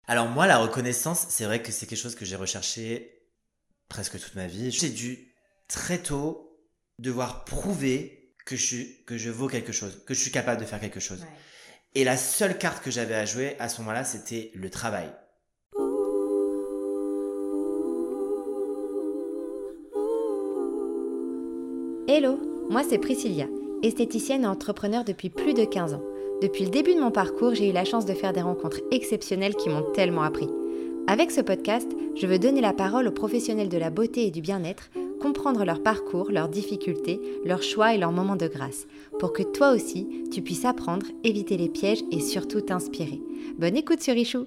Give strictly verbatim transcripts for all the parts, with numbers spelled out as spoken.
Alors moi, la reconnaissance, c'est vrai que c'est quelque chose que j'ai recherché presque toute ma vie. J'ai dû très tôt devoir prouver que je, que je vaux quelque chose, que je suis capable de faire quelque chose. Ouais. Et la seule carte que j'avais à jouer à ce moment-là, c'était le travail. Hello, moi c'est Priscilla, esthéticienne et entrepreneur depuis plus de quinze ans. Depuis le début de mon parcours, j'ai eu la chance de faire des rencontres exceptionnelles qui m'ont tellement appris. Avec ce podcast, je veux donner la parole aux professionnels de la beauté et du bien-être, comprendre leur parcours, leurs difficultés, leurs choix et leurs moments de grâce, pour que toi aussi, tu puisses apprendre, éviter les pièges et surtout t'inspirer. Bonne écoute sur Richou.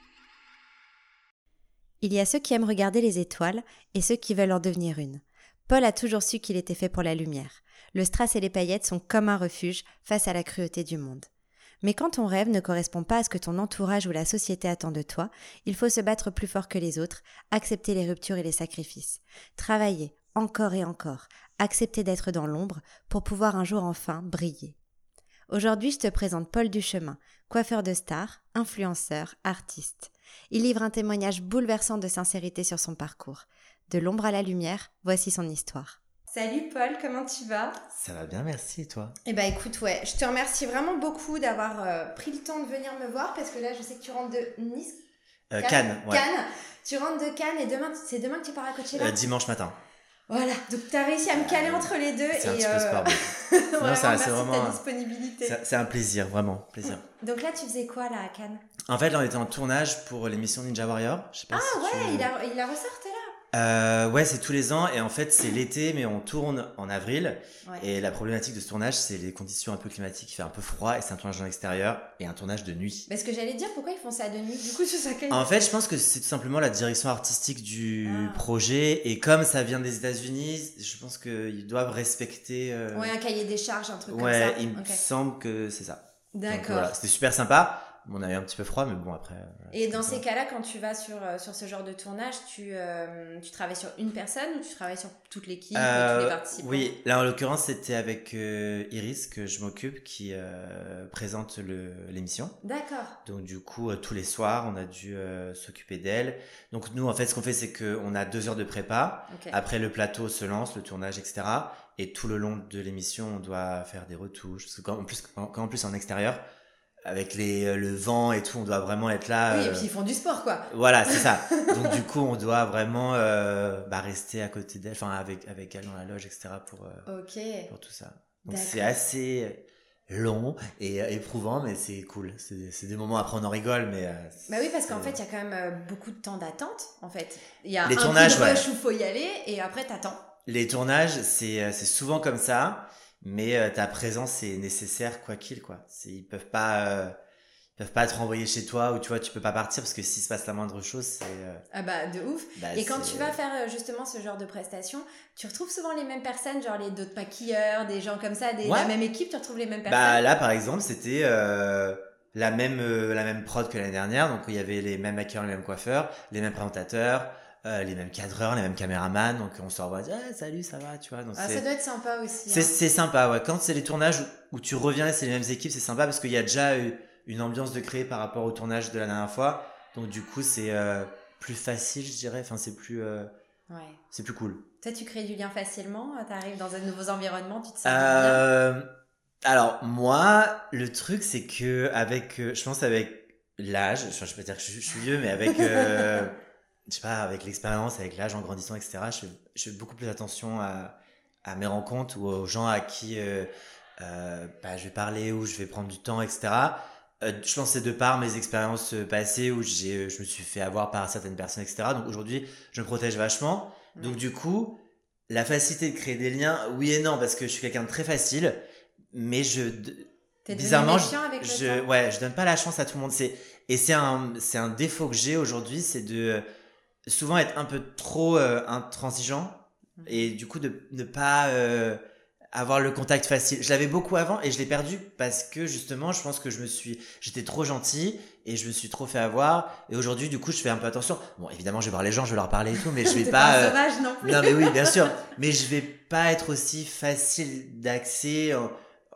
Il y a ceux qui aiment regarder les étoiles et ceux qui veulent en devenir une. Paul a toujours su qu'il était fait pour la lumière. Le strass et les paillettes sont comme un refuge face à la cruauté du monde. Mais quand ton rêve ne correspond pas à ce que ton entourage ou la société attend de toi, il faut se battre plus fort que les autres, accepter les ruptures et les sacrifices. Travailler encore et encore, accepter d'être dans l'ombre pour pouvoir un jour enfin briller. Aujourd'hui, je te présente Paul Duchemin, coiffeur de stars, influenceur, artiste. Il livre un témoignage bouleversant de sincérité sur son parcours. De l'ombre à la lumière, voici son histoire. Salut Paul, comment tu vas ? Ça va bien, merci, et toi ? Eh ben écoute, ouais, je te remercie vraiment beaucoup d'avoir euh, pris le temps de venir me voir parce que là, je sais que tu rentres de Nice. euh, Cannes, ouais. Cannes. Tu rentres de Cannes et demain, c'est demain que tu pars à Coachella ? euh, Dimanche matin. Voilà, donc tu as réussi à me caler entre les deux. C'est un et petit peu euh... sport. vraiment, non, ça, merci c'est vraiment de ta disponibilité. C'est, c'est un plaisir, vraiment, plaisir. Donc là, tu faisais quoi là à Cannes ? En fait, là, on était en tournage pour l'émission Ninja Warrior. Je sais pas ah si ouais, tu... il a, il a ressorti là. Euh, ouais, c'est tous les ans et en fait c'est l'été mais on tourne en avril ouais. Et la problématique de ce tournage c'est les conditions un peu climatiques, il fait un peu froid et c'est un tournage dans l'extérieur et un tournage de nuit. Parce que j'allais dire pourquoi ils font ça de nuit du coup sur ça. En fait je pense que c'est tout simplement la direction artistique du ah. projet et comme ça vient des États-Unis, je pense qu'ils doivent respecter. Euh... Ouais, un cahier des charges, un truc ouais, comme ça. Ouais, il okay. me semble que c'est ça. D'accord. Donc, voilà, c'était super sympa. On avait un petit peu froid, mais bon, après... Et dans ces cas-là, quand tu vas sur, sur ce genre de tournage, tu, euh, tu travailles sur une personne ou tu travailles sur toute l'équipe, euh, tous les participants ? Oui, là, en l'occurrence, c'était avec euh, Iris, que je m'occupe, qui euh, présente le, l'émission. D'accord. Donc, du coup, euh, tous les soirs, on a dû euh, s'occuper d'elle. Donc, nous, en fait, ce qu'on fait, c'est qu'on a deux heures de prépa. Okay. Après, le plateau se lance, le tournage, et cetera. Et tout le long de l'émission, on doit faire des retouches. Parce que quand, en plus, quand, quand en plus, en extérieur... avec les, le vent et tout, on doit vraiment être là. Oui, euh... et puis ils font du sport, quoi. Voilà, c'est ça. Donc du coup, on doit vraiment euh, bah, rester à côté d'elle, enfin avec avec elle dans la loge, et cetera pour euh, okay. pour tout ça. Donc D'accord. c'est assez long et euh, éprouvant, mais c'est cool. C'est, c'est des moments après on en rigole, mais. Euh, bah oui, parce qu'en fait, il y a quand même euh, beaucoup de temps d'attente. En fait, il y a les un tournages, coup de rush ouais. où faut y aller et après t'attends. Les tournages, c'est c'est souvent comme ça, mais euh, ta présence est nécessaire quoi qu'il quoi. C'est, ils peuvent pas. Euh, Ils peuvent pas te renvoyer chez toi ou tu vois tu peux pas partir parce que s'il se passe la moindre chose c'est euh... ah bah de ouf bah, et quand c'est... tu vas faire justement ce genre de prestations tu retrouves souvent les mêmes personnes genre les d'autres maquilleurs des gens comme ça des... ouais. La même équipe tu retrouves les mêmes personnes. Bah là par exemple c'était euh, la même euh, la même prod que l'année dernière donc il y avait les mêmes maquilleurs les mêmes coiffeurs les mêmes présentateurs euh, les mêmes cadreurs les mêmes caméramans donc on se revoit ah, salut ça va tu vois donc ah, c'est... ça doit être sympa aussi c'est, hein. c'est sympa ouais quand c'est les tournages où, où tu reviens et c'est les mêmes équipes c'est sympa parce qu'il y a déjà eu une ambiance de créer par rapport au tournage de la dernière fois donc du coup c'est euh, plus facile je dirais enfin c'est plus euh, ouais. C'est plus cool. Toi tu crées du lien facilement t'arrives dans un nouveau environnement tu te sens euh, bien alors moi le truc c'est que avec euh, je pense avec l'âge enfin, je peux pas dire que je, je suis vieux mais avec euh, je sais pas avec l'expérience avec l'âge en grandissant etc je fais, je fais beaucoup plus attention à, à mes rencontres ou aux gens à qui euh, euh, bah, je vais parler ou je vais prendre du temps etc Euh, je pense que c'est de par mes expériences passées où j'ai, je me suis fait avoir par certaines personnes, et cetera. Donc aujourd'hui, je me protège vachement. Ouais. Donc du coup, la facilité de créer des liens, oui et non, parce que je suis quelqu'un de très facile, mais je, T'es bizarrement, je, avec je, ouais, je donne pas la chance à tout le monde. C'est, et c'est un, c'est un défaut que j'ai aujourd'hui, c'est de souvent être un peu trop euh, intransigeant mmh. et du coup de ne pas euh, avoir le contact facile. Je l'avais beaucoup avant et je l'ai perdu parce que justement, je pense que je me suis, j'étais trop gentil et je me suis trop fait avoir. Et aujourd'hui, du coup, je fais un peu attention. Bon, évidemment, je vais voir les gens, je vais leur parler et tout, mais je vais T'es pas. pas un euh... sauvage non plus. Non, mais oui, bien sûr. Mais je vais pas être aussi facile d'accès en,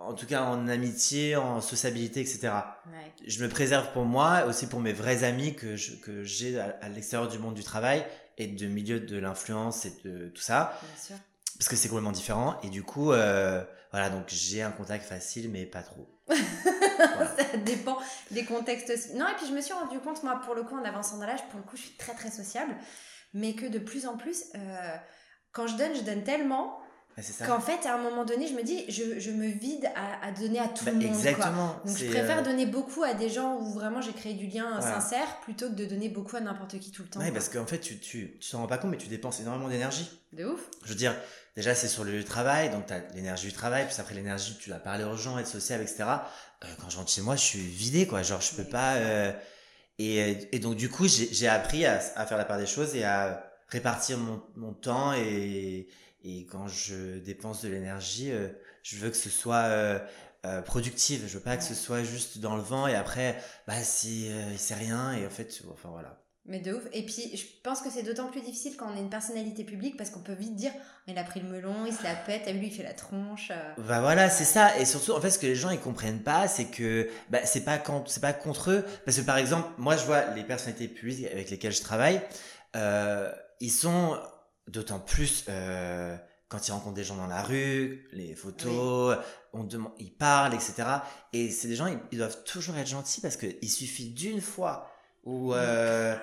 en tout cas en amitié, en sociabilité, et cetera. Ouais. Je me préserve pour moi, aussi pour mes vrais amis que, je, que j'ai à, à l'extérieur du monde du travail et de milieu de l'influence et de tout ça. Bien sûr. Parce que c'est complètement différent. Et du coup, euh, voilà, donc j'ai un contact facile, mais pas trop. Voilà. Ça dépend des contextes aussi. Non, et puis je me suis rendu compte, moi, pour le coup, en avançant dans l'âge, pour le coup, je suis très, très sociable. Mais que de plus en plus, euh, quand je donne, je donne tellement Bah, c'est ça. qu'en fait, à un moment donné, je me dis, je, je me vide à, à donner à tout Bah, le monde. exactement. Quoi. Donc, C'est, je préfère euh, donner beaucoup à des gens où vraiment j'ai créé du lien Voilà. sincère plutôt que de donner beaucoup à n'importe qui tout le temps. Ouais, quoi. parce qu'en fait, tu tu tu t'en rends pas compte, mais tu dépenses énormément d'énergie. De ouf. Je veux dire, déjà, c'est sur le lieu de travail, donc tu as l'énergie du travail, puis après l'énergie, tu dois parler aux gens, être social, et cetera. Euh, quand je rentre chez moi, je suis vidé, quoi. Genre, je peux Mais pas. euh, Et, et donc, du coup, j'ai j'ai appris à, à faire la part des choses et à répartir mon, mon temps. Et, et quand je dépense de l'énergie, euh, je veux que ce soit euh, euh, productif. Je veux pas que Ouais. ce soit juste dans le vent et après, bah, si, euh, il sait rien. Et en fait, enfin voilà. Mais de ouf. Et puis, je pense que c'est d'autant plus difficile quand on est une personnalité publique parce qu'on peut vite dire il a pris le melon, il se la pète, lui, il fait la tronche. euh. Bah voilà, c'est ça. Et surtout, en fait, ce que les gens ils comprennent pas, c'est que bah, c'est pas quand, c'est pas contre eux. Parce que par exemple, moi, je vois les personnalités publiques avec lesquelles je travaille, euh, ils sont d'autant plus euh, quand ils rencontrent des gens dans la rue, les photos, on demande, ils parlent, et cetera. Et c'est des gens, ils, ils doivent toujours être gentils parce que il suffit d'une fois où euh,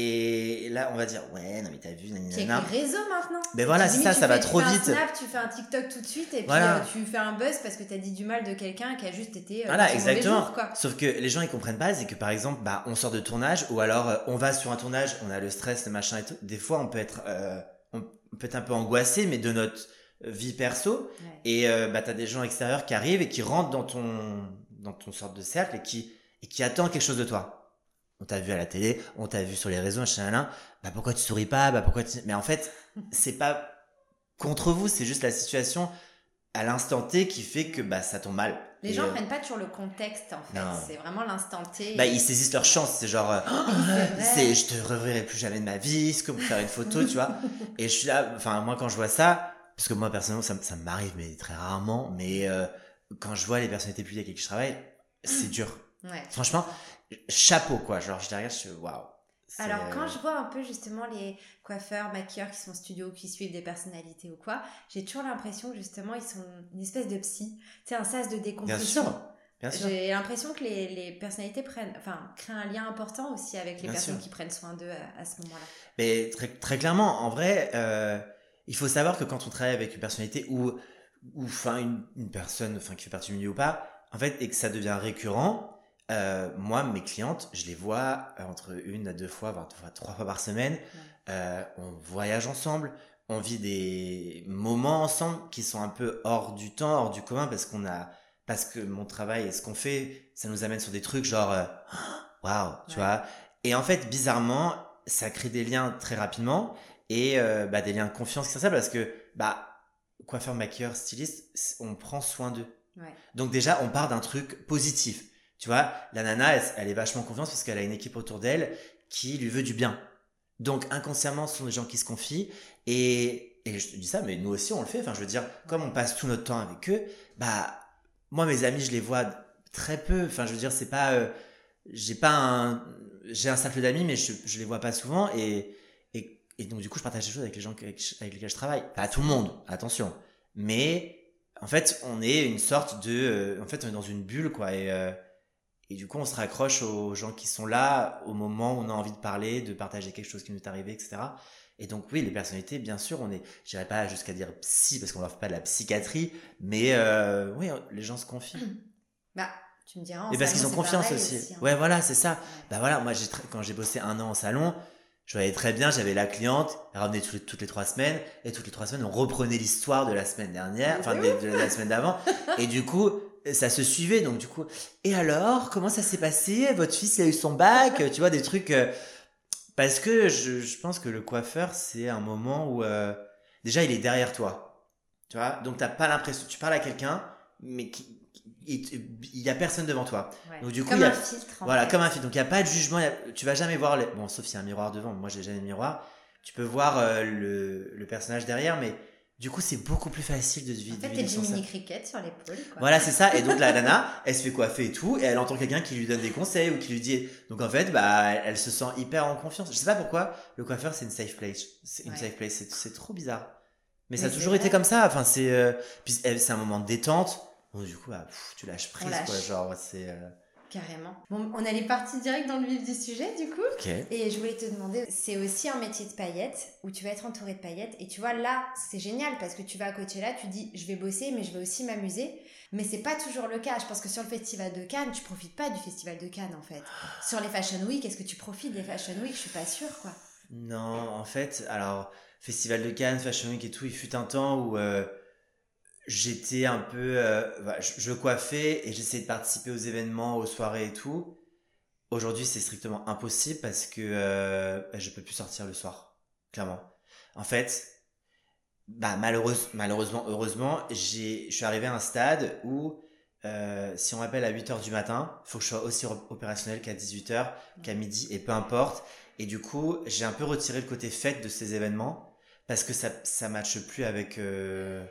et là, on va dire ouais, non mais t'as vu, Qui est nanana. avec les réseaux maintenant. Mais voilà, Tu- c'est limite, ça, tu ça va fais- trop tu fais vite. un snap, tu fais un TikTok tout de suite et puis Voilà. euh, tu fais un buzz parce que t'as dit du mal de quelqu'un qui a juste été. Euh, Voilà, dans son mauvais exactement. jour, quoi. Sauf que les gens ils comprennent pas, c'est que par exemple, bah on sort de tournage ou alors euh, on va sur un tournage, on a le stress, le machin et tout. Des fois, on peut être, euh, on peut être un peu angoissé, mais de notre vie perso. Ouais. Et euh, bah t'as des gens extérieurs qui arrivent et qui rentrent dans ton, dans ton sorte de cercle et qui, et qui attendent quelque chose de toi. On t'a vu à la télé, on t'a vu sur les réseaux, machin, là. Bah pourquoi tu souris pas, bah pourquoi tu... Mais en fait, c'est pas contre vous, c'est juste la situation à l'instant T qui fait que bah ça tombe mal. Les Et, gens euh, prennent pas toujours le contexte en fait. Non. C'est vraiment l'instant T. bah ils saisissent leur chance, c'est genre euh, Oui, c'est vrai. c'est je te reverrai plus jamais de ma vie, c'est comme faire une photo, tu vois. Et je suis là, enfin moi quand je vois ça, parce que moi personnellement ça, ça m'arrive mais très rarement, mais euh, quand je vois les personnalités publiques avec qui je travaille, c'est dur. Ouais. Franchement, chapeau quoi, genre je les regarde, je suis waouh. C'est, Alors, euh, quand je vois un peu justement les coiffeurs, maquilleurs qui sont en studio, qui suivent des personnalités ou quoi, j'ai toujours l'impression que justement ils sont une espèce de psy, tu sais, un sas de bien décompression. sûr, bien sûr. J'ai l'impression que les, les personnalités prennent, enfin, créent un lien important aussi avec les Bien personnes sûr. qui prennent soin d'eux à, à ce moment-là. Mais très, très clairement, en vrai, euh, il faut savoir que quand on travaille avec une personnalité ou, ou enfin une, une personne, enfin qui fait partie du milieu ou pas, en fait, et que ça devient récurrent, euh, moi, mes clientes, je les vois euh, entre une à deux fois, voire trois, trois fois par semaine. Euh, on voyage ensemble, on vit des moments ensemble qui sont un peu hors du temps, hors du commun, parce qu'on a, parce que mon travail et ce qu'on fait, ça nous amène sur des trucs genre, euh, waouh, tu Ouais. vois. Et en fait, bizarrement, ça crée des liens très rapidement et euh, bah, des liens de confiance qui sont ça parce que bah coiffeur, maquilleur, styliste, c- on prend soin d'eux. Ouais. Donc déjà, on part d'un truc positif. Tu vois, la nana, elle, elle est vachement confiance parce qu'elle a une équipe autour d'elle qui lui veut du bien. Donc inconsciemment, ce sont des gens qui se confient et, et je te dis ça, mais nous aussi on le fait. Enfin, je veux dire, comme on passe tout notre temps avec eux, bah moi mes amis, je les vois très peu. Enfin, je veux dire, c'est pas, euh, j'ai pas un, j'ai un cercle d'amis, mais je, je les vois pas souvent et, et et donc du coup, je partage des choses avec les gens avec, avec lesquels je travaille. Pas tout le monde, attention, mais en fait, on est une sorte de, euh, en fait, on est dans une bulle quoi et euh, et du coup, on se raccroche aux gens qui sont là au moment où on a envie de parler, de partager quelque chose qui nous est arrivé, et cetera. Et donc, oui, les personnalités, bien sûr, on est, je dirais pas jusqu'à dire psy, parce qu'on leur fait pas de la psychiatrie, mais euh, oui, les gens se confient. Bah, tu me diras. en Et parce salon, qu'ils ont c'est confiance pareil aussi. hein. Ouais, voilà, c'est ça. Ouais. Bah voilà, moi, j'ai tra- quand j'ai bossé un an en salon, je voyais très bien, j'avais la cliente, elle revenait toutes les, toutes les trois semaines, et toutes les trois semaines, on reprenait l'histoire de la semaine dernière, enfin, de, de la semaine d'avant. Et du coup, ça se suivait, donc du coup, et alors, comment ça s'est passé? Votre fils, il a eu son bac, tu vois, des trucs, euh, parce que je, je pense que le coiffeur, c'est un moment où, euh, déjà, il est derrière toi. Tu vois, donc t'as pas l'impression, tu parles à quelqu'un, mais qui, il, il y a personne devant toi. Ouais. Donc du coup, Comme il y a, un filtre. en voilà, fait. comme un film. Donc il y a pas de jugement. il y a- tu vas jamais voir les... Bon, sauf s'il y a un miroir devant. Moi, j'ai jamais de miroir. Tu peux voir euh, le, le personnage derrière, mais Du coup, c'est beaucoup plus facile de se vider. En fait, t'es Jiminy Cricket sur l'épaule, quoi. Voilà, c'est ça. Et donc, la nana, elle se fait coiffer et tout, et elle entend quelqu'un qui lui donne des conseils ou qui lui dit. Donc, en fait, bah, elle, elle se sent hyper en confiance. Je sais pas pourquoi, le coiffeur, c'est une safe place. C'est une ouais. safe place. C'est, c'est trop bizarre. Mais, Mais ça a toujours vrai. été comme ça. Enfin, c'est, euh, puis, c'est un moment de détente. Donc, du coup, bah, pff, tu lâches prise, lâche. quoi. Genre, c'est. Euh... Carrément. Bon, on allait partir direct dans le vif du sujet, du coup. Okay. Et je voulais te demander, c'est aussi un métier de paillettes, où tu vas être entouré de paillettes. Et tu vois, là, c'est génial, parce que tu vas à Coachella, tu dis, je vais bosser, mais je vais aussi m'amuser. Mais c'est pas toujours le cas. Je pense que sur le festival de Cannes, tu profites pas du festival de Cannes, en fait. Sur les Fashion Week, est-ce que tu profites des Fashion Week ? Je suis pas sûre, quoi. Non, en fait, alors, festival de Cannes, Fashion Week et tout, il fut un temps où... Euh... J'étais un peu... Euh, voilà, je, je coiffais et j'essayais de participer aux événements, aux soirées et tout. Aujourd'hui, c'est strictement impossible parce que euh, je peux plus sortir le soir, clairement. En fait, bah, malheureuse, malheureusement, heureusement, j'ai, je suis arrivé à un stade où euh, si on m'appelle à huit heures du matin, il faut que je sois aussi opérationnel qu'à dix-huit heures, qu'à midi, et peu importe. Et du coup, j'ai un peu retiré le côté fête de ces événements parce que ça ça matche plus avec... Euh,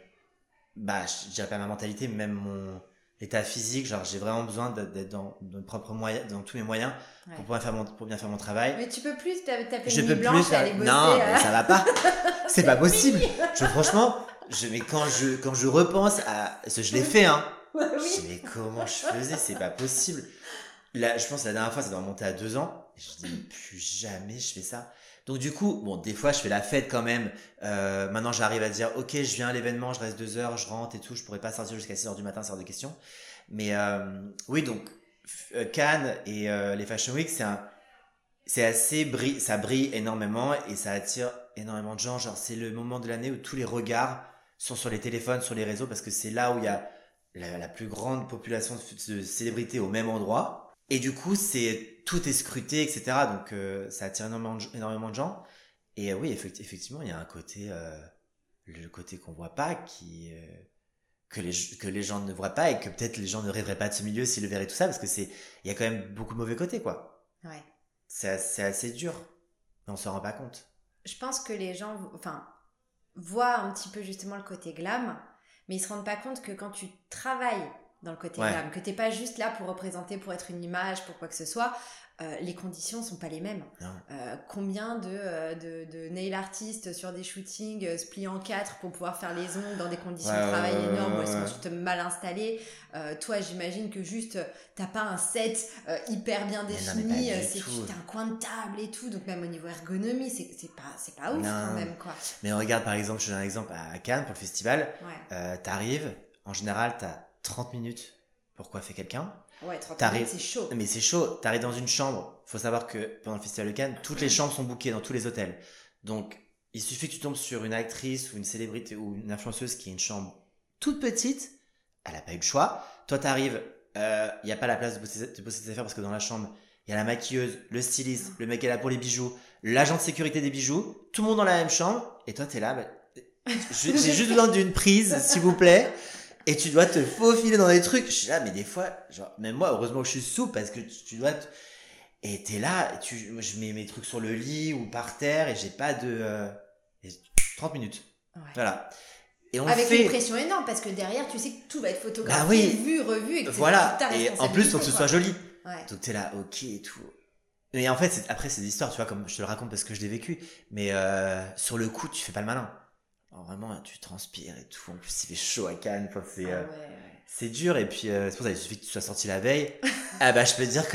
bah je dirais pas ma mentalité mais même mon état physique, genre j'ai vraiment besoin d'être dans, dans, propre moyen, dans tous mes moyens ouais. pour, pouvoir faire mon, pour bien faire mon travail. Mais tu peux plus taper je une peux nuit blanche plus, et aller bosser. Non, euh... mais ça va pas. C'est pas possible. Je, franchement, je, mais quand je, quand je repense à ce je l'ai fait, hein. Oui. Je dis, mais comment je faisais, c'est pas possible. Là, je pense que la dernière fois, ça doit remonter à deux ans. Et je dis, mais plus jamais je fais ça. Donc du coup, bon, des fois, je fais la fête quand même. Euh, maintenant, j'arrive à dire, ok, je viens à l'événement, je reste deux heures, je rentre et tout. Je pourrais pas sortir jusqu'à six heures du matin, c'est hors de question. Mais euh, oui, donc Cannes et euh, les Fashion Week, c'est un, c'est assez brille, ça brille énormément et ça attire énormément de gens. Genre, c'est le moment de l'année où tous les regards sont sur les téléphones, sur les réseaux, parce que c'est là où il y a la, la plus grande population de, de célébrités au même endroit. Et du coup, c'est tout est scruté, et cetera. Donc, euh, ça attire énormément de, énormément de gens. Et euh, oui, effect- effectivement, il y a un côté, euh, le côté qu'on voit pas, qui euh, que les que les gens ne voient pas et que peut-être les gens ne rêveraient pas de ce milieu s'ils le verraient tout ça, parce que c'est il y a quand même beaucoup de mauvais côtés, quoi. Ouais. C'est c'est assez dur, mais on s'en rend pas compte. Je pense que les gens, enfin, voient un petit peu justement le côté glam, mais ils se rendent pas compte que quand tu travailles dans le côté ouais. glam, que t'es pas juste là pour représenter, pour être une image, pour quoi que ce soit, euh, les conditions sont pas les mêmes. Euh, combien de, euh, de, de nail artistes sur des shootings euh, se plient en quatre pour pouvoir faire les ongles dans des conditions ouais, de travail ouais, énormes ouais, où elles sont juste mal installées. Euh, toi, j'imagine que juste t'as pas un set euh, hyper bien défini, euh, c'est juste un coin de table et tout, donc même au niveau ergonomie, c'est, c'est pas c'est pas ouf non. quand même, quoi. Mais regarde, par exemple, je te donne un exemple à Cannes pour le festival. Ouais. Euh, t'arrives, en général, t'as trente minutes pour coiffer quelqu'un. Ouais, trente T'arrives... minutes, c'est chaud. Mais c'est chaud. T'arrives dans une chambre. Faut savoir que pendant le Festival de Cannes, toutes les chambres sont bookées dans tous les hôtels. Donc, il suffit que tu tombes sur une actrice ou une célébrité ou une influenceuse qui a une chambre toute petite. Elle a pas eu le choix. Toi, t'arrives, il euh, y a pas la place de poser, de poser tes affaires parce que dans la chambre, il y a la maquilleuse, le styliste, le mec qui est là pour les bijoux, l'agent de sécurité des bijoux, tout le monde dans la même chambre. Et toi, t'es là, bah, j'ai juste besoin d'une prise, s'il vous plaît. Et tu dois te faufiler dans des trucs. Je suis là, mais des fois, genre, même moi, heureusement que je suis souple parce que tu dois te... Et t'es là, et tu... moi, je mets mes trucs sur le lit ou par terre et j'ai pas de... Euh... trente minutes. Ouais. Voilà. Et on Avec fait... une pression énorme parce que derrière, tu sais que tout va être photographié, bah oui. vu, revu, et que voilà. Et en plus, faut que ce soit joli. Ouais. Donc t'es là, ok et tout. Et en fait, c'est... après, c'est des histoires, tu vois, comme je te le raconte parce que je l'ai vécu. Mais euh, sur le coup, tu fais pas le malin. Alors vraiment, tu transpires et tout. En plus, il fait chaud à Cannes. Enfin, c'est, euh, ah ouais, ouais. c'est dur. Et puis, euh, c'est pour ça qu'il suffit que tu sois sorti la veille. Ah bah, je peux te dire que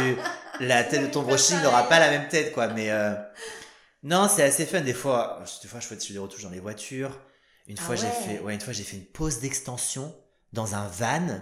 tu, la tête de ton brushing n'aura pas la même tête, quoi. Mais euh, non, c'est assez fun. Des fois, des fois, je fais des retouches dans les voitures. Une ah fois, ouais. j'ai fait, ouais, une fois, j'ai fait une pause d'extension dans un van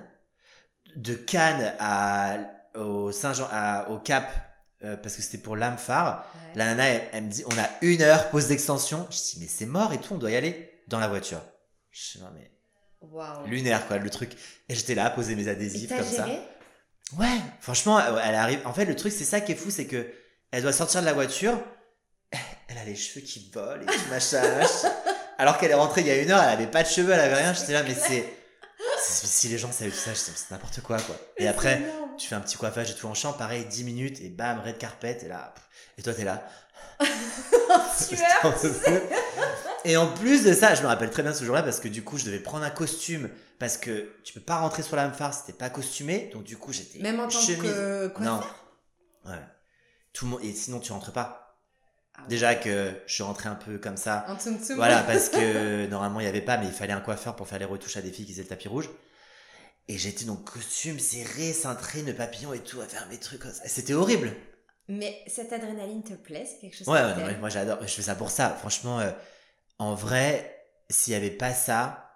de Cannes à au Saint-Jean, à, au Cap. Euh, parce que c'était pour l'âme phare. Ouais. La nana, elle, elle me dit, on a une heure pause d'extension. Je dis, mais c'est mort et tout, on doit y aller dans la voiture. Je dis, non, mais. Wow. Lunaire, quoi, le truc. Et j'étais là à poser mes adhésifs comme géré ça. Ouais, franchement, elle arrive. En fait, le truc, c'est ça qui est fou, c'est que elle doit sortir de la voiture. Elle a les cheveux qui volent et tout, machin, machin. Alors qu'elle est rentrée il y a une heure, elle avait pas de cheveux, elle avait rien. J'étais là, mais c'est. c'est si les gens savaient tout ça, je dis, c'est n'importe quoi, quoi. Et après, tu fais un petit coiffage et tout en champ, pareil, dix minutes, et bam, red carpet, et là, et toi, t'es là. Sueur, tu sais. Et en plus de ça, je me rappelle très bien ce jour-là, parce que du coup, je devais prendre un costume, parce que tu peux pas rentrer sur la même phare si t'es pas costumé, donc du coup, j'étais Même en tant chemise. que coiffeur. Non. Ouais. Tout le monde, et sinon, tu rentres pas. Ah ouais. Déjà que je suis rentré un peu comme ça. En tsum tsum. Voilà, parce que normalement il y avait pas, mais il fallait un coiffeur pour faire les retouches à des filles qui faisaient le tapis rouge. Et j'étais donc costume serré, cintré, nœud papillon et tout, à faire mes trucs. C'était horrible. Mais cette adrénaline te plaît? C'est quelque chose Ouais, que ouais, non, ouais, moi j'adore. Je fais ça pour ça. Franchement, euh, en vrai, s'il y avait pas ça,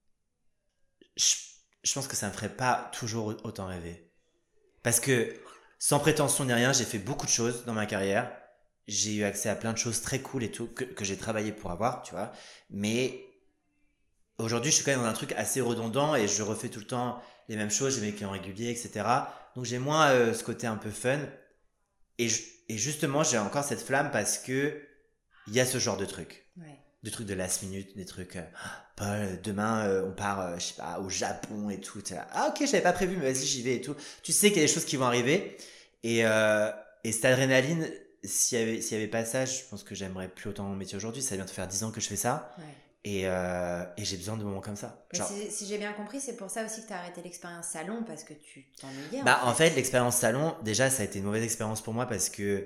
je, je pense que ça me ferait pas toujours autant rêver. Parce que, sans prétention ni rien, j'ai fait beaucoup de choses dans ma carrière. J'ai eu accès à plein de choses très cool et tout, que, que j'ai travaillé pour avoir, tu vois. Mais aujourd'hui, je suis quand même dans un truc assez redondant et je refais tout le temps les mêmes choses, j'ai mes clients réguliers, et cetera. Donc j'ai moins euh, ce côté un peu fun. Et, je, et justement, j'ai encore cette flamme parce que il y a ce genre de trucs. Ouais. Des trucs de last minute, des trucs... Euh, Paul, demain, euh, on part, euh, je sais pas, au Japon et tout. Là, ah ok, j'avais pas prévu, mais vas-y, j'y vais et tout. Tu sais qu'il y a des choses qui vont arriver. Et, euh, et cette adrénaline... S'il y avait, s'il y avait pas ça, je pense que j'aimerais plus autant mon métier aujourd'hui. Ça va bientôt faire dix ans que je fais ça. Ouais. Et, euh, et j'ai besoin de moments comme ça. Mais Genre, si, si j'ai bien compris, c'est pour ça aussi que tu as arrêté l'expérience salon, parce que tu t'ennuyais. bah, en fait, en fait l'expérience salon, déjà, ça a été une mauvaise expérience pour moi parce que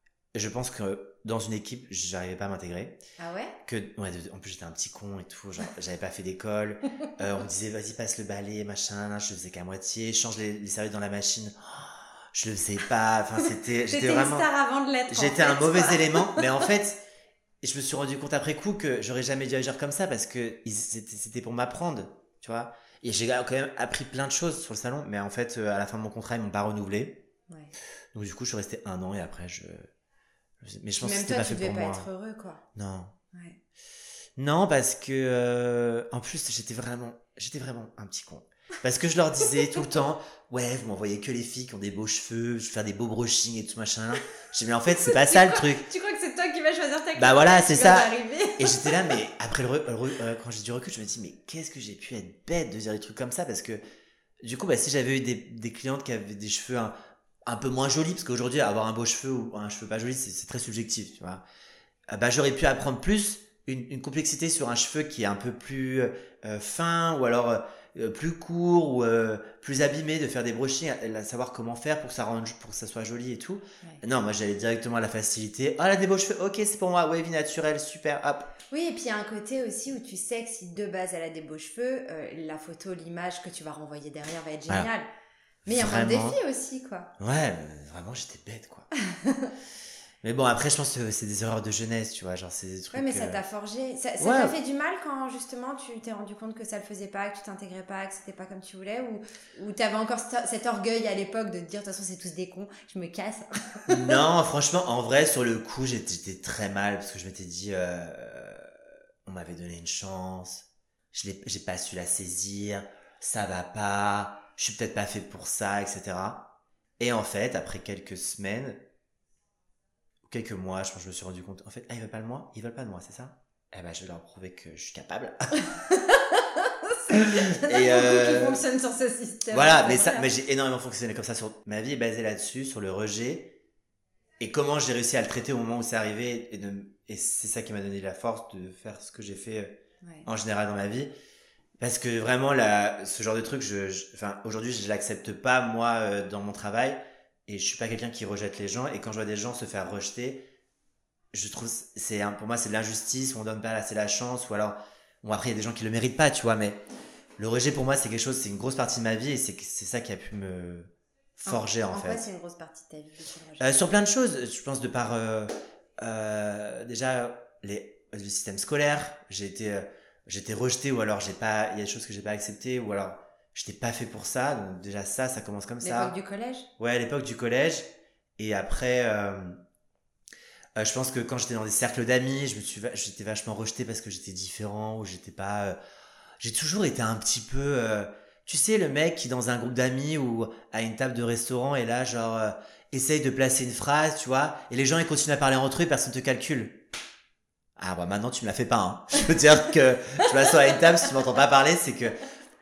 je pense que dans une équipe, j'arrivais pas à m'intégrer. Ah ouais? Que, ouais, de- en plus, j'étais un petit con et tout. Genre, j'avais pas fait d'école. Euh, on me disait, vas-y, passe le balai, machin. Je le faisais qu'à moitié. Change les, les serviettes dans la machine. Oh, je le faisais pas. Enfin, c'était, j'étais T'étais vraiment. une star avant de l'être. J'étais en un fait, mauvais quoi. élément, mais en fait, je me suis rendu compte après coup que j'aurais jamais dû agir comme ça parce que ils- c'était c'était pour m'apprendre, tu vois. Et j'ai quand même appris plein de choses sur le salon, mais en fait, euh, à la fin de mon contrat, ils m'ont pas renouvelé. Ouais. Donc du coup, je suis resté un an et après, je. Mais je pense Même que c'était toi, pas tu fait devais pour pas moi. être heureux, quoi. Non. Ouais. Non, parce que euh, en plus, j'étais vraiment, j'étais vraiment un petit con. Parce que je leur disais tout le temps, ouais, vous m'envoyez que les filles qui ont des beaux cheveux, je vais faire des beaux brushings et tout machin. Je dis, mais en fait, c'est pas ça le truc. Tu crois que c'est toi qui vas choisir ta cliente? Bah voilà, c'est Tu viens ça. d'arriver. Et j'étais là, mais après le, re- le re- euh, quand j'ai du recul, je me dis, mais qu'est-ce que j'ai pu être bête de dire des trucs comme ça parce que du coup, bah si j'avais eu des, des clientes qui avaient des cheveux un, un peu moins jolis, parce qu'aujourd'hui, avoir un beau cheveu ou un cheveu pas joli, c'est c'est très subjectif, tu vois. Euh, bah j'aurais pu apprendre plus une, une complexité sur un cheveu qui est un peu plus euh, fin ou alors euh, plus court ou euh, plus abîmé, de faire des brushings, à, à savoir comment faire pour que ça rende, pour que ça soit joli et tout. Ouais. Non, moi j'allais directement à la facilité. Ah, elle a des beaux cheveux, ok, c'est pour moi, wavy naturel, super, hop. Oui, et puis il y a un côté aussi où tu sais que si de base elle a des beaux cheveux, euh, la photo, l'image que tu vas renvoyer derrière va être Voilà. géniale. Mais il y a moins de Vraiment. défis aussi, quoi. Ouais, euh, vraiment j'étais bête quoi. Mais bon, après je pense que c'est des erreurs de jeunesse, tu vois, genre c'est des trucs. Ouais, mais ça euh, t'a forgé. Ça ça Ouais. t'a fait du mal quand justement tu t'es rendu compte que ça le faisait pas, que tu t'intégrais pas, que c'était pas comme tu voulais, ou, ou t'avais encore cet cet orgueil à l'époque de te dire de toute façon c'est tous des cons, je me casse. Non, franchement, en vrai, sur le coup, j'étais j'étais très mal parce que je m'étais dit, euh, on m'avait donné une chance, je l'ai, j'ai pas su la saisir, ça va pas, je suis peut-être pas fait pour ça, et cetera. Et en fait, après quelques semaines, ou quelques mois, je pense que je me suis rendu compte, en fait, ah, ils veulent pas de moi, ils veulent pas de moi, c'est ça? Eh ben, je vais leur prouver que je suis capable. Il y en a Et, beaucoup euh, qui fonctionnent sur ce système. Voilà, mais C'est ça, vrai. mais j'ai énormément fonctionné comme ça. Sur ma vie est basée là-dessus, sur le rejet et comment j'ai réussi à le traiter au moment où c'est arrivé. Et, de, et c'est ça qui m'a donné la force de faire ce que j'ai fait euh, Ouais. en général dans ma vie. Parce que vraiment, là, ce genre de truc, je, je- enfin, aujourd'hui, je l'accepte pas moi euh, dans mon travail. Et je suis pas quelqu'un qui rejette les gens. Et quand je vois des gens se faire rejeter, je trouve c'est un- pour moi c'est de l'injustice. Où on donne pas assez la chance, ou alors bon après il y a des gens qui le méritent pas, tu vois, mais le rejet pour moi c'est quelque chose, c'est une grosse partie de ma vie et c'est c'est ça qui a pu me forger en, en fait. quoi c'est une grosse partie de ta vie sur le rejet Euh, sur plein de choses, je pense de par euh, euh, déjà les le système scolaire, j'ai été euh, j'ai été rejeté ou alors j'ai pas, il y a des choses que j'ai pas acceptées ou alors j'étais pas fait pour ça. Donc déjà ça, ça commence comme ça. L'époque du collège? Ouais, à l'époque du collège. Et après, euh, euh, je pense que quand j'étais dans des cercles d'amis, je me suis, va- j'étais vachement rejeté parce que j'étais différent ou j'étais pas. euh, j'ai toujours été un petit peu. euh, tu sais, le mec qui dans un groupe d'amis ou à une table de restaurant est là, genre euh, essaye de placer une phrase, tu vois, et les gens ils continuent à parler entre eux, et personne te calcule. Ah bah maintenant tu me la fais pas. Hein. Je veux dire que je m'assois à une table, si tu m'entends pas parler, c'est que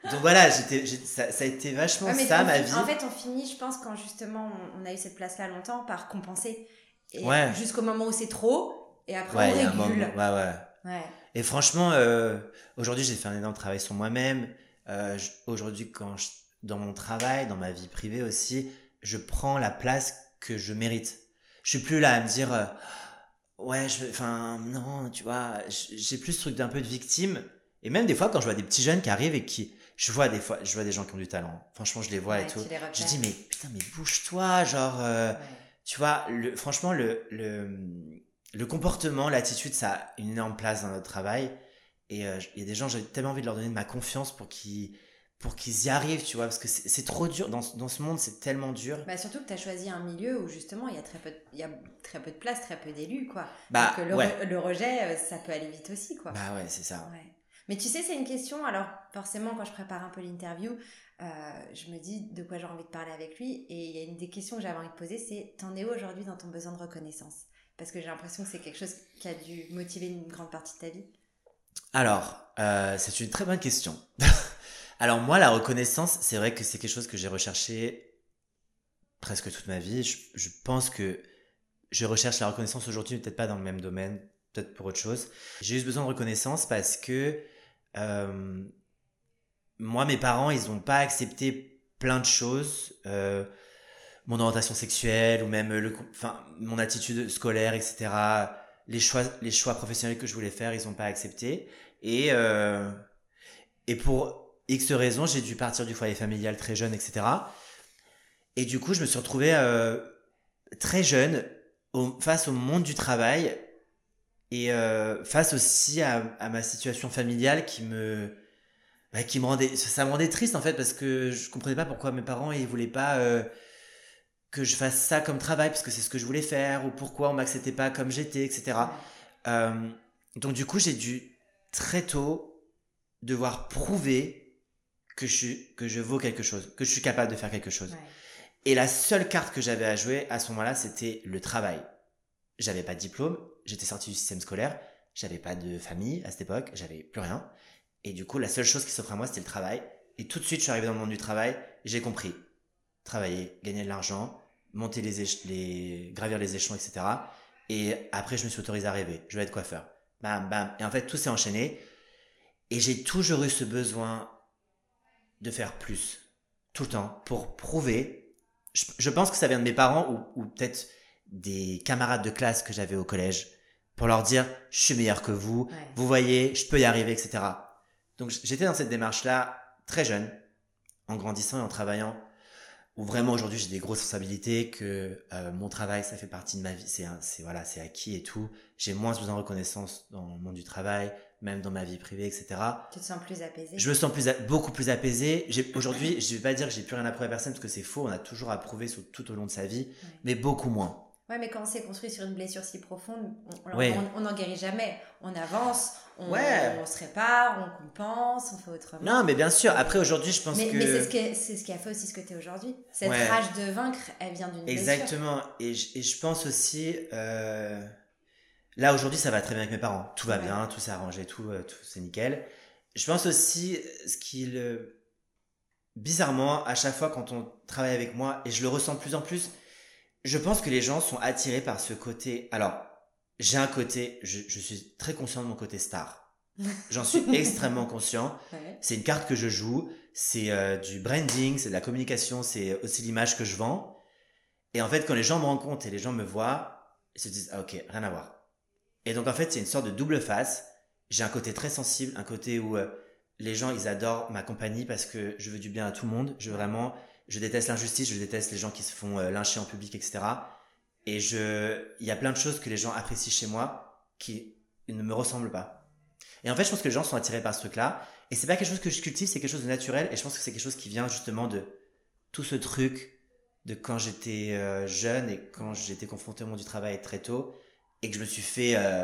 donc voilà, j'étais, j'ai, ça, ça a été vachement ouais, ça, on, ma vie. En fait, on finit, je pense, quand justement on, on a eu cette place-là longtemps, par compenser. Et ouais. jusqu'au moment où c'est trop, et après ouais, on y a régule. un moment, ouais, ouais. Ouais. Et franchement, euh, aujourd'hui, j'ai fait un énorme travail sur moi-même. Euh, je, aujourd'hui, quand je, dans mon travail, dans ma vie privée aussi, je prends la place que je mérite. Je suis plus là à me dire, euh, ouais, je, enfin, non, tu vois, j'ai plus ce truc d'un peu de victime. Et même des fois, quand je vois des petits jeunes qui arrivent et qui, je vois des fois, je vois des gens qui ont du talent. Franchement, je les vois ouais, et tout. Je dis, mais putain, mais bouge-toi, genre, euh, ouais. tu vois, le, franchement, le, le, le comportement, l'attitude, ça a une énorme place dans notre travail. Et il euh, y a des gens, j'ai tellement envie de leur donner de ma confiance pour qu'ils, pour qu'ils y arrivent, tu vois, parce que c'est, c'est trop dur. Dans, dans ce monde, c'est tellement dur. Bah surtout que tu as choisi un milieu où justement il y a très peu de, il y a très peu de place, très peu d'élus, quoi. Bah, donc le, ouais. re, le rejet, ça peut aller vite aussi, quoi. Bah ouais, c'est ça. Ouais. Mais tu sais, c'est une question, alors forcément quand je prépare un peu l'interview, euh, je me dis de quoi j'ai envie de parler avec lui, et il y a une des questions que j'avais envie de poser, c'est t'en es où aujourd'hui dans ton besoin de reconnaissance? Parce que j'ai l'impression que c'est quelque chose qui a dû motiver une grande partie de ta vie. Alors, euh, c'est une très bonne question. Alors moi, la reconnaissance, c'est vrai que c'est quelque chose que j'ai recherché presque toute ma vie. Je, je pense que je recherche la reconnaissance aujourd'hui, peut-être pas dans le même domaine, peut-être pour autre chose. J'ai eu besoin de reconnaissance parce que euh, moi, mes parents, ils n'ont pas accepté plein de choses. Euh, mon orientation sexuelle ou même le, enfin, mon attitude scolaire, et cetera. Les choix, les choix professionnels que je voulais faire, ils n'ont pas accepté. Et, euh, et pour X raisons, j'ai dû partir du foyer familial très jeune, et cetera. Et du coup, je me suis retrouvé euh, très jeune au, face au monde du travail et euh, face aussi à, à ma situation familiale qui me, bah, qui me rendait, ça me rendait triste en fait parce que je comprenais pas pourquoi mes parents ils voulaient pas euh, que je fasse ça comme travail parce que c'est ce que je voulais faire ou pourquoi on m'acceptait pas comme j'étais, et cetera. Euh, donc du coup, j'ai dû très tôt devoir prouver que je, que je vaux quelque chose, que je suis capable de faire quelque chose. Ouais. Et la seule carte que j'avais à jouer à ce moment-là, c'était le travail. J'avais pas de diplôme, j'étais sorti du système scolaire, j'avais pas de famille à cette époque, j'avais plus rien. Et du coup, la seule chose qui s'offrait à moi, c'était le travail. Et tout de suite, je suis arrivé dans le monde du travail, et j'ai compris. Travailler, gagner de l'argent, monter les, éche- les gravir les échelons, et cetera. Et après, je me suis autorisé à rêver. Je vais être coiffeur. Bam, bam. Et en fait, tout s'est enchaîné. Et j'ai toujours eu ce besoin de faire plus, tout le temps, pour prouver. Je, je pense que ça vient de mes parents ou, ou peut-être des camarades de classe que j'avais au collège, pour leur dire, je suis meilleur que vous, ouais. Vous voyez, je peux y arriver, et cetera. Donc j'étais dans cette démarche-là très jeune, en grandissant et en travaillant, où vraiment aujourd'hui j'ai des grosses responsabilités, que euh, mon travail ça fait partie de ma vie, c'est, un, c'est voilà, c'est acquis et tout. J'ai moins besoin de reconnaissance dans le monde du travail, même dans ma vie privée, et cetera. Tu te sens plus apaisé? Je me sens plus, beaucoup plus apaisé. J'ai, aujourd'hui, je vais pas dire que j'ai plus rien à prouver à personne parce que c'est faux. On a toujours à prouver sur, tout au long de sa vie, ouais. Mais beaucoup moins. Ouais, mais quand on s'est construit sur une blessure si profonde, on ouais. n'en guérit jamais. On avance, on, ouais. on se répare, on compense, on fait autrement. Non, mais bien sûr. Après, aujourd'hui, je pense mais, que... Mais c'est ce, qui, c'est ce qui a fait aussi ce que tu es aujourd'hui. Cette ouais. rage de vaincre, elle vient d'une blessure. Exactement. Et je, et je pense aussi... Euh... Là, aujourd'hui, ça va très bien avec mes parents. Tout va ouais. bien, tout s'est arrangé, tout, tout c'est nickel. Je pense aussi, ce qui... Le... Bizarrement, à chaque fois quand on travaille avec moi, et je le ressens de plus en plus... Je pense que les gens sont attirés par ce côté. Alors, j'ai un côté, je, je suis très conscient de mon côté star. J'en suis extrêmement conscient. Ouais. C'est une carte que je joue, c'est euh, du branding, c'est de la communication, c'est aussi l'image que je vends. Et en fait, quand les gens me rencontrent et les gens me voient, ils se disent, ah ok, rien à voir. Et donc en fait, c'est une sorte de double face. J'ai un côté très sensible, un côté où euh, les gens, ils adorent ma compagnie parce que je veux du bien à tout le monde. Je veux vraiment... Je déteste l'injustice, je déteste les gens qui se font euh, lyncher en public, et cetera. Et je, il y a plein de choses que les gens apprécient chez moi qui ne me ressemblent pas. Et en fait, je pense que les gens sont attirés par ce truc-là. Et c'est pas quelque chose que je cultive, c'est quelque chose de naturel. Et je pense que c'est quelque chose qui vient justement de tout ce truc de quand j'étais euh, jeune et quand j'étais confronté au monde du travail très tôt et que je me suis fait, euh,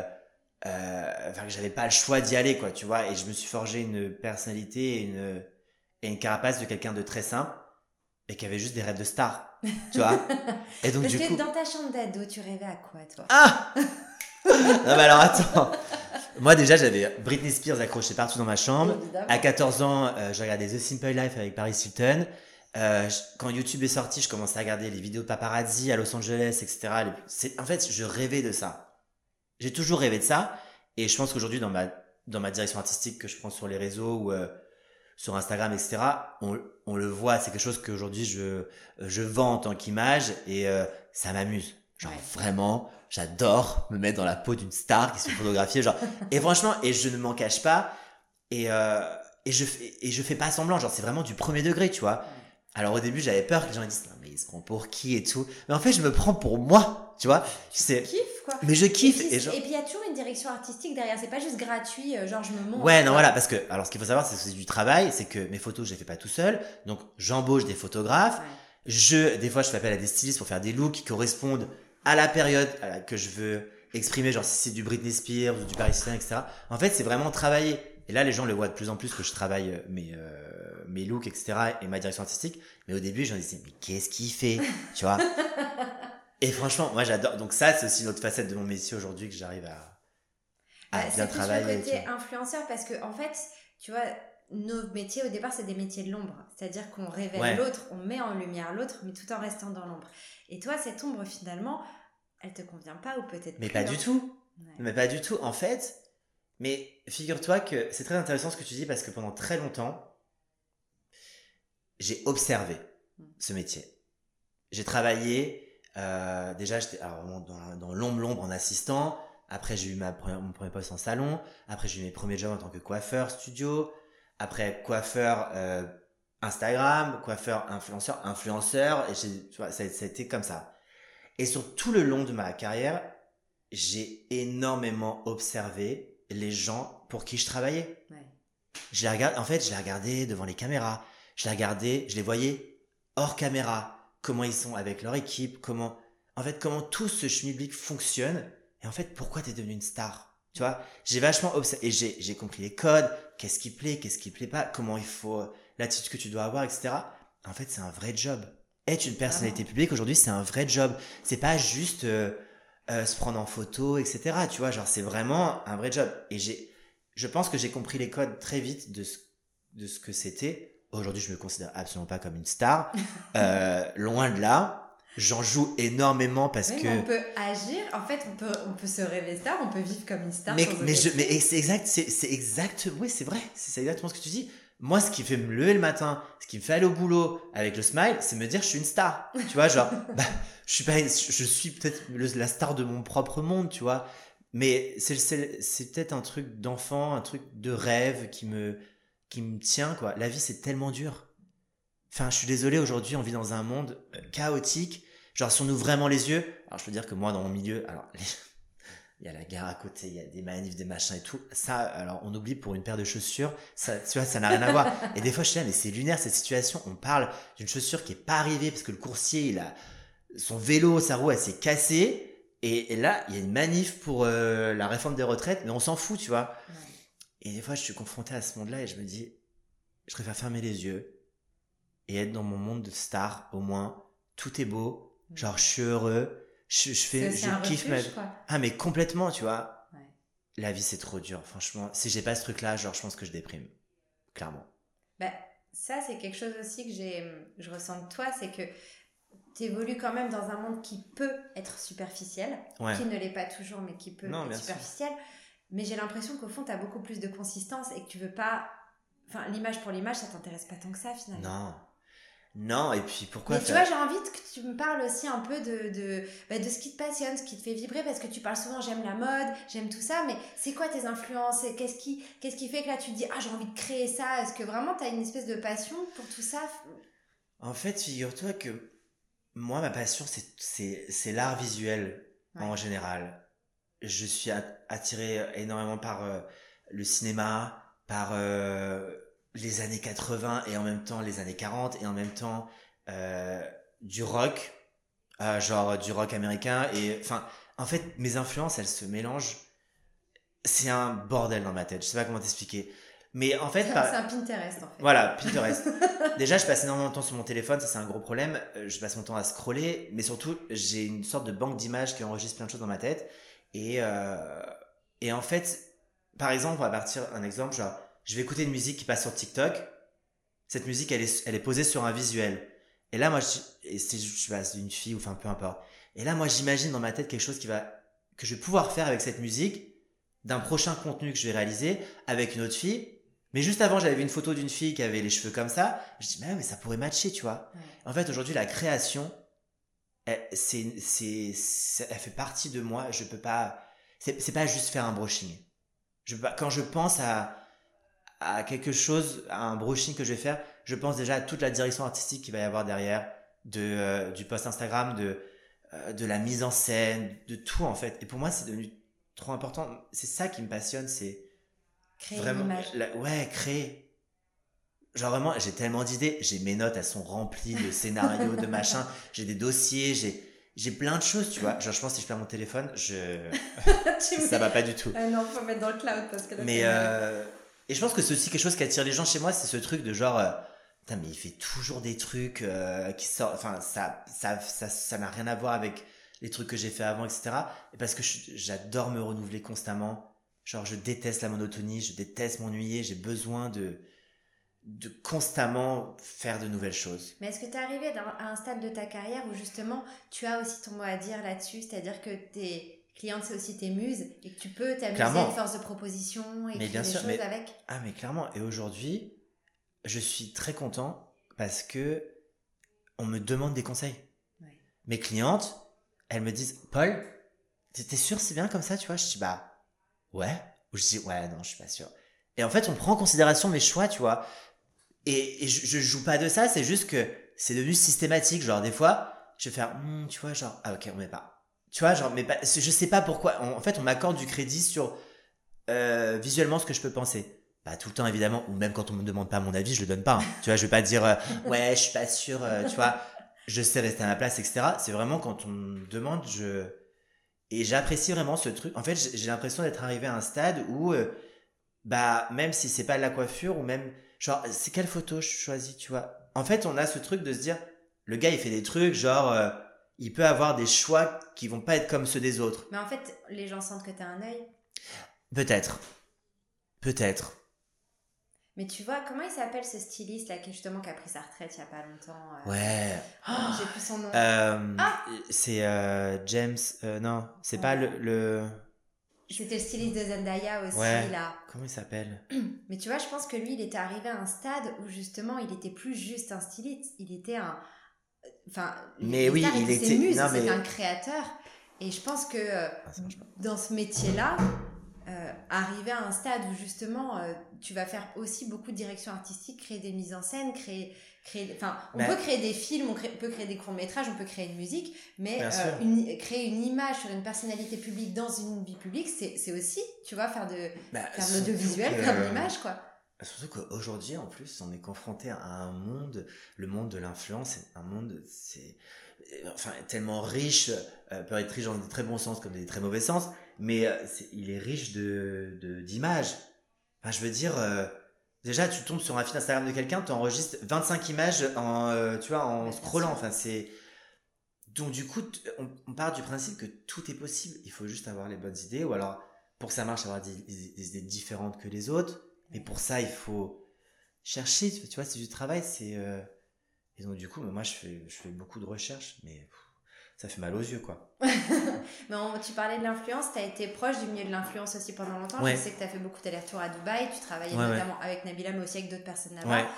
euh, enfin que j'avais pas le choix d'y aller, quoi, tu vois. Et je me suis forgé une personnalité et une, et une carapace de quelqu'un de très simple. Et qui avait juste des rêves de star, tu vois. Et donc, Parce du que coup... dans ta chambre d'ado, tu rêvais à quoi, toi? Ah non, mais alors, attends. Moi, déjà, j'avais Britney Spears accrochée partout dans ma chambre. Évidemment. À quatorze ans, euh, j'ai regardé The Simple Life avec Paris Hilton. Euh, je- quand YouTube est sorti, je commençais à regarder les vidéos de paparazzi à Los Angeles, et cetera. Les- c'est- en fait, je rêvais de ça. J'ai toujours rêvé de ça. Et je pense qu'aujourd'hui, dans ma, dans ma direction artistique que je prends sur les réseaux ou euh, sur Instagram, et cetera, on, on le voit. C'est quelque chose qu'aujourd'hui, je, je vends en tant qu'image et euh, ça m'amuse. Genre, Ouais. vraiment, j'adore me mettre dans la peau d'une star qui se fait photographier. Genre, et franchement, et je ne m'en cache pas. Et, euh, et, je, fais- et je fais pas semblant. Genre, c'est vraiment du premier degré, tu vois. Alors au début, j'avais peur que les gens disent non mais il se prend pour qui et tout. Mais en fait, je me prends pour moi, tu vois. C'est Kiff quoi. mais je Et kiffe puis et genre et puis il y a toujours une direction artistique derrière, c'est pas juste gratuit, euh, genre je me montre. ouais, non quoi. voilà parce que alors ce qu'il faut savoir c'est que c'est du travail, c'est que mes photos, je les fais pas tout seul. Donc j'embauche des photographes. Ouais. Je des fois je fais appel à des stylistes pour faire des looks qui correspondent à la période à la- que je veux exprimer, genre si c'est du Britney Spears ou du Paris Hilton, et cetera. En fait, c'est vraiment travailler. Et là, les gens le voient de plus en plus que je travaille euh, mes, euh, mes looks, et cetera et ma direction artistique. Mais au début, j'en disais, mais qu'est-ce qu'il fait? Tu vois? Et franchement, moi, j'adore. Donc ça, c'est aussi une autre facette de mon métier aujourd'hui que j'arrive à, à Bah, bien c'est plus travailler. le tu côté vois. influenceur parce que en fait, tu vois, nos métiers au départ c'est des métiers de l'ombre, c'est-à-dire qu'on révèle Ouais. l'autre, on met en lumière l'autre, mais tout en restant dans l'ombre. Et toi, cette ombre finalement, elle te convient pas ou peut-être Mais plus, pas hein. du tout. Ouais. Mais pas du tout. En fait, mais figure-toi que c'est très intéressant ce que tu dis parce que pendant très longtemps, j'ai observé ce métier. J'ai travaillé, euh, déjà j'étais alors, vraiment dans, dans l'ombre l'ombre en assistant. Après j'ai eu ma première, mon premier poste en salon. Après j'ai eu mes premiers jobs en tant que coiffeur studio. Après coiffeur euh, Instagram, coiffeur influenceur, influenceur. Et j'ai, tu vois, ça, ça a été comme ça. Et sur tout le long de ma carrière, j'ai énormément observé les gens pour qui je travaillais. Ouais. Je les regarde, en fait, je les regardais devant les caméras. Je les regardais, je les voyais hors caméra. Comment ils sont avec leur équipe, comment, en fait, comment tout ce schmilblick fonctionne. Et en fait, pourquoi t'es devenu une star? Tu vois, j'ai vachement observé, et j'ai, j'ai compris les codes, qu'est-ce qui plaît, qu'est-ce qui plaît pas, comment il faut, l'attitude que tu dois avoir, et cetera. En fait, c'est un vrai job. Être une personnalité publique aujourd'hui, c'est un vrai job. C'est pas juste euh, euh, se prendre en photo, et cetera. Tu vois, genre, c'est vraiment un vrai job. Et j'ai, je pense que j'ai compris les codes très vite de ce, de ce que c'était. Aujourd'hui, je me considère absolument pas comme une star. Euh, loin de là. J'en joue énormément parce Oui, que. mais on peut agir, en fait, on peut, on peut se rêver star, on peut vivre comme une star. Mais, sans mais, je, aucun mais souci. c'est exact, c'est, c'est exact, oui, c'est vrai, c'est c'est exactement ce que tu dis. Moi, ce qui fait me lever le matin, ce qui me fait aller au boulot avec le smile, c'est me dire je suis une star. Tu vois, genre, bah, je suis pas, une- je suis peut-être le- la star de mon propre monde, tu vois. Mais c'est, c'est, c'est peut-être un truc d'enfant, un truc de rêve qui me, qui me tient, quoi. La vie, c'est tellement dur. Enfin, je suis désolé, aujourd'hui, on vit dans un monde euh, chaotique. Genre, si on ouvre vraiment les yeux, alors je peux dire que moi, dans mon milieu, alors, les- il y a la gare à côté, il y a des manifs, des machins et tout. Ça, alors, on oublie pour une paire de chaussures. Ça, tu vois, ça n'a rien à voir. Et des fois, je suis là, mais c'est lunaire, cette situation. On parle d'une chaussure qui est pas arrivée parce que le coursier, il a, son vélo, sa roue, elle s'est cassée. Et, et là, il y a une manif pour euh, la réforme des retraites, mais on s'en fout, tu vois. Ouais. Et des fois, je suis confronté à ce monde-là et je me dis, je préfère fermer les yeux et être dans mon monde de star, au moins. Tout est beau. Genre, je suis heureux. Je, je C'est fais, aussi je un kiffe ma vie. refuge, quoi. Ah, mais complètement, tu vois. Ouais. La vie, c'est trop dur, franchement. Si j'ai pas ce truc-là, genre, je pense que je déprime. Clairement. Bah, ça, c'est quelque chose aussi que j'ai, je ressens de toi, c'est que tu évolues quand même dans un monde qui peut être superficiel, Ouais. qui ne l'est pas toujours, mais qui peut Non, être bien sûr. superficiel. Mais j'ai l'impression qu'au fond, tu as beaucoup plus de consistance et que tu veux pas. Enfin, l'image pour l'image, ça t'intéresse pas tant que ça finalement. Non. Non, et puis pourquoi Mais tu faire- vois, j'ai envie que tu me parles aussi un peu de, de, bah, de ce qui te passionne, ce qui te fait vibrer, parce que tu parles souvent, j'aime la mode, j'aime tout ça, mais c'est quoi tes influences? Qu'est-ce qui, qu'est-ce qui fait que là tu te dis, ah, j'ai envie de créer ça? Est-ce que vraiment tu as une espèce de passion pour tout ça? En fait, figure-toi que moi, ma passion, c'est, c'est, c'est l'art visuel en Ouais. général. Je suis at- attiré énormément par euh, le cinéma, par euh, les années quatre-vingts et en même temps les années quarante et en même temps euh, du rock, euh, genre du rock américain. Et enfin, en fait, mes influences, elles se mélangent. C'est un bordel dans ma tête. Je sais pas comment t'expliquer. Mais en fait, C'est par- un Pinterest en fait. voilà, Pinterest. Déjà, je passe énormément de temps sur mon téléphone, ça c'est un gros problème. Euh, Je passe mon temps à scroller, mais surtout, j'ai une sorte de banque d'images qui enregistre plein de choses dans ma tête. Et, euh, et en fait, par exemple, on va partir un exemple, genre, je vais écouter une musique qui passe sur TikTok. Cette musique, elle est, elle est posée sur un visuel. Et là, moi, je, et c'est, je sais pas, c'est une fille ou enfin, peu importe. Et là, moi, j'imagine dans ma tête quelque chose qui va, que je vais pouvoir faire avec cette musique, d'un prochain contenu que je vais réaliser avec une autre fille. Mais juste avant, j'avais vu une photo d'une fille qui avait les cheveux comme ça. Je dis, mais, mais ça pourrait matcher, tu vois. Ouais. En fait, aujourd'hui, la création, elle, c'est, c'est, c'est, elle fait partie de moi. Je peux pas, c'est, c'est pas juste faire un brushing. Je peux pas, quand je pense à, à quelque chose, à un brushing que je vais faire, je pense déjà à toute la direction artistique qu'il va y avoir derrière, de, euh, du post Instagram, de, euh, de la mise en scène, de tout en fait. Et pour moi, c'est devenu trop important. C'est ça qui me passionne, c'est Créer vraiment, une image. la- ouais, créer. Genre vraiment, j'ai tellement d'idées, j'ai mes notes, elles sont remplies de scénarios, de machin, j'ai des dossiers, j'ai, j'ai plein de choses, tu vois. Genre, je pense que si je perds mon téléphone, je, Tu ça mets- va pas du tout. Ah non, faut mettre dans le cloud parce que là, Mais c'est mal. euh, et je pense que c'est aussi quelque chose qui attire les gens chez moi, c'est ce truc de genre, euh, putain, mais il fait toujours des trucs euh, qui sortent, enfin ça, ça, ça, ça n'a rien à voir avec les trucs que j'ai fait avant, et cetera. Et parce que je- j'adore me renouveler constamment. Genre, je déteste la monotonie, je déteste m'ennuyer, j'ai besoin de de constamment faire de nouvelles choses. Mais est-ce que tu es arrivé dans- à un stade de ta carrière où justement tu as aussi ton mot à dire là-dessus, c'est-à-dire que tes clientes c'est aussi tes muses et que tu peux t'amuser Clairement. de force de proposition et Mais créer bien des sûr, choses mais- avec? Ah mais clairement. Et aujourd'hui, je suis très content parce que on me demande des conseils. Ouais. Mes clientes, elles me disent, Paul, t'es t'es sûr c'est bien comme ça, tu vois? Je dis, bah, ouais. Ou je dis, ouais, non, je suis pas sûr. Et en fait, on prend en considération mes choix, tu vois. Et, et je, je joue pas de ça, c'est juste que c'est devenu systématique. Genre, des fois, je vais faire, hmm, tu vois, genre, ah ok, on met pas. Tu vois, genre, mais pas, je sais pas pourquoi. En, en fait, on m'accorde du crédit sur euh, visuellement ce que je peux penser. Pas tout le temps, évidemment, ou même quand on me demande pas mon avis, je le donne pas. hein. Tu vois, je vais pas dire, euh, ouais, je suis pas sûr, euh, tu vois, je sais rester à ma place, et cetera. C'est vraiment quand on me demande, je. Et j'apprécie vraiment ce truc. En fait, j'ai j'ai l'impression d'être arrivé à un stade où, euh, bah, même si c'est pas de la coiffure, ou même, genre, c'est quelle photo je choisis, tu vois. En fait, on a ce truc de se dire, le gars, il fait des trucs, genre, euh, il peut avoir des choix qui vont pas être comme ceux des autres. Mais en fait, les gens sentent que tu as un œil. Peut-être. Peut-être. Mais tu vois, comment il s'appelle ce styliste là qui justement qui a pris sa retraite il y a pas longtemps euh, Ouais. oh, j'ai plus son nom. Euh, Ah c'est euh, James. euh, non, c'est pas le, le. C'était le styliste de Zendaya aussi Ouais. là. Comment il s'appelle? Mais tu vois, je pense que lui, il était arrivé à un stade où justement, il était plus juste un styliste, il était un. Enfin, Mais les oui, stars il étaient ses était- muses, non, c'était mais- un créateur. Et je pense que euh, Ah, ça marche pas. dans ce métier-là, euh, arriver à un stade où justement, euh, tu vas faire aussi beaucoup de direction artistique, créer des mises en scène, créer. créer enfin, on Mais- peut créer des films, on crée- peut créer des courts-métrages, on peut créer une musique, mais Bien euh, sûr. une- créer une image sur une personnalité publique dans une vie publique, c'est c'est aussi, tu vois, faire de, Bah, faire de surtout l'audiovisuel, que- faire de l'image, quoi. Surtout qu'aujourd'hui, en plus, on est confronté à un monde, le monde de l'influence, c'est un monde, c'est, enfin, tellement riche, euh, peut être riche dans des très bons sens comme des très mauvais sens, mais euh, c'est- il est riche de, de, d'images. Enfin, je veux dire, euh, déjà, tu tombes sur un fil Instagram de quelqu'un, tu enregistres vingt-cinq images en, euh, tu vois, en Ouais, bien scrollant. sûr. Enfin, c'est, donc du coup, t- on, on part du principe que tout est possible. Il faut juste avoir les bonnes idées, ou alors, pour que ça marche, avoir des, des- des idées différentes que les autres. Mais pour ça, il faut chercher, tu tu vois, c'est du travail, c'est... euh, Et donc du coup, moi, je fais, je fais beaucoup de recherches, mais pff, ça fait mal aux yeux, quoi. Mais on- tu parlais de l'influence, tu as été proche du milieu de l'influence aussi pendant longtemps. Ouais. Je sais que tu as fait beaucoup d'allers-retours à Dubaï, tu travaillais Ouais, notamment avec Nabila, mais aussi avec d'autres personnes là-bas. Ouais.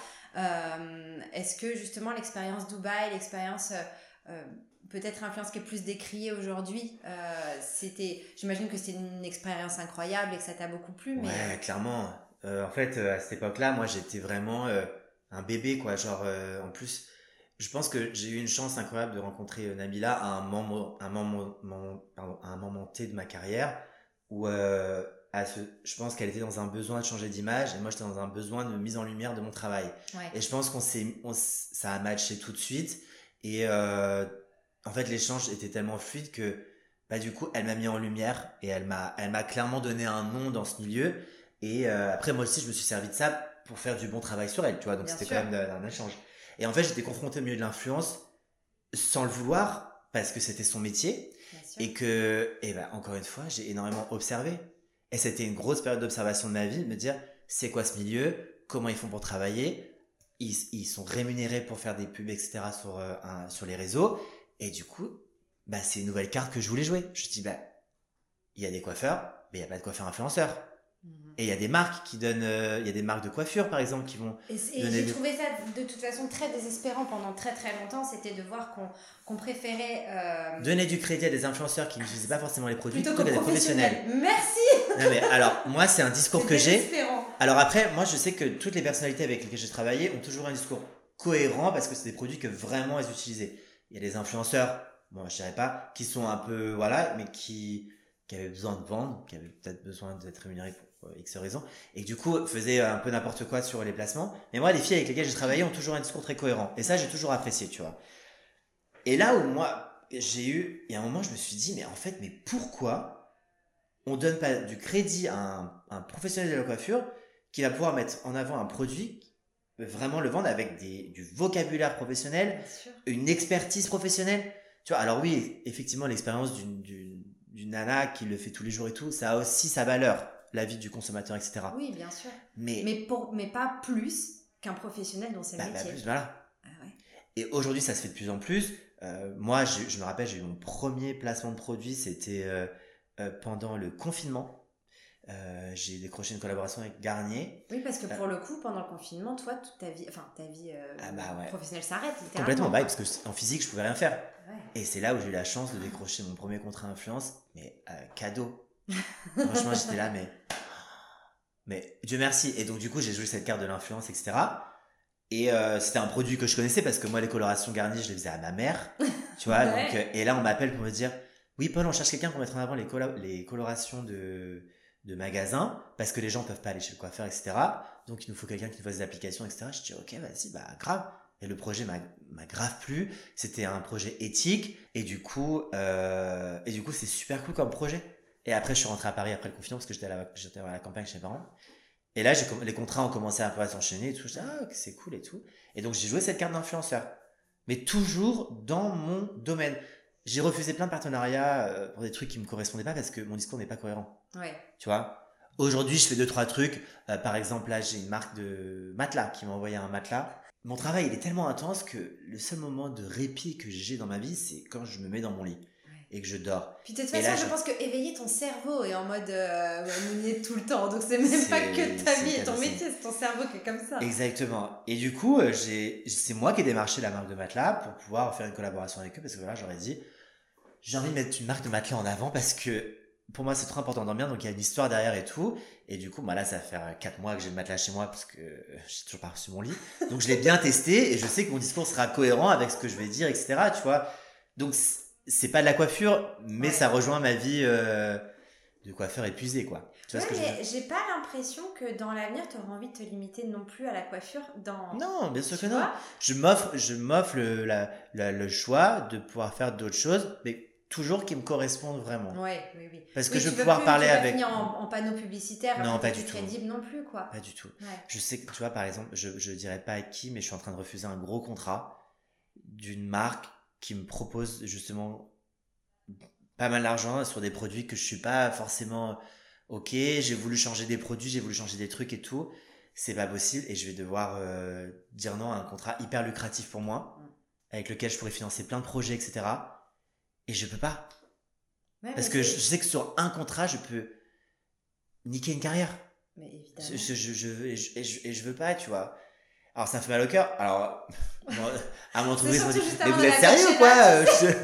Euh, Est-ce que justement l'expérience Dubaï, l'expérience euh, euh, peut-être influence qui est plus décriée aujourd'hui, euh, c'était, j'imagine que c'était une expérience incroyable et que ça t'a beaucoup plu, mais Ouais, clairement. Euh, en fait, euh, à cette époque-là, moi, j'étais vraiment euh, un bébé, quoi. Genre, euh, en plus, je pense que j'ai eu une chance incroyable de rencontrer euh, Nabila à un moment, un moment, moment- pardon, à un moment T de ma carrière où, euh, à ce, je pense qu'elle était dans un besoin de changer d'image et moi, j'étais dans un besoin de mise en lumière de mon travail. ouais. Et je pense qu'on s'est, on s- ça a matché tout de suite. Et euh, en fait, l'échange était tellement fluide que, bah, du coup, elle m'a mis en lumière et elle m'a, elle m'a clairement donné un nom dans ce milieu. Et euh, après, moi aussi, je me suis servi de ça pour faire du bon travail sur elle, tu vois. Donc, Bien c'était sûr. quand même un, un échange. Et en fait, j'étais confronté au milieu de l'influence sans le vouloir parce que c'était son métier Bien sûr. et que, et ben, encore une fois, j'ai énormément observé. Et c'était une grosse période d'observation de ma vie, de me dire, c'est quoi ce milieu, comment ils font pour travailler, ils, ils sont rémunérés pour faire des pubs, et cetera sur, euh, un, sur les réseaux. Et du coup, bah, c'est une nouvelle carte que je voulais jouer. Je me dis, bah, il y a des coiffeurs, mais il n'y a pas de coiffeurs influenceurs. Et il y a des marques qui donnent, euh, il y a des marques de coiffure par exemple qui vont. Et, et j'ai des... trouvé ça de toute façon très désespérant pendant très très longtemps, c'était de voir qu'on, qu'on préférait. Euh... Donner du crédit à des influenceurs qui n'utilisaient pas forcément les produits plutôt, plutôt qu'à des professionnels. Merci. Non mais alors, moi c'est un discours c'est que j'ai. Désespérant. Alors après, moi je sais que toutes les personnalités avec lesquelles j'ai travaillé ont toujours un discours cohérent parce que c'est des produits que vraiment elles utilisaient. Il y a des influenceurs, bon je dirais pas, qui sont un peu, voilà, mais qui, qui avaient besoin de vendre, qui avaient peut-être besoin d'être rémunérés pour X raisons, et du coup faisaient un peu n'importe quoi sur les placements. Mais moi, les filles avec lesquelles j'ai travaillé ont toujours un discours très cohérent. Et ça, j'ai toujours apprécié, tu vois. Et là où moi, j'ai eu, il y a un moment, je me suis dit, mais en fait, mais pourquoi on donne pas du crédit à un, un professionnel de la coiffure qui va pouvoir mettre en avant un produit, vraiment le vendre avec des, du vocabulaire professionnel, une expertise professionnelle. Tu vois, alors oui, effectivement, l'expérience d'une, d'une, d'une nana qui le fait tous les jours et tout, ça a aussi sa valeur. La vie du consommateur, et cetera. Oui, bien sûr. Mais, mais, pour, mais pas plus qu'un professionnel dans ses bah, métiers. Bah plus, voilà. Ah ouais. Et aujourd'hui, ça se fait de plus en plus. Euh, moi, je, je me rappelle, j'ai eu mon premier placement de produit, c'était euh, euh, pendant le confinement. Euh, j'ai décroché une collaboration avec Garnier. Oui, parce que pour euh, le coup, pendant le confinement, toi, toute ta vie, enfin, ta vie euh, ah bah ouais. professionnelle s'arrête littéralement. Complètement, bah, parce qu'en physique, je pouvais rien faire. Ouais. Et c'est là où j'ai eu la chance de décrocher mon premier contrat influence, mais euh, cadeau. Franchement, j'étais là, mais... Mais Dieu merci. Et donc, du coup, j'ai joué cette carte de l'influence, et cetera. Et euh, c'était un produit que je connaissais parce que moi, les colorations Garnier, je les faisais à ma mère. Tu vois, ouais. donc, euh, et là, on m'appelle pour me dire, oui, Paul, on cherche quelqu'un pour mettre en avant les, colo- les colorations de, de magasins parce que les gens peuvent pas aller chez le coiffeur, et cetera. Donc, il nous faut quelqu'un qui nous fasse des applications, et cetera. Je dis, ok, vas-y, bah, grave. Et le projet m'a, m'a grave plu. C'était un projet éthique. Et du coup, euh, et du coup, c'est super cool comme projet. Et après, je suis rentré à Paris après le confinement parce que j'étais à la, j'étais à la campagne chez mes parents. Et là, j'ai, les contrats ont commencé un peu à s'enchaîner et tout. Je dis, ah, c'est cool et tout. Et donc, j'ai joué cette carte d'influenceur. Mais toujours dans mon domaine. J'ai refusé plein de partenariats pour des trucs qui me correspondaient pas parce que mon discours n'est pas cohérent. Ouais. Tu vois? Aujourd'hui, je fais deux, trois trucs. Euh, par exemple, là, j'ai une marque de matelas qui m'a envoyé un matelas. Mon travail, il est tellement intense que le seul moment de répit que j'ai dans ma vie, c'est quand je me mets dans mon lit. Et que je dors. Puis de toute façon, là, je, je pense que éveiller ton cerveau est en mode euh, mounier tout le temps. Donc c'est même c'est, pas que ta vie et ton métier, c'est ton cerveau qui est comme ça. Exactement. Et du coup, j'ai, c'est moi qui ai démarché la marque de matelas pour pouvoir faire une collaboration avec eux parce que voilà, j'aurais dit, j'ai envie de mettre une marque de matelas en avant parce que pour moi, c'est trop important de dormir. Donc il y a une histoire derrière et tout. Et du coup, bah là, ça va faire quatre mois que j'ai le matelas chez moi parce que j'ai toujours pas reçu mon lit. Donc je l'ai bien testé et je sais que mon discours sera cohérent avec ce que je vais dire, et cetera. Tu vois. Donc c'est pas de la coiffure, mais ouais. ça rejoint ma vie euh, de coiffeur épuisé, quoi. Tu vois ouais, ce que mais je j'ai pas l'impression que dans l'avenir, tu auras envie de te limiter non plus à la coiffure dans... Non, bien sûr que non. Je m'offre, je m'offre le, la, la, le choix de pouvoir faire d'autres choses, mais toujours qui me correspondent vraiment. Ouais, oui, oui. Parce oui, que je vais pouvoir plus, parler tu vas avec... finir en, en panneau publicitaire, non, pas du tout. tout. Crédible non plus, quoi. Pas du tout. Ouais. Je sais que, tu vois, par exemple, je, je dirais pas à qui, mais je suis en train de refuser un gros contrat d'une marque qui me propose justement pas mal d'argent sur des produits que je suis pas forcément ok, j'ai voulu changer des produits, j'ai voulu changer des trucs et tout, c'est pas possible et je vais devoir euh, dire non à un contrat hyper lucratif pour moi, mmh. avec lequel je pourrais financer plein de projets, et cetera. Et je peux pas. Ouais, parce que je, je sais que sur un contrat, je peux niquer une carrière. Mais évidemment. Je, je, je, je, et, je, et, je, et je veux pas, tu vois. Alors ça me fait mal au cœur. Alors, à mon entreprise, on dit, mais vous êtes sérieux ou quoi?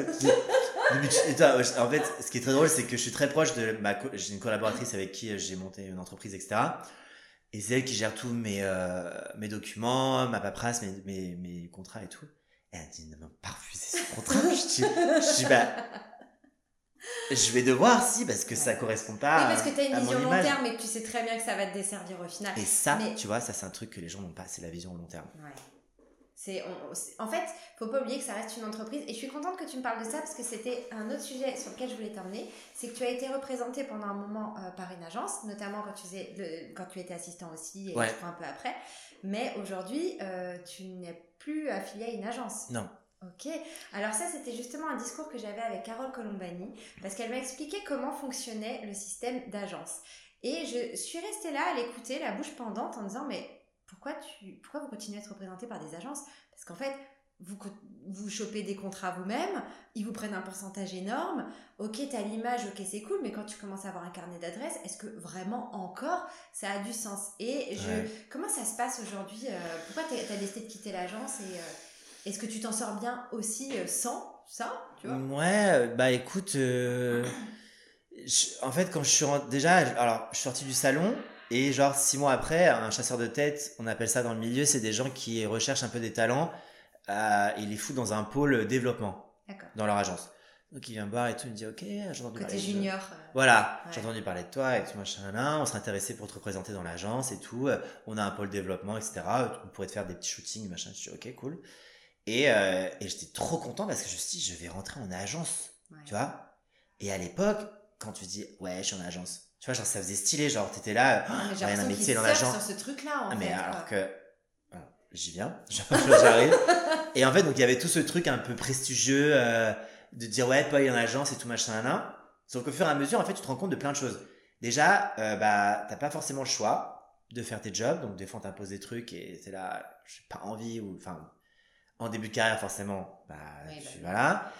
En fait, ce qui est très drôle, c'est que je suis très proche de ma, co- j'ai une collaboratrice avec qui j'ai monté une entreprise, et cetera. Et c'est elle qui gère tous mes, euh, mes documents, ma paperasse, mes, mes, mes contrats et tout. Et elle dit, ne m'a pas refusé ce contrat. je dis, je dis, bah, je vais devoir, si, parce que ouais. ça correspond pas. Oui, parce que tu as une vision long terme et que tu sais très bien que ça va te desservir au final. Et ça, mais... tu vois, ça, c'est un truc que les gens n'ont pas, c'est la vision long terme. Ouais. C'est, on, c'est, en fait, faut pas oublier que ça reste une entreprise et je suis contente que tu me parles de ça parce que c'était un autre sujet sur lequel je voulais t'emmener. C'est que tu as été représenté pendant un moment euh, par une agence, notamment quand tu, faisais le, quand tu étais assistant aussi et ouais. je crois un peu après. Mais aujourd'hui, euh, tu n'es plus affilié à une agence. Non. Ok, alors ça c'était justement un discours que j'avais avec Carole Colombani parce qu'elle m'a expliqué comment fonctionnait le système d'agence. Et je suis restée là à l'écouter, la bouche pendante, en disant, mais pourquoi, tu, pourquoi vous continuez à être représenté par des agences ? Parce qu'en fait, vous, vous chopez des contrats vous-même, ils vous prennent un pourcentage énorme. Ok, t'as l'image, ok, c'est cool, mais quand tu commences à avoir un carnet d'adresses, est-ce que vraiment encore ça a du sens ? Et je, ouais. Comment ça se passe aujourd'hui ? euh, Pourquoi t'as décidé de quitter l'agence et euh, est-ce que tu t'en sors bien aussi euh, sans ça, tu vois ? Ouais, bah écoute, euh, je, en fait, quand je suis rentré, déjà, alors je suis sorti du salon. Et genre six mois après, un chasseur de tête, on appelle ça dans le milieu, c'est des gens qui recherchent un peu des talents. Euh, il les fout dans un pôle développement dans leur agence. Donc il vient me voir et tout, il me dit ok, j'ai entendu Côté parler junior. De... Voilà, ouais. J'ai entendu parler de toi et tout machin là, on s'est intéressé pour te représenter dans l'agence et tout. On a un pôle développement, et cetera. On pourrait te faire des petits shootings, machin. Je dis ok, cool. Et, euh, et j'étais trop content parce que je me suis dit je vais rentrer en agence, ouais. Tu vois. Et à l'époque, quand tu dis ouais, je suis en agence. Tu vois, genre, ça faisait stylé, genre, t'étais là, non, mais j'ai l'impression ouais, qu'ils surfent sur ce truc-là, en ah, fait. Mais alors que, alors, j'y viens, j'arrive. Et en fait, donc, il y avait tout ce truc un peu prestigieux, euh, de dire, ouais, pas en agence et tout, machin, nan, nan. Sauf qu'au fur et à mesure, en fait, tu te rends compte de plein de choses. Déjà, euh, bah, t'as pas forcément le choix de faire tes jobs, donc des fois, on t'impose des trucs et t'es là, j'ai pas envie, ou, enfin, en début de carrière, forcément, bah, oui, tu, bah, voilà.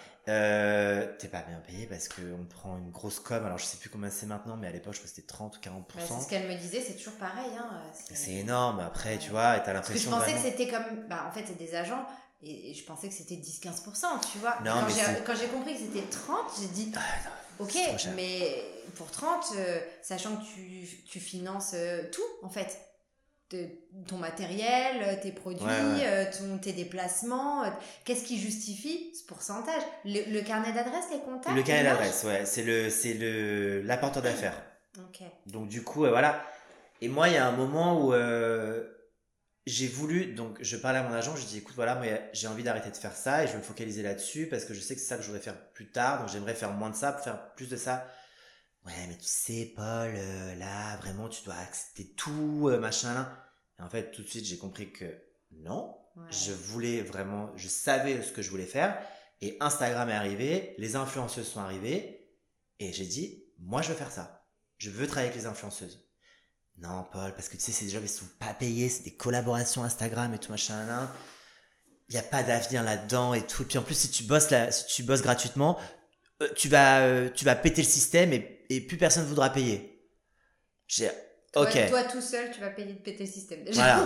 Euh, t'es pas bien payé parce qu'on prend une grosse com. Alors je sais plus combien c'est maintenant, mais à l'époque je crois que c'était trente ou quarante pour cent. Bah, c'est ce qu'elle me disait, c'est toujours pareil. Hein. C'est... c'est énorme après, ouais. Tu vois, et t'as l'impression. Parce que je pensais vraiment... que c'était comme. Bah, en fait, c'est des agents et, et je pensais que c'était dix à quinze pour cent, tu vois. Non, quand, mais j'ai, c'est... quand j'ai compris que c'était trente, j'ai dit. Ah, non, ok, mais pour trente, euh, sachant que tu, tu finances euh, tout en fait. De, ton matériel, tes produits, ouais, ouais. Ton, tes déplacements, qu'est-ce qui justifie ce pourcentage ? Le, le carnet d'adresse, les contacts ? Le carnet d'adresse, ouais, c'est le, c'est le, l'apporteur d'affaires. Okay. Donc du coup, euh, voilà. Et moi, il y a un moment où euh, j'ai voulu, donc je parlais à mon agent, je dis écoute, voilà, moi j'ai envie d'arrêter de faire ça et je vais me focaliser là-dessus parce que je sais que c'est ça que je voudrais faire plus tard, donc j'aimerais faire moins de ça pour faire plus de ça. Ouais, mais tu sais, Paul, euh, là, vraiment, tu dois accepter tout, euh, machin, là. Et en fait, tout de suite, j'ai compris que non, ouais. Je voulais vraiment, je savais ce que je voulais faire. Et Instagram est arrivé, les influenceuses sont arrivées. Et j'ai dit, moi, je veux faire ça. Je veux travailler avec les influenceuses. Non, Paul, parce que tu sais, c'est des jobs, ils sont pas payés, c'est des collaborations Instagram et tout, machin, là. Il n'y a pas d'avenir là-dedans et tout. Et puis en plus, si tu bosses là, si tu bosses gratuitement, euh, tu vas, euh, tu vas péter le système et et plus personne voudra payer. J'ai, toi, ok. Toi tout seul, tu vas payer de péter le système déjà. Voilà.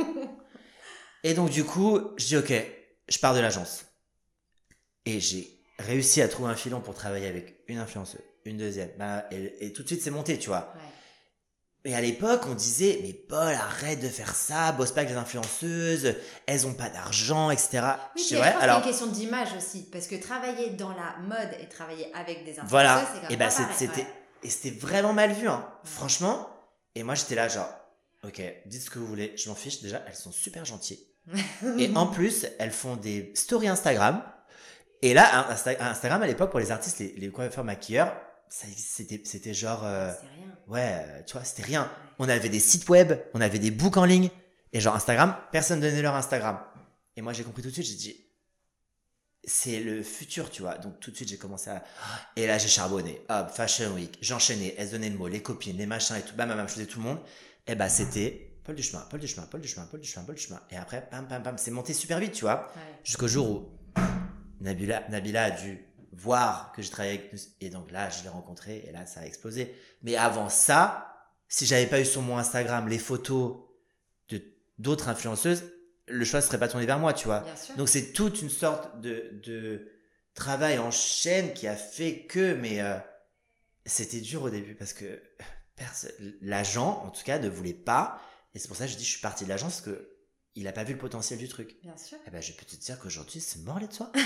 Et donc du coup, je dis ok, je pars de l'agence. Et j'ai réussi à trouver un filon pour travailler avec une influenceuse, une deuxième. Bah, et, et tout de suite, c'est monté, tu vois. Ouais. Et à l'époque, on disait, mais Paul, arrête de faire ça, bosse pas avec les influenceuses, elles ont pas d'argent, et cetera. Oui, je je ouais, pense alors... qu'il y a une question d'image aussi, parce que travailler dans la mode et travailler avec des influenceuses, voilà. c'est quand même et bah, pas pareil. C'était, ouais. Et c'était vraiment mal vu, hein. Ouais. Franchement. Et moi, j'étais là, genre, ok, dites ce que vous voulez, je m'en fiche. Déjà, elles sont super gentilles. Et en plus, elles font des stories Instagram. Et là, Insta- Instagram, à l'époque, pour les artistes, les, les coiffeurs maquilleurs, ça, c'était, c'était genre... Euh, c'était rien. Ouais, tu vois, c'était rien. Ouais. On avait des sites web, on avait des books en ligne. Et genre, Instagram, personne donnait leur Instagram. Et moi, j'ai compris tout de suite, j'ai dit... C'est le futur, tu vois. Donc, tout de suite, j'ai commencé à... Et là, j'ai charbonné. Hop, Fashion Week. J'enchaînais. Elles donnaient le mot, les copines, les machins et tout. Bam, bam, bam, je faisais tout le monde. Et bah, c'était Paul Duchemin, Paul Duchemin, Paul Duchemin, Paul Duchemin, Paul Duchemin. Et après, pam, pam, pam. C'est monté super vite, tu vois. Ouais. Jusqu'au jour où Nabila, Nabila a dû voir que je travaillais avec nous. Et donc là, je l'ai rencontré. Et là, ça a explosé. Mais avant ça, si j'avais pas eu sur mon Instagram les photos de d'autres influenceuses, le choix serait pas tourné vers moi, tu vois. Donc c'est toute une sorte de, de travail en chaîne qui a fait que, mais euh, c'était dur au début parce que personne, l'agent, en tout cas, ne voulait pas. Et c'est pour ça que je dis, je suis parti de l'agence parce que il a pas vu le potentiel du truc. Bien sûr. Et ben, je peux te dire qu'aujourd'hui, c'est mort les de soi.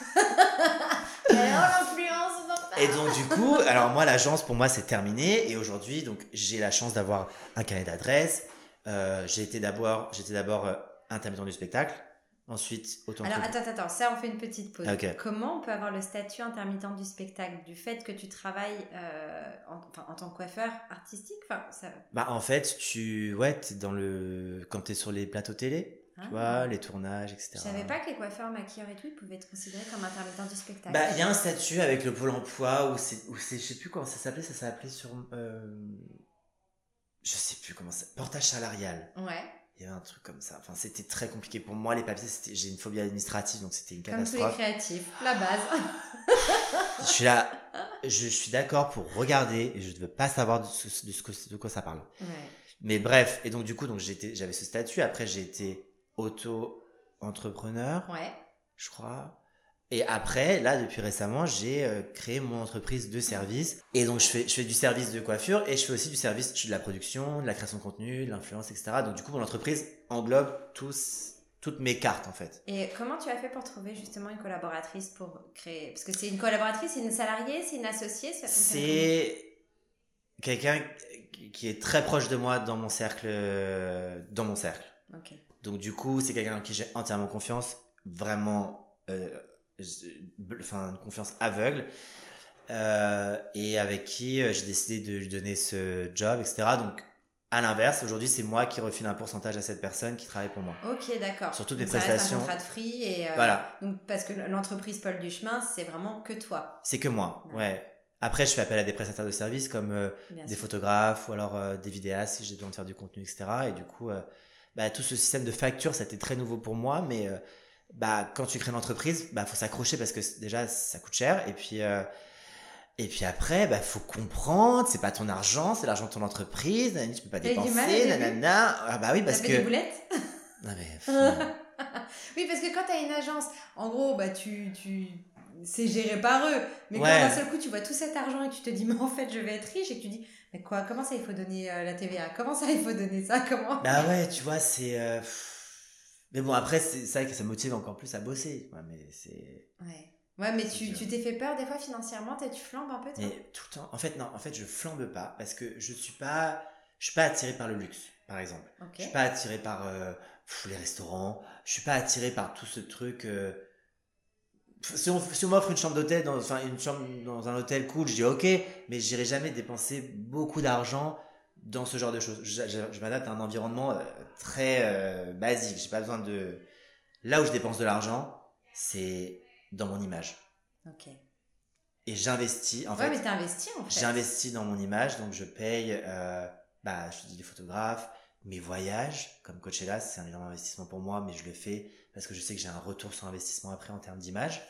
Alors l'influence, non. Et donc du coup, alors moi, l'agence pour moi c'est terminé. Et aujourd'hui, donc j'ai la chance d'avoir un carnet d'adresses. Euh, j'ai été d'abord, j'étais d'abord euh, intermittent du spectacle, ensuite autant Alors attends, attends, ça on fait une petite pause. Okay. Comment on peut avoir le statut intermittent du spectacle du fait que tu travailles euh, en, enfin, en tant que coiffeur artistique, enfin, ça... Bah en fait, tu ouais, t'es dans le quand t'es sur les plateaux télé, ah, tu vois, les tournages, et cetera. Je savais pas que les coiffeurs, maquilleurs et tout, ils pouvaient être considérés comme intermittents du spectacle. Bah il y a un statut avec le Pôle Emploi où c'est, où c'est, je sais plus comment ça s'appelait, ça s'appelait sur. Euh... je sais plus comment ça, portage salarial. Ouais. Il y avait un truc comme ça. Enfin, c'était très compliqué pour moi, les papiers. C'était... J'ai une phobie administrative, donc c'était une Comme tous catastrophe. les créatifs, la base. Je suis là, je suis d'accord pour regarder et je ne veux pas savoir de, ce, de, ce que, de quoi ça parle. Ouais. Mais bref, et donc du coup, donc j'étais, j'avais ce statut. Après, j'ai été auto-entrepreneur, Ouais. je crois. Et après, là, depuis récemment, j'ai euh, créé mon entreprise de service. Et donc, je fais, je fais du service de coiffure et je fais aussi du service de la production, de la création de contenu, de l'influence, et cetera. Donc, du coup, mon entreprise englobe tous, toutes mes cartes, en fait. Et comment tu as fait pour trouver justement une collaboratrice pour créer... Parce que c'est une collaboratrice, c'est une salariée, c'est une associée, ça fonctionne C'est quelqu'un qui est très proche de moi dans mon cercle. Dans mon cercle. Ok. Donc, du coup, c'est quelqu'un en qui j'ai entièrement confiance. Vraiment... Euh, enfin une confiance aveugle euh, et avec qui euh, j'ai décidé de lui donner ce job, etc. Donc à l'inverse, aujourd'hui c'est moi qui refile un pourcentage à cette personne qui travaille pour moi. Ok, d'accord. Sur toutes mes ça prestations. Reste un contrat de free et euh, voilà. Donc parce que l'entreprise Paul Duchemin, c'est vraiment que toi. C'est que moi, ouais. ouais. Après je fais appel à des prestataires de services comme euh, des sûr. photographes ou alors euh, des vidéastes si j'ai besoin de faire du contenu, et cetera. Et du coup, euh, bah, tout ce système de facture, ça a été très nouveau pour moi, mais euh, bah quand tu crées une entreprise, bah faut s'accrocher parce que déjà ça coûte cher et puis euh, et puis après bah faut comprendre, c'est pas ton argent, c'est l'argent de ton entreprise, tu peux pas T'as dépenser, nanana. Ah bah oui parce T'as que fait des boulettes. Non mais enfin... Oui, parce que quand t'as une agence, en gros bah tu tu c'est géré par eux, mais ouais. quand d'un seul coup tu vois tout cet argent et tu te dis mais en fait je vais être riche et que tu dis mais quoi, comment ça il faut donner euh, la T V A, comment ça il faut donner ça, comment Bah ouais, tu vois, c'est euh... mais bon, après, c'est ça que ça motive encore plus à bosser. Ouais, mais c'est... Ouais. Ouais, mais tu, tu t'es fait peur des fois financièrement, tu flambes un peu, toi? Mais tout le temps. En fait, non, en fait, je flambe pas parce que je suis pas, je suis pas attiré par le luxe, par exemple. Okay. Je suis pas attiré par euh, pff, les restaurants. Je suis pas attiré par tout ce truc. Euh... Si on, si on m'offre une chambre d'hôtel, dans, enfin, une chambre dans un hôtel cool, je dis ok, mais j'irai jamais dépenser beaucoup d'argent dans ce genre de choses. Je, je, je m'adapte à un environnement euh, très euh, basique. J'ai pas besoin de. Là où je dépense de l'argent, c'est dans mon image. Ok. Et j'investis. En ouais, fait, mais t'investis en fait. J'investis dans mon image, donc je paye. Euh, bah, je te dis des photographes, mes voyages, comme Coachella, c'est un énorme investissement pour moi, mais je le fais parce que je sais que j'ai un retour sur investissement après en termes d'image.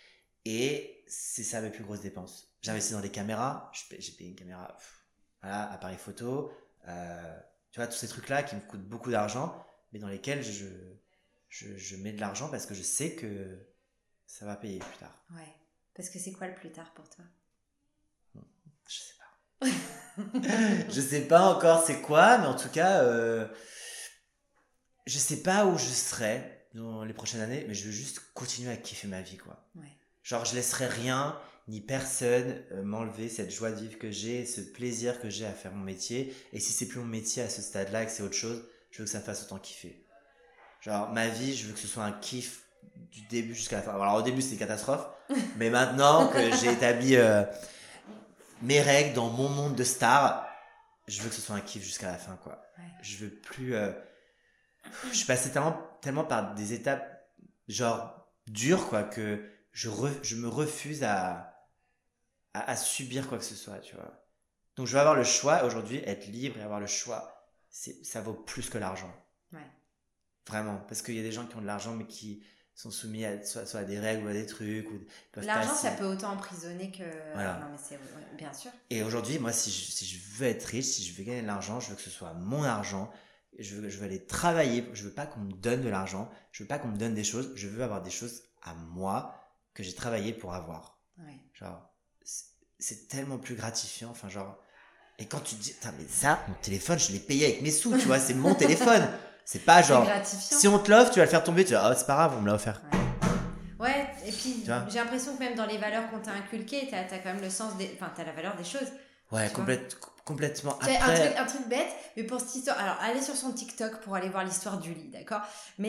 Et c'est ça mes plus grosses dépenses. J'investis dans des caméras. J'ai payé une caméra. Pff, voilà, appareil photo, euh, tu vois, tous ces trucs-là qui me coûtent beaucoup d'argent, mais dans lesquels je, je, je mets de l'argent parce que je sais que ça va payer plus tard. Ouais, parce que c'est quoi le plus tard pour toi? Je sais pas. Je sais pas encore c'est quoi, mais en tout cas, euh, je sais pas où je serai dans les prochaines années, mais je veux juste continuer à kiffer ma vie, quoi. Ouais. Genre, je laisserai rien ni personne euh, m'enlever cette joie de vivre que j'ai, ce plaisir que j'ai à faire mon métier. Et si c'est plus mon métier à ce stade-là, que c'est autre chose, je veux que ça me fasse autant kiffer. Genre, ma vie, je veux que ce soit un kiff du début jusqu'à la fin. Alors, au début, c'était une catastrophe. Mais maintenant que j'ai établi euh, mes règles dans mon monde de star, je veux que ce soit un kiff jusqu'à la fin, quoi. Ouais. Je veux plus... Euh... Je suis passé tellement, tellement par des étapes, genre, dures, quoi, que je, re... je me refuse à... À, à subir quoi que ce soit, tu vois. Donc je veux avoir le choix aujourd'hui, être libre et avoir le choix, c'est, ça vaut plus que l'argent. Ouais. Vraiment, parce qu'il y a des gens qui ont de l'argent mais qui sont soumis à soit, soit à des règles ou à des trucs. Ou l'argent, passer. Ça peut autant emprisonner que. Voilà. Non mais c'est ouais, bien sûr. Et aujourd'hui, moi, si je, si je veux être riche, si je veux gagner de l'argent, je veux que ce soit mon argent. Je veux, je veux aller travailler. Je veux pas qu'on me donne de l'argent. Je veux pas qu'on me donne des choses. Je veux avoir des choses à moi que j'ai travaillé pour avoir. Ouais. Genre. C'est tellement plus gratifiant, enfin genre, et quand tu te dis, mais ça, mon téléphone, je l'ai payé avec mes sous, tu vois, c'est mon téléphone, c'est pas genre, c'est si on te l'offre, tu vas le faire tomber, tu vas, oh c'est pas grave, on me l'a offert. Ouais, ouais et puis j'ai l'impression que même dans les valeurs qu'on t'a inculquées, t'as, t'as quand même le sens des, enfin t'as la valeur des choses. Ouais, complète, complètement. Après... Un, truc, un truc bête, mais pour cette histoire, alors allez sur son TikTok pour aller voir l'histoire du lit, d'accord? Mais...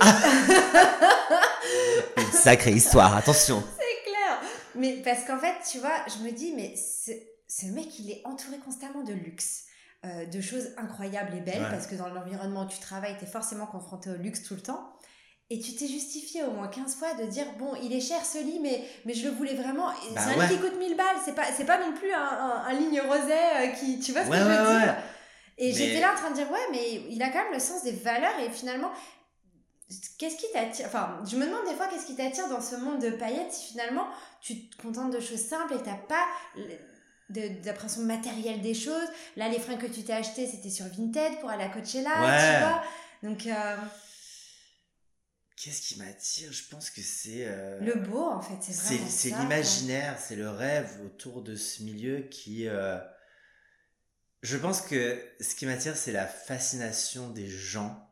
Une sacrée histoire, attention. C'est clair. Mais parce qu'en fait, tu vois, je me dis, mais ce mec, il est entouré constamment de luxe, euh, de choses incroyables et belles, ouais. Parce que dans l'environnement où tu travailles, tu es forcément confronté au luxe tout le temps. Et tu t'es justifié au moins quinze fois de dire, bon, il est cher ce lit, mais, mais je le voulais vraiment. Bah c'est un ouais. lit qui coûte mille balles, c'est pas, c'est pas non plus un, un, un ligne rosé euh, qui, tu vois ce ouais, que je veux ouais, dire ouais. Et Mais... j'étais là en train de dire, ouais, mais il a quand même le sens des valeurs et finalement, qu'est-ce qui t'attire? Enfin, je me demande des fois qu'est-ce qui t'attire dans ce monde de paillettes si finalement tu te contentes de choses simples et t'as pas d'appréhension matérielle des choses. Là, les fringues que tu t'es achetées, c'était sur Vinted pour aller à Coachella, ouais. tu vois. Donc, euh... qu'est-ce qui m'attire? Je pense que c'est... Euh... le beau, en fait, c'est vraiment c'est, ça. C'est l'imaginaire, c'est le rêve autour de ce milieu qui... Euh... Je pense que ce qui m'attire, c'est la fascination des gens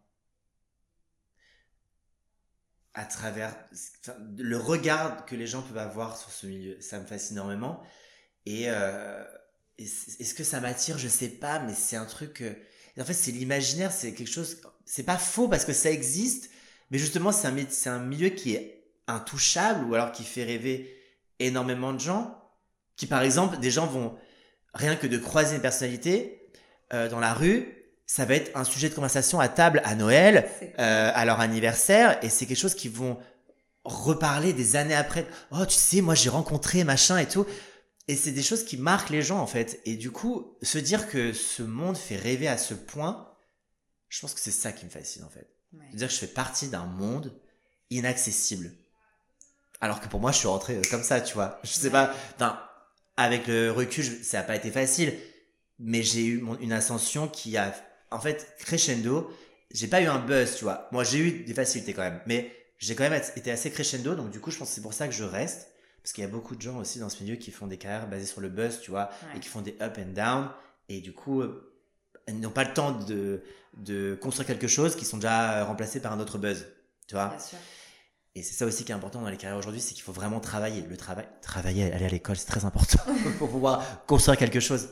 à travers... Enfin, le regard que les gens peuvent avoir sur ce milieu. Ça me fascine énormément. Et... Euh... Est-ce que ça m'attire? Je sais pas, mais c'est un truc... Euh... En fait, c'est l'imaginaire, c'est quelque chose... C'est pas faux parce que ça existe, mais justement, c'est un, c'est un milieu qui est intouchable ou alors qui fait rêver énormément de gens. Qui, par exemple, des gens vont... Rien que de croiser une personnalité euh, dans la rue, ça va être un sujet de conversation à table à Noël, euh, à leur anniversaire, et c'est quelque chose qu'ils vont reparler des années après. Oh, tu sais, moi, j'ai rencontré machin et tout... Et c'est des choses qui marquent les gens, en fait. Et du coup, se dire que ce monde fait rêver à ce point, je pense que c'est ça qui me fascine, en fait. Ouais. De dire que je fais partie d'un monde inaccessible. Alors que pour moi, je suis rentré comme ça, tu vois. Je sais ouais. pas, enfin, avec le recul, je, ça n'a pas été facile. Mais j'ai eu mon, une ascension qui a, en fait, crescendo. J'ai pas eu un buzz, tu vois. Moi, j'ai eu des facilités quand même. Mais j'ai quand même été assez crescendo. Donc, du coup, je pense que c'est pour ça que je reste. Parce qu'il y a beaucoup de gens aussi dans ce milieu qui font des carrières basées sur le buzz, tu vois, ouais. et qui font des up and down, et du coup, euh, ils n'ont pas le temps de, de construire quelque chose qui sont déjà remplacés par un autre buzz, tu vois. Bien sûr. Et c'est ça aussi qui est important dans les carrières aujourd'hui, c'est qu'il faut vraiment travailler. Le travail, travailler, aller à l'école, c'est très important pour pouvoir construire quelque chose.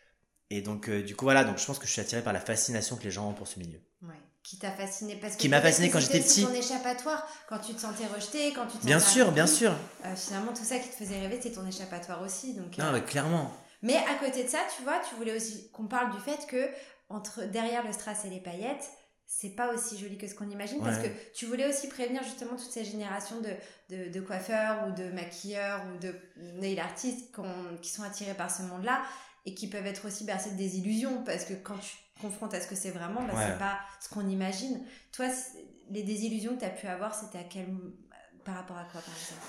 Et donc, euh, du coup, voilà, donc je pense que je suis attiré par la fascination que les gens ont pour ce milieu. Ouais. Qui t'a fasciné parce que qui m'a fasciné quand j'étais petit. Ton échappatoire, quand tu te sentais rejeté, quand tu te sentais bien sûr, accompli, bien sûr. Euh, finalement, tout ça qui te faisait rêver, c'est ton échappatoire aussi. Donc, non, euh... mais clairement. Mais à côté de ça, tu vois, tu voulais aussi qu'on parle du fait que entre derrière le strass et les paillettes, c'est pas aussi joli que ce qu'on imagine, ouais. parce que tu voulais aussi prévenir justement toutes ces générations de, de, de coiffeurs ou de maquilleurs ou de nail artistes qui sont attirés par ce monde-là et qui peuvent être aussi bercés de désillusions parce que quand tu te confrontes à ce que c'est vraiment, bah, ouais. c'est pas ce qu'on imagine. Toi, les désillusions que tu as pu avoir, c'était à quel par rapport à quoi, par exemple?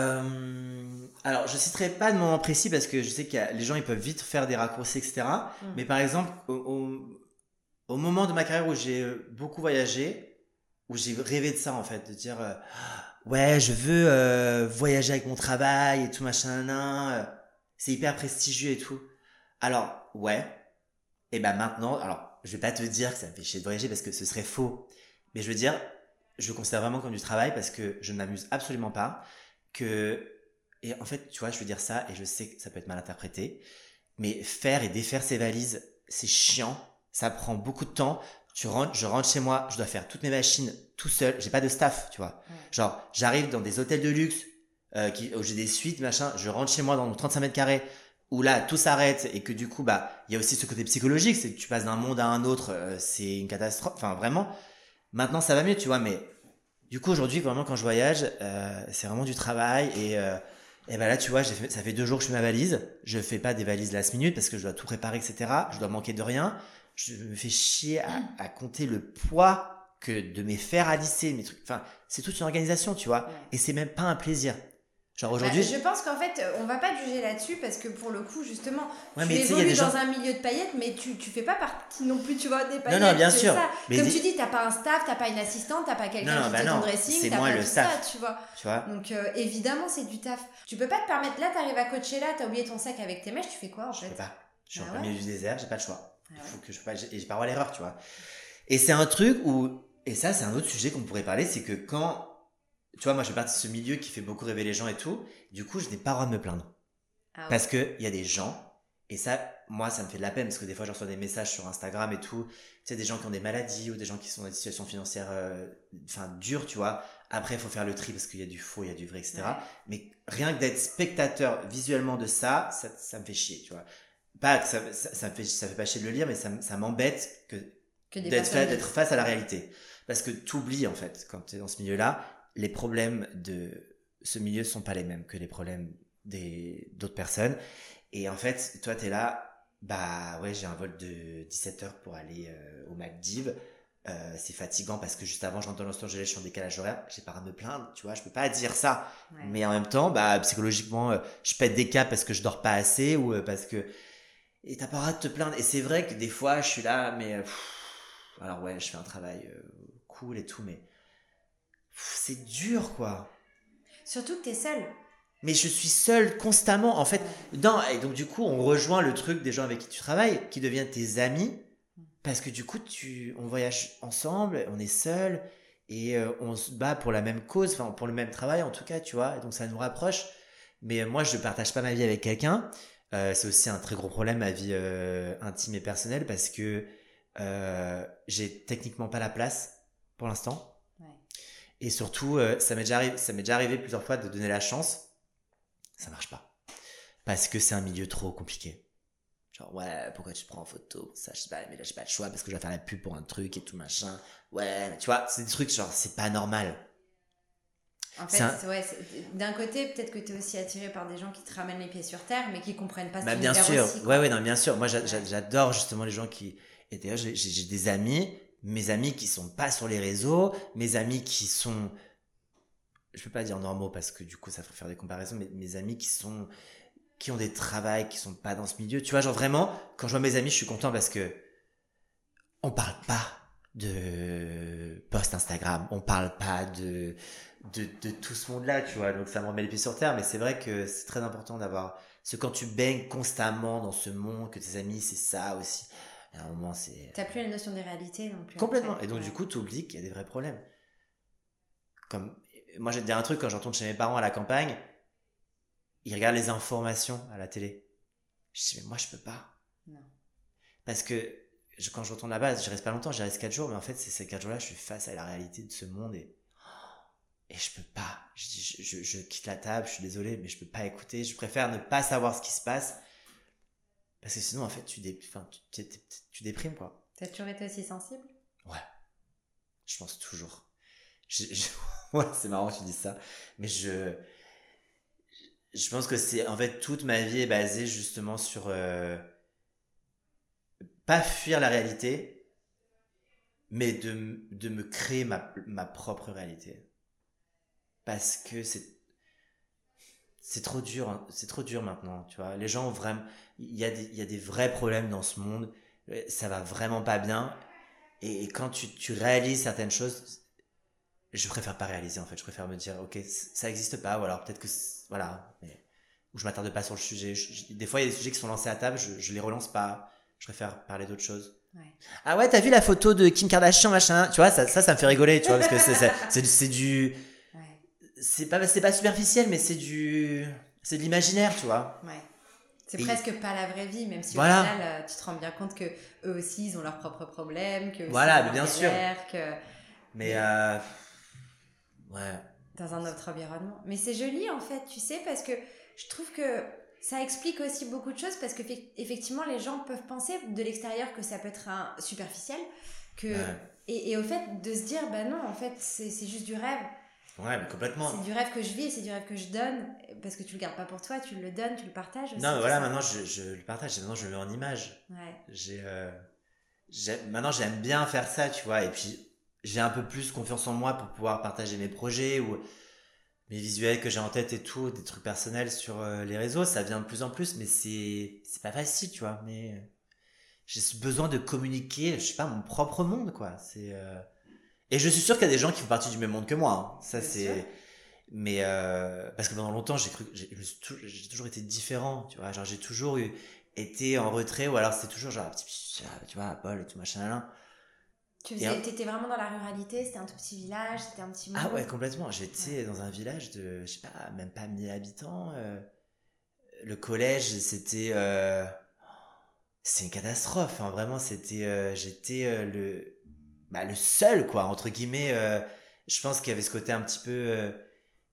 euh, Alors, je citerai pas de moment précis parce que je sais que les gens ils peuvent vite faire des raccourcis, et cetera. Mm. Mais par exemple, au, au, au moment de ma carrière où j'ai beaucoup voyagé, où j'ai rêvé de ça en fait, de dire euh, ouais, je veux euh, voyager avec mon travail et tout machin, nan, euh, c'est hyper prestigieux et tout. Alors, ouais. Et ben maintenant, alors, je vais pas te dire que ça me fait chier de voyager parce que ce serait faux. Mais je veux dire, je le considère vraiment comme du travail parce que je ne m'amuse absolument pas. Que, et en fait, tu vois, je veux dire ça et je sais que ça peut être mal interprété. Mais faire et défaire ses valises, c'est chiant. Ça prend beaucoup de temps. Tu rentres, je rentre chez moi, je dois faire toutes mes machines tout seul. J'ai pas de staff, tu vois. Ouais. Genre, j'arrive dans des hôtels de luxe, euh, qui, où j'ai des suites, machin. Je rentre chez moi dans trente-cinq mètres carrés. Où là tout s'arrête et que du coup bah il y a aussi ce côté psychologique, c'est que tu passes d'un monde à un autre, euh, c'est une catastrophe, enfin vraiment. Maintenant ça va mieux, tu vois, mais du coup aujourd'hui vraiment quand je voyage, euh, c'est vraiment du travail et euh, et ben là tu vois, j'ai fait, ça fait deux jours que je fais ma valise, je fais pas des valises last minute parce que je dois tout préparer, et cetera. Je dois manquer de rien, je me fais chier à, à compter le poids que de mes fers à lisser, mes trucs, enfin c'est toute une organisation, tu vois, et c'est même pas un plaisir. Genre aujourd'hui, bah, je pense qu'en fait, on va pas juger là-dessus parce que pour le coup, justement, ouais, tu mais évolues dans gens... un milieu de paillettes, mais tu tu fais pas partie non plus, tu vois, des paillettes. Non, non, bien sûr. Ça. Mais Comme des... tu dis, t'as pas un staff, t'as pas une assistante, t'as pas quelqu'un qui bah fait non, ton dressing, c'est t'as moi pas le tout staff. ça, tu vois. Tu vois. Donc euh, évidemment, c'est du taf. Tu peux pas te permettre. Là, t'arrives à Coachella, t'as oublié ton sac avec tes mèches, tu fais quoi en fait? Je peux pas. Je suis ah en ouais. plein milieu du désert, j'ai pas le choix. Ah Il ouais. faut que je pas, j'ai, j'ai pas droit à l'erreur, tu vois. Et c'est un truc où, et ça, c'est un autre sujet qu'on pourrait parler, c'est que quand, tu vois, moi, je fais partie de ce milieu qui fait beaucoup rêver les gens et tout. Du coup, je n'ai pas le droit de me plaindre. Ah ouais. Parce que il y a des gens, et ça, moi, ça me fait de la peine parce que des fois, je reçois des messages sur Instagram et tout. Tu sais, des gens qui ont des maladies ou des gens qui sont dans des situations financières, euh, enfin, dures, tu vois. Après, il faut faire le tri parce qu'il y a du faux, il y a du vrai, et cetera. Ouais. Mais rien que d'être spectateur visuellement de ça, ça, ça me fait chier, tu vois. Pas que ça, ça, ça me fait, ça fait pas chier de le lire, mais ça, ça m'embête que, que d'être, fa- d'être face à la réalité. Parce que t'oublies, en fait, quand t'es dans ce milieu-là, les problèmes de ce milieu sont pas les mêmes que les problèmes des, d'autres personnes. Et en fait, toi, t'es là, Bah ouais, j'ai un vol de dix-sept heures pour aller euh, aux Maldives. Euh, c'est fatigant parce que juste avant, je rentre dans Los Angeles, je suis en décalage horaire. J'ai pas à me plaindre, tu vois, je peux pas dire ça. Ouais. Mais en même temps, bah psychologiquement, euh, je pète des câbles parce que je dors pas assez ou euh, parce que. Et t'as pas le droit de te plaindre. Et c'est vrai que des fois, je suis là, mais. euh, pff, alors ouais, je fais un travail euh, cool et tout, mais. pff, c'est dur quoi. Surtout que t'es seule. Mais je suis seul constamment. En fait, dans, et donc du coup, on rejoint le truc des gens avec qui tu travailles, qui deviennent tes amis, parce que du coup, tu, on voyage ensemble, on est seul, et euh, on se bat pour la même cause, enfin pour le même travail en tout cas, tu vois. Et donc ça nous rapproche. Mais euh, moi, je ne partage pas ma vie avec quelqu'un. Euh, c'est aussi un très gros problème, ma vie euh, intime et personnelle, parce que euh, j'ai techniquement pas la place pour l'instant. Ouais. Et surtout, euh, ça m'est déjà arri- ça m'est déjà arrivé plusieurs fois de donner la chance. Ça marche pas. Parce que c'est un milieu trop compliqué. Genre, ouais, pourquoi tu te prends en photo? Ça, je sais pas, mais là, j'ai pas le choix parce que je dois faire la pub pour un truc et tout machin. Ouais, mais tu vois, c'est des trucs genre, c'est pas normal. En fait, C'est un- c'est- ouais, c'est- d'un côté, peut-être que tu es aussi attiré par des gens qui te ramènent les pieds sur terre, mais qui comprennent pas Bah, cet bien univers sûr. aussi, quoi. Ouais, ouais, non, bien sûr. Moi, j'a- j'a- Ouais. j'adore justement les gens qui. Et d'ailleurs, j'ai j'ai- j'ai des amis, mes amis qui sont pas sur les réseaux, mes amis qui sont. Je peux pas dire normaux parce que du coup, ça ferait faire des comparaisons, mais mes amis qui sont. Qui ont des travails, qui sont pas dans ce milieu. Tu vois, genre vraiment, quand je vois mes amis, je suis content parce que. On parle pas de post Instagram, on parle pas de, de, de tout ce monde-là, tu vois, donc ça me remet les pieds sur terre, mais c'est vrai que c'est très important d'avoir, ce quand tu baignes constamment dans ce monde, que tes amis, c'est ça aussi, à un moment, c'est... T'as plus la notion des réalités non plus. Complètement, après. et donc Ouais. du coup, tu oublies qu'il y a des vrais problèmes. Comme, moi, je vais te dire un truc, quand je retourne chez mes parents à la campagne, ils regardent les informations à la télé. Je dis, mais moi, je peux pas. Non. Parce que je- quand je retourne là-bas, je reste pas longtemps, j'y reste quatre jours, mais en fait, c'est ces quatre jours-là, je suis face à la réalité de ce monde et, et je peux pas. Je, dis, je, je, je quitte la table, je suis désolé, mais je peux pas écouter. Je préfère ne pas savoir ce qui se passe parce que sinon, en fait, tu, dé, enfin, tu, tu, tu déprimes, quoi. T'as toujours été aussi sensible? Ouais, je pense toujours. Je, je- ouais, c'est marrant que tu dises ça, mais je, je pense que c'est, en fait, toute ma vie est basée justement sur euh, pas fuir la réalité, mais de, de me créer ma, ma propre réalité. Parce que c'est, c'est trop dur, hein. C'est trop dur maintenant, tu vois. Les gens ont vraiment, il y a des, il y a des vrais problèmes dans ce monde, euh, ça va vraiment pas bien, et, et quand tu, tu réalises certaines choses, je préfère pas réaliser en fait, je préfère me dire, ok, ça existe pas, ou alors peut-être que, voilà, mais, ou je m'attarde pas sur le sujet. Je, je, des fois, il y a des sujets qui sont lancés à table, je, je les relance pas, je préfère parler d'autres choses. Ouais. Ah ouais, t'as vu la photo de Kim Kardashian, machin, tu vois, ça, ça, ça me fait rigoler, tu vois, parce que c'est, c'est, c'est, du- c'est du, Ouais. c'est pas, c'est pas superficiel, mais c'est du, c'est de l'imaginaire, tu vois. Ouais. C'est Et- presque pas la vraie vie, même si Voilà. au final, euh, tu te rends bien compte que eux aussi, ils ont leurs propres problèmes, que Voilà, aussi, mais ils bien ont sûr. galères, que Mais, euh, ouais. dans un autre environnement. Mais c'est joli en fait, tu sais, parce que je trouve que ça explique aussi beaucoup de choses, parce que fait- effectivement, les gens peuvent penser de l'extérieur que ça peut être un superficiel, que Ouais. et, et au fait de se dire, bah non, en fait, c'est c'est juste du rêve. Ouais, mais complètement. C'est du rêve que je vis et c'est du rêve que je donne, parce que tu le gardes pas pour toi, tu le donnes, tu le partages aussi. Non, mais tout voilà, ça. maintenant, je, je le partage, et maintenant, je le mets en image. Ouais. J'ai, euh, j'aime- maintenant, j'aime bien faire ça, tu vois, et puis, j'ai un peu plus confiance en moi pour pouvoir partager mes projets ou mes visuels que j'ai en tête et tout, des trucs personnels sur euh, les réseaux, ça vient de plus en plus, mais c'est, c'est pas facile, tu vois, mais euh, j'ai ce besoin de communiquer, je sais pas, mon propre monde, quoi, c'est, euh, et je suis sûr qu'il y a des gens qui font partie du même monde que moi, hein. Ça, Bien c'est, sûr. mais euh, parce que pendant longtemps, j'ai cru, j'ai, je me suis tou- j'ai toujours été différent, tu vois, genre j'ai toujours eu, été en retrait, ou alors c'était toujours genre, tu vois, Paul et tout machin là. Tu Et faisais, un- t'étais vraiment dans la ruralité, c'était un tout petit village, c'était un petit monde. Ah ouais, complètement. J'étais dans un village de, je sais pas, même pas mille habitants. euh, Le collège, c'était, euh, c'est une catastrophe. Hein, vraiment, c'était, euh, j'étais euh, le, bah, le seul, quoi, entre guillemets. euh, je pense qu'il y avait ce côté un petit peu euh,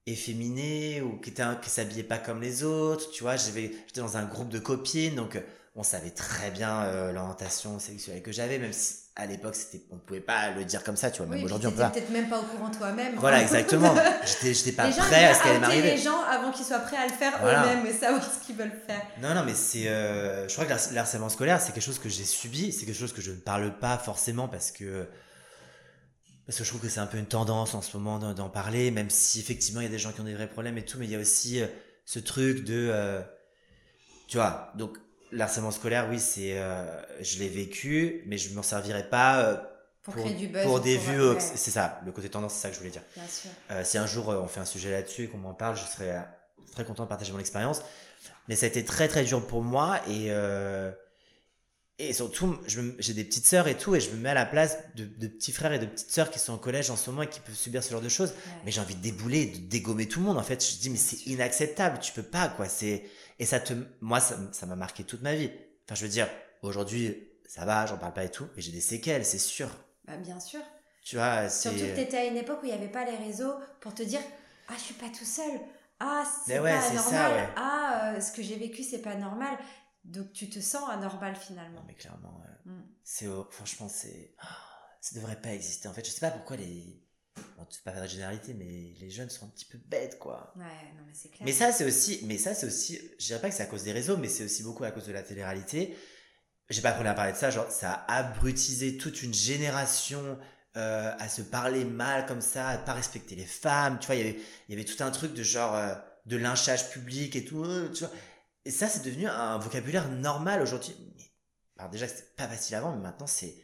efféminé ou qui était un- qui s'habillait pas comme les autres. Tu vois, j'avais, j'étais dans un groupe de copines, donc euh, on savait très bien euh, l'orientation sexuelle que j'avais, même si à l'époque c'était, on pouvait pas le dire comme ça, tu vois. Même oui, aujourd'hui on peut pas. peut-être même pas au courant toi-même. Voilà, exactement. J'étais, j'étais pas les gens prêt à ce qu'elle allait m'arriver. Les gens avant qu'ils soient prêts à le faire voilà. eux-mêmes et savoir ce qu'ils veulent faire. Non, non, mais c'est, euh, je crois que le harcèlement scolaire, c'est quelque chose que j'ai subi, c'est quelque chose que je ne parle pas forcément parce que parce que je trouve que c'est un peu une tendance en ce moment d'en, d'en parler, même si effectivement il y a des gens qui ont des vrais problèmes et tout, mais il y a aussi euh, ce truc de, euh, tu vois, donc le harcèlement scolaire, oui, c'est, euh, je l'ai vécu, mais je m'en servirai pas euh, pour, pour, créer du buzz pour des pour... vues, ouais. c'est ça, le côté tendance, c'est ça que je voulais dire. Bien sûr. Euh, si un jour euh, on fait un sujet là-dessus et qu'on m'en parle, je serais euh, très content de partager mon expérience, mais ça a été très très dur pour moi et euh, et surtout, je me, j'ai des petites sœurs et tout, et je me mets à la place de, de petits frères et de petites sœurs qui sont au collège en ce moment et qui peuvent subir ce genre de choses. Ouais. Mais j'ai envie de débouler, de dégommer tout le monde. En fait, je dis, mais c'est inacceptable, tu peux pas, quoi. C'est, et ça te, moi, ça, ça m'a marqué toute ma vie. Enfin, je veux dire, aujourd'hui, ça va, j'en parle pas et tout, mais j'ai des séquelles, c'est sûr. Bah, bien sûr. Tu vois, c'est... Surtout que t'étais à une époque où il n'y avait pas les réseaux pour te dire, ah, je suis pas tout seul. Ah, c'est ouais, pas c'est normal. ça, ouais. Ah, euh, ce que j'ai vécu, c'est pas normal. Donc tu te sens anormal finalement. Non mais clairement, euh, mm. c'est oh, franchement c'est, oh, ça devrait pas exister. En fait, je sais pas pourquoi les, bon, tu peux pas faire de généralité, mais les jeunes sont un petit peu bêtes quoi. Ouais, non mais c'est clair. Mais ça c'est aussi, mais ça c'est aussi, je dirais pas que c'est à cause des réseaux, mais c'est aussi beaucoup à cause de la télé-réalité. J'ai pas appris à parler de ça, genre ça a abrutisé toute une génération euh, à se parler mal comme ça, à pas respecter les femmes. Tu vois, il y avait, il y avait tout un truc de genre euh, de lynchage public et tout. Euh, tu vois. Et ça, c'est devenu un vocabulaire normal aujourd'hui. Alors déjà, c'était pas facile avant, mais maintenant, c'est...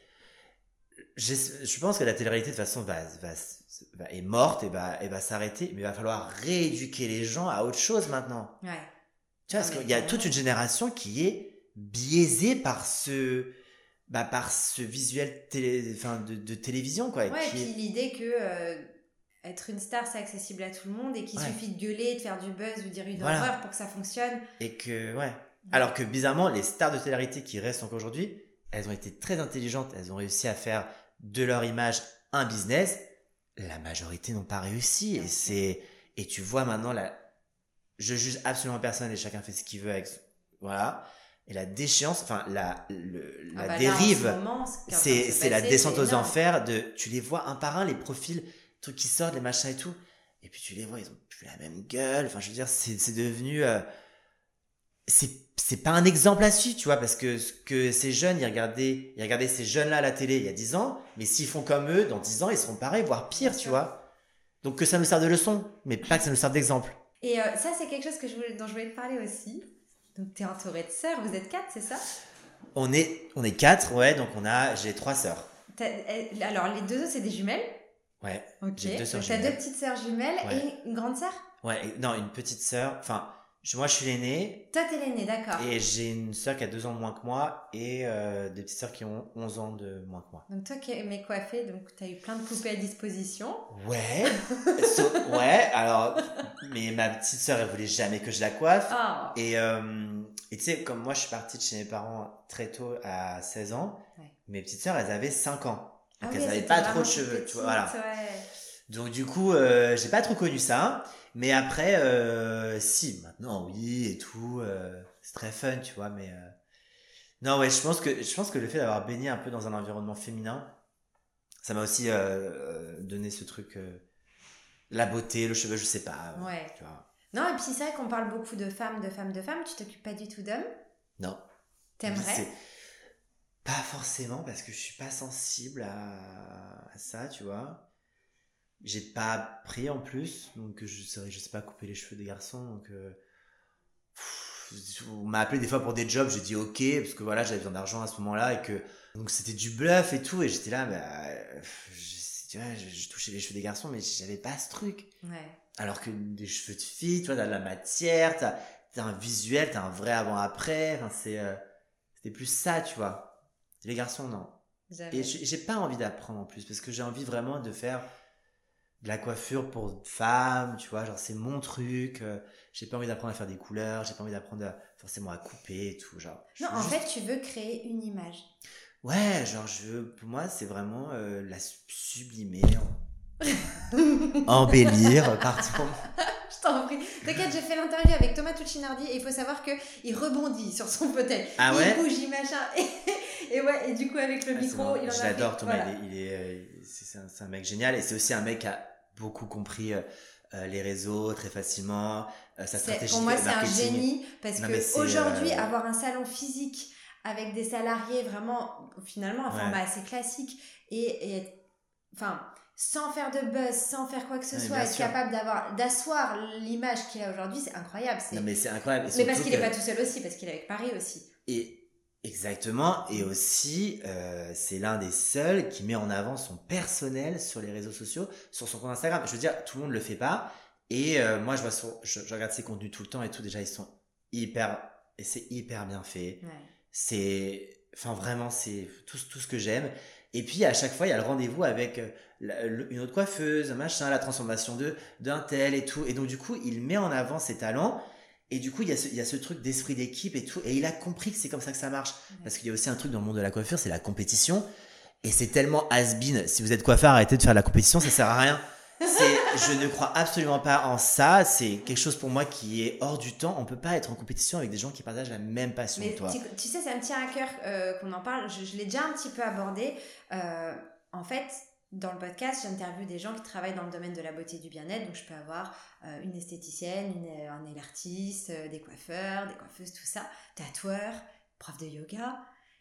Je, je pense que la télé-réalité, de toute façon, va, va, va, est morte et va, et va s'arrêter. Mais il va falloir rééduquer les gens à autre chose maintenant. Ouais. Tu vois, parce qu'il y a toute une génération qui est biaisée par ce... Bah, par ce visuel télé, enfin, de, de télévision, quoi. Ouais, et qui puis est... l'idée que... Euh... être une star, c'est accessible à tout le monde et qu'il ouais. suffit de gueuler, de faire du buzz ou dire une voilà. horreur pour que ça fonctionne. Et que, ouais. Alors que bizarrement, les stars de télé-réalité qui restent encore aujourd'hui, elles ont été très intelligentes, elles ont réussi à faire de leur image un business. La majorité n'ont pas réussi. Et c'est, et tu vois maintenant, la, je juge absolument personne et chacun fait ce qu'il veut avec, voilà. Et la déchéance, enfin, la, le, la ah bah dérive, là, moment, c'est, c'est la descente c'est aux énorme. enfers de, tu les vois un par un, les profils, trucs qui sortent, les machins et tout, et puis tu les vois, ils ont plus la même gueule, enfin je veux dire, c'est, c'est devenu, euh, c'est, c'est pas un exemple à suivre, tu vois, parce que, que ces jeunes, ils regardaient, ils regardaient ces jeunes-là à la télé il y a dix ans, mais s'ils font comme eux, dans dix ans, ils seront pareils, voire pire, tu vois. Donc que ça nous serve de leçon, mais pas que ça nous serve d'exemple. Et euh, ça, c'est quelque chose que je voulais, dont je voulais te parler aussi. Donc t'es entouré de sœurs, vous êtes quatre, c'est ça ? On est, on est quatre, ouais, donc on a, j'ai trois sœurs. T'as, alors les deux autres, c'est des jumelles ? Ouais. Ok. J'ai deux sœurs Donc, t'as jumelles. deux petites sœurs jumelles ouais. et une grande sœur ? Ouais, non, une petite sœur. Enfin, moi, je suis l'aîné. Toi, t'es l'aîné, d'accord. Et j'ai une sœur qui a deux ans de moins que moi et euh, des petites sœurs qui ont onze ans de moins que moi. Donc, toi qui aimais coiffer, donc t'as eu plein de poupées à disposition. Ouais. so, ouais, alors, mais ma petite sœur, elle voulait jamais que je la coiffe. Oh. Et euh, et tu sais, comme moi, je suis partie de chez mes parents très tôt, à seize ans. Ouais. Mes petites sœurs, elles avaient cinq ans. Donc, ah elles oui, n'avaient pas trop de cheveux, petite, tu vois, voilà. Ouais. Donc, du coup, euh, j'ai pas trop connu ça. Mais après, euh, si, maintenant, oui, et tout, euh, c'est très fun, tu vois, mais... Euh... Non, ouais, je pense que, je pense que le fait d'avoir baigné un peu dans un environnement féminin, ça m'a aussi euh, donné ce truc... Euh, la beauté, le cheveu, je sais pas. Ouais. Tu vois. Non, et puis c'est vrai qu'on parle beaucoup de femmes, de femmes, de femmes. Tu t'occupes pas du tout d'hommes ? Non. T'aimerais ? C'est... Pas forcément, parce que je suis pas sensible à, à ça, tu vois. J'ai pas appris en plus, donc je sais, je sais pas couper les cheveux des garçons, donc euh, pff, on m'a appelé des fois pour des jobs, j'ai dit ok, parce que voilà, j'avais besoin d'argent à ce moment-là, et que donc c'était du bluff et tout, et j'étais là, bah, je, tu vois, je, je touchais les cheveux des garçons, mais j'avais pas ce truc. Ouais. Alors que des cheveux de fille, tu vois, t'as de la matière, t'as, t'as un visuel, t'as un vrai avant-après, enfin c'est, euh, c'était plus ça, tu vois. Les garçons, non. J'avais. Et j'ai, j'ai pas envie d'apprendre en plus, parce que j'ai envie vraiment de faire de la coiffure pour femmes, tu vois, genre c'est mon truc, euh, j'ai pas envie d'apprendre à faire des couleurs, j'ai pas envie d'apprendre à, forcément à couper et tout, genre. Non, en juste... fait, tu veux créer une image. Ouais, genre je veux, pour moi, c'est vraiment euh, la sublimer, en... embellir, pardon. Je t'en prie. T'inquiète, j'ai fait l'interview avec Thomas Tuccinardi et il faut savoir qu'il rebondit sur son fauteuil. Ah ouais? Il bouge, il machin. Et, et ouais, et du coup, avec le ah, micro, il en a Je l'adore, fait, Thomas. voilà. Il est, il est, euh, c'est, c'est, un, c'est un mec génial. Et c'est aussi un mec qui a beaucoup compris euh, euh, les réseaux très facilement, euh, sa C'est, stratégie pour moi, de c'est marketing. un génie parce Non, que mais c'est, aujourd'hui, euh, avoir un salon physique avec des salariés vraiment, finalement, un Ouais. format assez classique et, et enfin, sans faire de buzz, sans faire quoi que ce Non, mais soit, bien être sûr. capable d'avoir, d'asseoir l'image qu'il a aujourd'hui, c'est incroyable. C'est... Non, mais c'est incroyable. Et Mais parce surtout qu'il n'est que- pas tout seul aussi, parce qu'il est avec Paris aussi. Et exactement. Et aussi, euh, c'est l'un des seuls qui met en avant son personnel sur les réseaux sociaux, sur son compte Instagram. Je veux dire, tout le monde le fait pas. Et euh, moi, je vois son, je, je regarde ses contenus tout le temps et tout. Déjà, ils sont hyper, et c'est hyper bien fait. Ouais. C'est, enfin vraiment, c'est tout, tout ce que j'aime. Et puis à chaque fois, il y a le rendez-vous avec euh, la- le- une autre coiffeuse, un machin, la transformation de d'un tel et tout. Et donc du coup, il met en avant ses talents. Et du coup, il y a ce, il y a ce truc d'esprit d'équipe et tout. Et il a compris que c'est comme ça que ça marche. Ouais. Parce qu'il y a aussi un truc dans le monde de la coiffure, c'est la compétition. Et c'est tellement has-been. Si vous êtes coiffeur, arrêtez de faire de la compétition, ça sert à rien. C'est, je ne crois absolument pas en ça. C'est quelque chose pour moi qui est hors du temps. On peut pas être en compétition avec des gens qui partagent la même passion Mais que toi. tu, tu sais, ça me tient à cœur euh, qu'on en parle. Je, je l'ai déjà un petit peu abordé. Euh, en fait, dans le podcast, j'interviewe des gens qui travaillent dans le domaine de la beauté et du bien-être. Donc, je peux avoir euh, une esthéticienne, une, un nail artiste, euh, des coiffeurs, des coiffeuses, tout ça, tatoueurs, prof de yoga.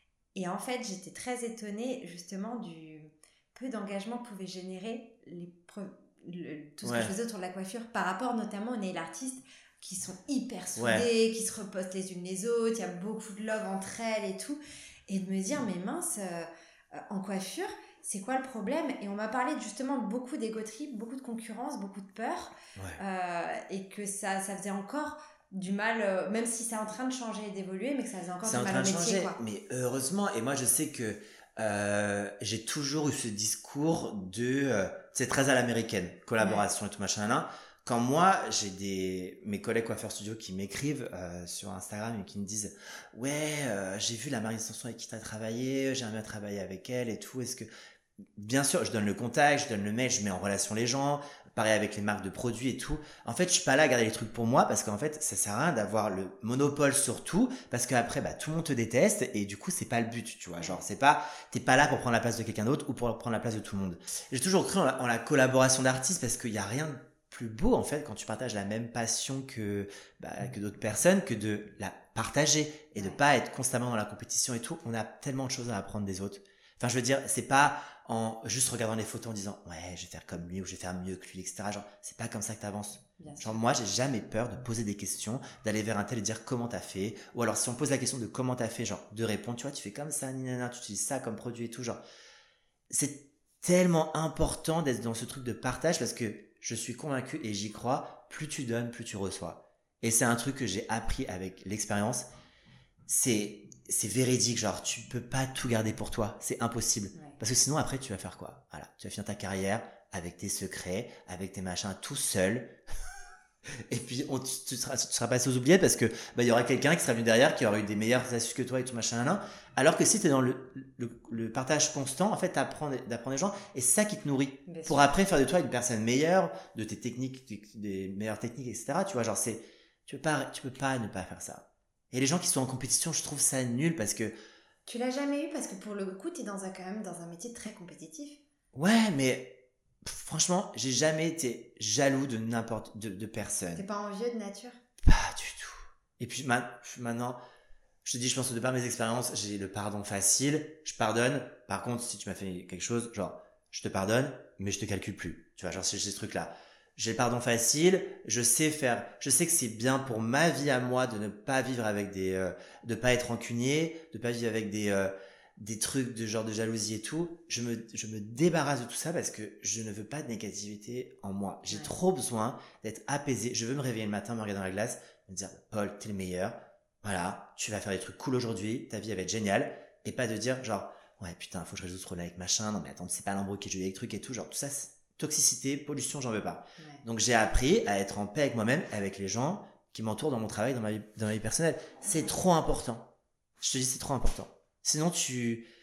Et en fait, j'étais très étonnée justement du peu d'engagement que pouvaient générer les pre- le- tout ce Ouais. que je faisais autour de la coiffure par rapport notamment aux nail artistes qui sont hyper soudés, Ouais. qui se repostent les unes les autres, il y a beaucoup de love entre elles et tout. Et de me dire, mais mince, euh, euh, en coiffure, c'est quoi le problème? Et on m'a parlé justement beaucoup d'ego trip, beaucoup de concurrence, beaucoup de peur, Ouais. euh, et que ça, ça faisait encore du mal, euh, même si c'est en train de changer et d'évoluer, mais que ça faisait encore C'est du en mal train au de métier, changer, quoi. mais heureusement. Et moi, je sais que euh, j'ai toujours eu ce discours de, euh, c'est très à l'américaine, collaboration et tout machin là. Quand moi, j'ai des mes collègues coiffeurs studio qui m'écrivent euh, sur Instagram et qui me disent, ouais, euh, j'ai vu la Marine Sanson avec qui t'as travaillé, j'aimerais bien travailler avec elle et tout. Est-ce que, bien sûr, je donne le contact, je donne le mail, je mets en relation les gens. Pareil avec les marques de produits et tout. En fait, je suis pas là à garder les trucs pour moi parce qu'en fait, ça sert à rien d'avoir le monopole sur tout parce qu'après, bah, tout le monde te déteste et du coup, c'est pas le but, tu vois. Genre, c'est pas, t'es pas là pour prendre la place de quelqu'un d'autre ou pour prendre la place de tout le monde. J'ai toujours cru en la, en la collaboration d'artistes parce qu'il y a rien de plus beau, en fait, quand tu partages la même passion que, bah, que d'autres personnes, que de la partager et de pas être constamment dans la compétition et tout. On a tellement de choses à apprendre des autres. Enfin, je veux dire, c'est pas en juste regardant les photos en disant ouais, je vais faire comme lui ou je vais faire mieux que lui, et cetera. Genre, c'est pas comme ça que t'avances. Bien sûr. Genre, moi, j'ai jamais peur de poser des questions, d'aller vers un tel et dire comment t'as fait. Ou alors, si on pose la question de comment t'as fait, genre, de répondre, tu vois, tu fais comme ça, ninana, tu utilises ça comme produit et tout. Genre, c'est tellement important d'être dans ce truc de partage parce que je suis convaincu et j'y crois, plus tu donnes, plus tu reçois. Et c'est un truc que j'ai appris avec l'expérience. C'est c'est véridique, genre tu peux pas tout garder pour toi, c'est impossible. Ouais. Parce que sinon après tu vas faire quoi? Voilà, tu vas finir ta carrière avec tes secrets, avec tes machins tout seul. Et puis on, tu, tu, seras, tu seras passé aux oubliettes parce que bah il y aura quelqu'un qui sera venu derrière qui aura eu des meilleures astuces que toi et tout machin là. Alors que si tu es dans le, le, le partage constant, en fait t'apprends d'apprendre des gens et c'est ça qui te nourrit. Bien Pour sûr. après faire de toi une personne meilleure, de tes techniques, des meilleures techniques, et cetera. Tu vois, genre c'est tu peux pas tu peux pas ne pas faire ça. Et les gens qui sont en compétition, je trouve ça nul parce que Tu l'as jamais eu parce que pour le coup, t'es dans un, quand même dans un métier très compétitif. ouais, mais pff, franchement, j'ai jamais été jaloux de n'importe de, de T'es personne. pas envieux de nature? Pas du tout. Et puis ma- maintenant, je te dis, je pense que de par mes expériences, j'ai le pardon facile. Je pardonne. Par contre, si tu m'as fait quelque chose, genre, je te pardonne, mais je te calcule plus. Tu vois, genre, c'est ces trucs-là. J'ai le pardon facile. Je sais faire. Je sais que c'est bien pour ma vie à moi de ne pas vivre avec des, euh, de pas être rancunier, de pas vivre avec des, euh, des trucs de genre de jalousie et tout. Je me, je me débarrasse de tout ça parce que je ne veux pas de négativité en moi. J'ai Ouais. trop besoin d'être apaisé. Je veux me réveiller le matin, me regarder dans la glace, me dire, Paul, t'es le meilleur. Voilà, tu vas faire des trucs cool aujourd'hui, ta vie va être géniale, et pas de dire genre, ouais putain, faut que je résoudre ce problème avec machin, non mais attends, c'est pas l'embrouille qui joue avec trucs et tout, genre tout ça, c'est toxicité, pollution, j'en veux pas. Ouais. Donc j'ai appris à être en paix avec moi-même, avec les gens qui m'entourent dans mon travail, dans ma vie, dans ma vie personnelle. C'est trop important. Je te dis, c'est trop important. Sinon tu,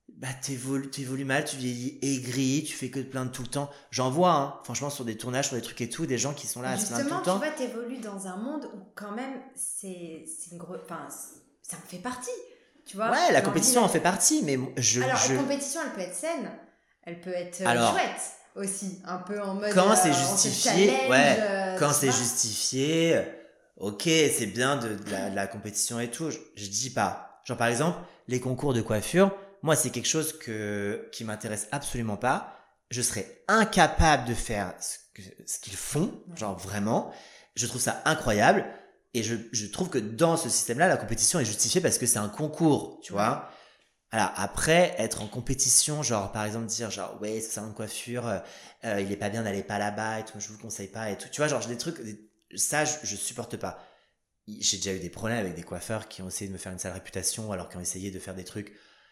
bah t'évolues, t'évolues mal, tu vieillis aigri, tu fais que te plaindre tout le temps. J'en vois, hein, franchement, sur des tournages, sur des trucs et tout, des gens qui sont là à se plaindre tout Justement, le tu temps. vois, t'évolues dans un monde où quand même, c'est, c'est une grosse... Enfin, c'est- ça en fait partie, tu vois. Ouais, la J'ai envie compétition en de- fait partie, mais je, Alors, je... la compétition, elle peut être saine, elle peut être euh, Alors, chouette aussi, un peu en mode quand c'est euh, on se justifié, challenge, ouais, euh, quand tu c'est vois. justifié, ok, c'est bien de, de la, de la compétition et tout, je, je dis pas. Genre par exemple, les concours de coiffure, moi c'est quelque chose que, qui m'intéresse absolument pas. Je serais incapable de faire ce, que, ce qu'ils font, genre vraiment. Je trouve ça incroyable. Et je, je trouve que dans ce système-là, la compétition est justifiée parce que c'est un concours, tu vois. Alors après, être en compétition, genre par exemple dire genre ouais ce salon de coiffure, euh, euh, il est pas bien, n'allez pas là-bas et tout, je vous le conseille pas et tout. Tu vois genre des trucs, des- ça je, je supporte pas. J'ai déjà eu des problèmes avec des coiffeurs qui ont essayé de me faire une sale réputation alors qu'ils ont essayé de faire des trucs,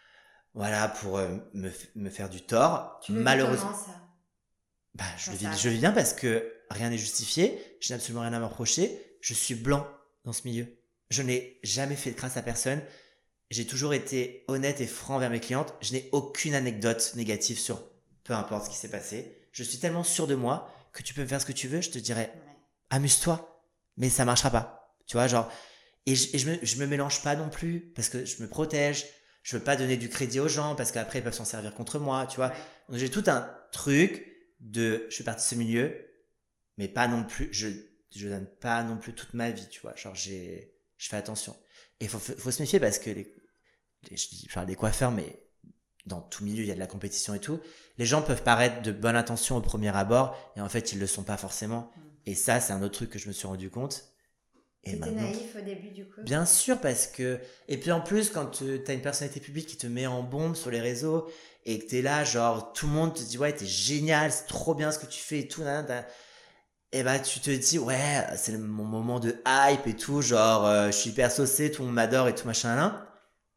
voilà pour euh, me, f- me faire du tort. Tu le vis Malheureusement, comment, ça? bah je Quand le ça vis, je le vis arrive. bien parce que rien n'est justifié, je n'ai absolument rien à me reprocher. Je suis blanc dans ce milieu. Je n'ai jamais fait de crasse à personne. J'ai toujours été honnête et franc envers mes clientes. Je n'ai aucune anecdote négative sur peu importe ce qui s'est passé. Je suis tellement sûr de moi que tu peux me faire ce que tu veux. Je te dirais, Ouais. amuse-toi, mais ça marchera pas. Tu vois, genre, et je, et je me, je me mélange pas non plus parce que je me protège. Je veux pas donner du crédit aux gens parce qu'après ils peuvent s'en servir contre moi. Tu vois, Ouais. donc j'ai tout un truc de, je suis parti de ce milieu, mais pas non plus. Je, je donne pas non plus toute ma vie. Tu vois, genre j'ai, je fais attention. Et faut, faut se méfier parce que les je, dis, je parle des coiffeurs, mais dans tout milieu, il y a de la compétition et tout. Les gens peuvent paraître de bonne intention au premier abord, et en fait, ils le sont pas forcément. Mm. Et ça, c'est un autre truc que je me suis rendu compte. Et T'étais maintenant, naïf au début, du coup? bien sûr, parce que... Et puis en plus, quand tu as une personnalité publique qui te met en bombe sur les réseaux, et que t'es là, genre, tout le monde te dit, ouais, t'es génial, c'est trop bien ce que tu fais et tout, nan, nan, et bah tu te dis, ouais, c'est le- mon moment de hype et tout, genre, euh, je suis hyper saucé, tout le monde m'adore et tout, machin, là.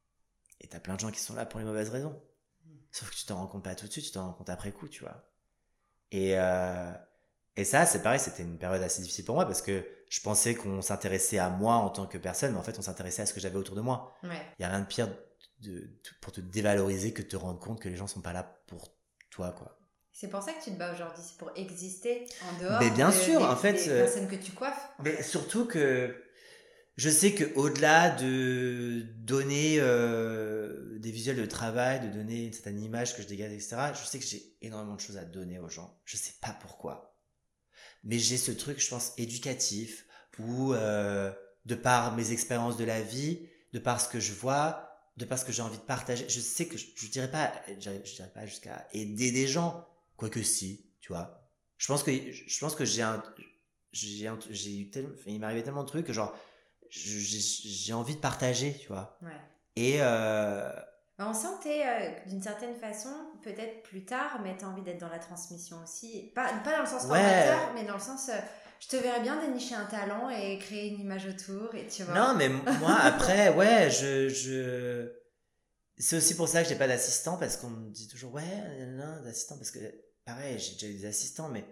Et t'as plein de gens qui sont là pour les mauvaises raisons. Sauf que tu t'en rends compte pas tout de suite, tu t'en rends compte après coup, tu vois. Et, euh, et ça, c'est pareil, c'était une période assez difficile pour moi parce que je pensais qu'on s'intéressait à moi en tant que personne, mais en fait, on s'intéressait à ce que j'avais autour de moi. Ouais. Il y a rien de pire de, de- pour te dévaloriser que de te rendre compte que les gens sont pas là pour toi, quoi. C'est pour ça que tu te bats aujourd'hui, c'est pour exister en dehors Mais bien de- sûr, des, en fait, des euh, personnes que tu coiffes. en mais fait. surtout que je sais que au-delà de donner euh, des visuels de travail, de donner une certaine image que je dégage, et cetera, je sais que j'ai énormément de choses à donner aux gens. Je sais pas pourquoi. Mais j'ai ce truc, je pense, éducatif, où euh, de par mes expériences de la vie, de par ce que je vois, de par ce que j'ai envie de partager, je sais que je, je dirais pas, je, je dirais pas jusqu'à aider des gens, quoique si, tu vois. Je pense que je pense que j'ai un, j'ai un, j'ai eu tellement, il m'est arrivé tellement de trucs que genre je- j'ai j'ai envie de partager, tu vois. Ouais. Et euh, Bah, on sent que t'es, euh, d'une certaine façon, peut-être plus tard, mais t'as envie d'être dans la transmission aussi. Pas, pas dans le sens ouais, formateur, mais dans le sens, euh, je te verrais bien dénicher un talent et créer une image autour, et tu vois. non, mais moi après, ouais, je, je, c'est aussi pour ça que j'ai pas d'assistant parce qu'on me dit toujours ouais, non, d'assistant parce que pareil, j'ai déjà eu des assistants, mais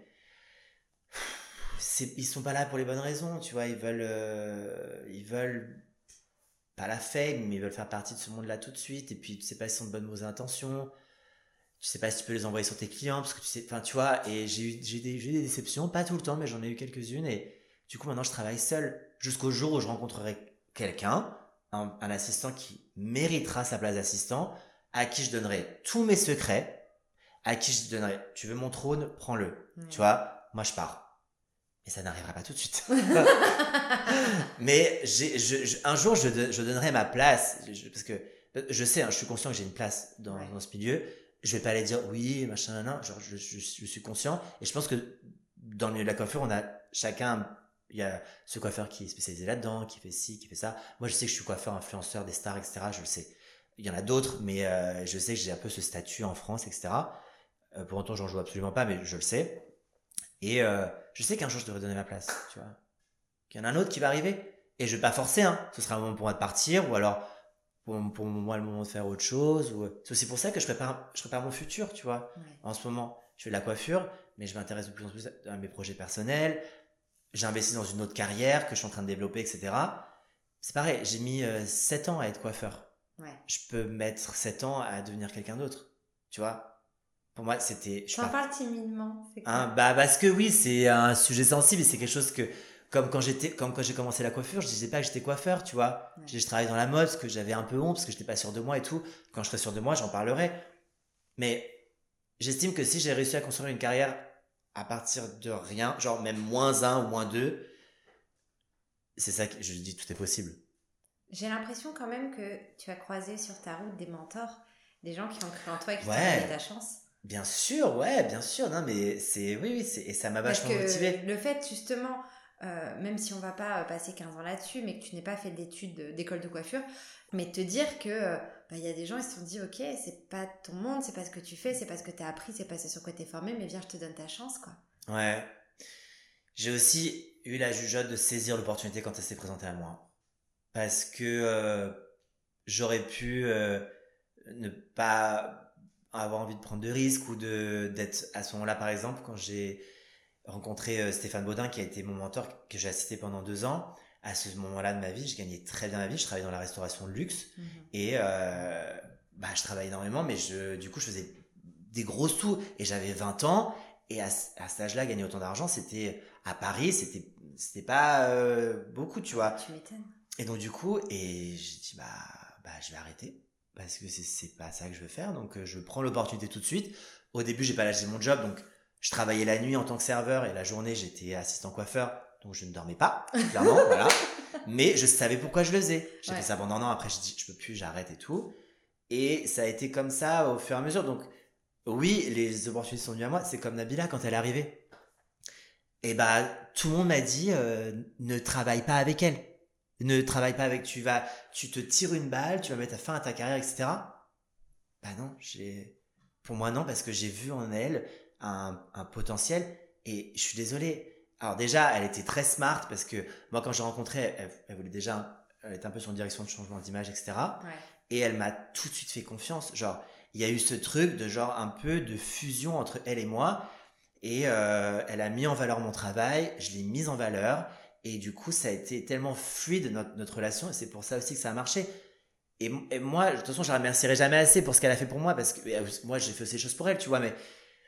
c'est, ils sont pas là pour les bonnes raisons, tu vois, ils veulent, euh, ils veulent pas la fame, mais ils veulent faire partie de ce monde-là tout de suite, et puis tu sais pas s'ils sont de bonnes mauvaises intentions. Tu sais pas si tu peux les envoyer sur tes clients parce que tu sais, enfin tu vois, et j'ai eu j'ai des, j'ai eu des déceptions, pas tout le temps, mais j'en ai eu quelques-unes, et du coup maintenant je travaille seul jusqu'au jour où je rencontrerai quelqu'un, un, un assistant qui méritera sa place d'assistant, à qui je donnerai tous mes secrets, à qui je donnerai, tu veux mon trône, prends-le, Ouais. tu vois, moi je pars. Et ça n'arrivera pas tout de suite. Mais j'ai, je, je- un jour je, je donnerai ma place, je- parce que je sais, hein, je suis conscient que j'ai une place dans, Ouais. dans ce milieu. Je vais pas aller dire oui, machin, nan, nan. Genre, je, je, je suis conscient. Et je pense que dans le milieu de la coiffure, on a chacun, il y a ce coiffeur qui est spécialisé là-dedans, qui fait ci, qui fait ça. Moi, je sais que je suis coiffeur, influenceur, des stars, et cetera. Je le sais. Il y en a d'autres, mais euh, je sais que j'ai un peu ce statut en France, et cetera. Euh, pour autant, j'en joue absolument pas, mais je le sais. Et euh, je sais qu'un jour, je devrais donner ma place, tu vois. Qu'il y en a un autre qui va arriver. Et je vais pas forcer, hein. Ce sera un moment pour moi de partir, ou alors pour, pour moi le moment de faire autre chose. Ou... C'est aussi pour ça que je prépare, je prépare mon futur, tu vois. Ouais. En ce moment, je fais de la coiffure, mais je m'intéresse de plus en plus à mes projets personnels. J'ai investi dans une autre carrière que je suis en train de développer, et cetera. C'est pareil, j'ai mis euh, sept ans à être coiffeur. Ouais. je peux mettre sept ans à devenir quelqu'un d'autre. Tu vois? Pour moi, c'était... Tu en parles timidement, c'est Hein, quoi? bah parce que oui, c'est un sujet sensible et c'est quelque chose que, comme quand j'étais, comme quand j'ai commencé la coiffure, je disais pas que j'étais coiffeur, tu vois. Ouais. Je, je travaillais dans la mode parce que j'avais un peu honte, parce que j'étais pas sûr de moi et tout. Quand je serai sûr de moi, j'en parlerai. Mais j'estime que si j'ai réussi à construire une carrière à partir de rien, genre même moins un ou moins deux, c'est ça que je dis, tout est possible. J'ai l'impression quand même que tu as croisé sur ta route des mentors, des gens qui ont cru en toi et qui t'ont Ouais. donné ta chance. Bien sûr, ouais, bien sûr. Non, mais c'est, oui, oui, c'est, et ça m'a Parce vachement que motivé. le fait justement, euh, même si on va pas euh, passer quinze ans là-dessus, mais que tu n'aies pas fait d'études de- d'école de coiffure, mais te dire que euh, bah, y a des gens, ils se sont dit, ok, c'est pas ton monde, c'est pas ce que tu fais, c'est pas ce que tu as appris, c'est pas ce sur quoi tu es formé, mais viens, je te donne ta chance, quoi. Ouais. J'ai aussi eu la jugeote de saisir l'opportunité quand elle s'est présentée à moi. Parce que euh, j'aurais pu euh, ne pas avoir envie de prendre de risques ou de d'être à ce moment-là, par exemple, quand j'ai rencontré euh, Stéphane Baudin, qui a été mon mentor, que j'ai assisté pendant deux ans. À ce moment-là de ma vie, je gagnais très bien ma vie. Je travaillais dans la restauration de luxe Mhm. et euh, bah, je travaillais énormément, mais je, du coup, je faisais des gros sous et j'avais vingt ans. Et à, ce- à cet âge-là, gagner autant d'argent, c'était à Paris, c'était c'était pas euh, beaucoup, tu vois. Tu m'étonnes. Et donc du coup, et j'ai dit bah bah je vais arrêter parce que c'est c'est pas ça que je veux faire. Donc euh, je prends l'opportunité tout de suite. Au début, j'ai pas lâché mon job, donc je travaillais la nuit en tant que serveur et la journée j'étais assistant coiffeur, donc je ne dormais pas, clairement, voilà. Mais je savais pourquoi je le faisais. J'ai Ouais. fait ça pendant un an. Après, j'ai dit je peux plus, j'arrête et tout. Et ça a été comme ça au fur et à mesure. Donc oui, les opportunités sont venues à moi. C'est comme Nabila quand elle est arrivée. Et bah tout le monde m'a dit euh, ne travaille pas avec elle. Ne travaille pas avec, tu vas, tu te tires une balle, tu vas mettre fin à ta carrière, et cetera. Bah non, j'ai, pour moi non, parce que j'ai vu en elle un, un potentiel et je suis désolé. Alors déjà, elle était très smart parce que moi quand j'ai rencontré, elle, elle voulait déjà, elle était un peu sur une direction de changement d'image, et cetera. Ouais. Et elle m'a tout de suite fait confiance. Genre, il y a eu ce truc de genre un peu de fusion entre elle et moi. Et euh, elle a mis en valeur mon travail, je l'ai mise en valeur. Et du coup, ça a été tellement fluide notre, notre relation. Et c'est pour ça aussi que ça a marché. Et, et moi, de toute façon, je la remercierai jamais assez pour ce qu'elle a fait pour moi. Parce que euh, moi, j'ai fait aussi des choses pour elle, tu vois. Mais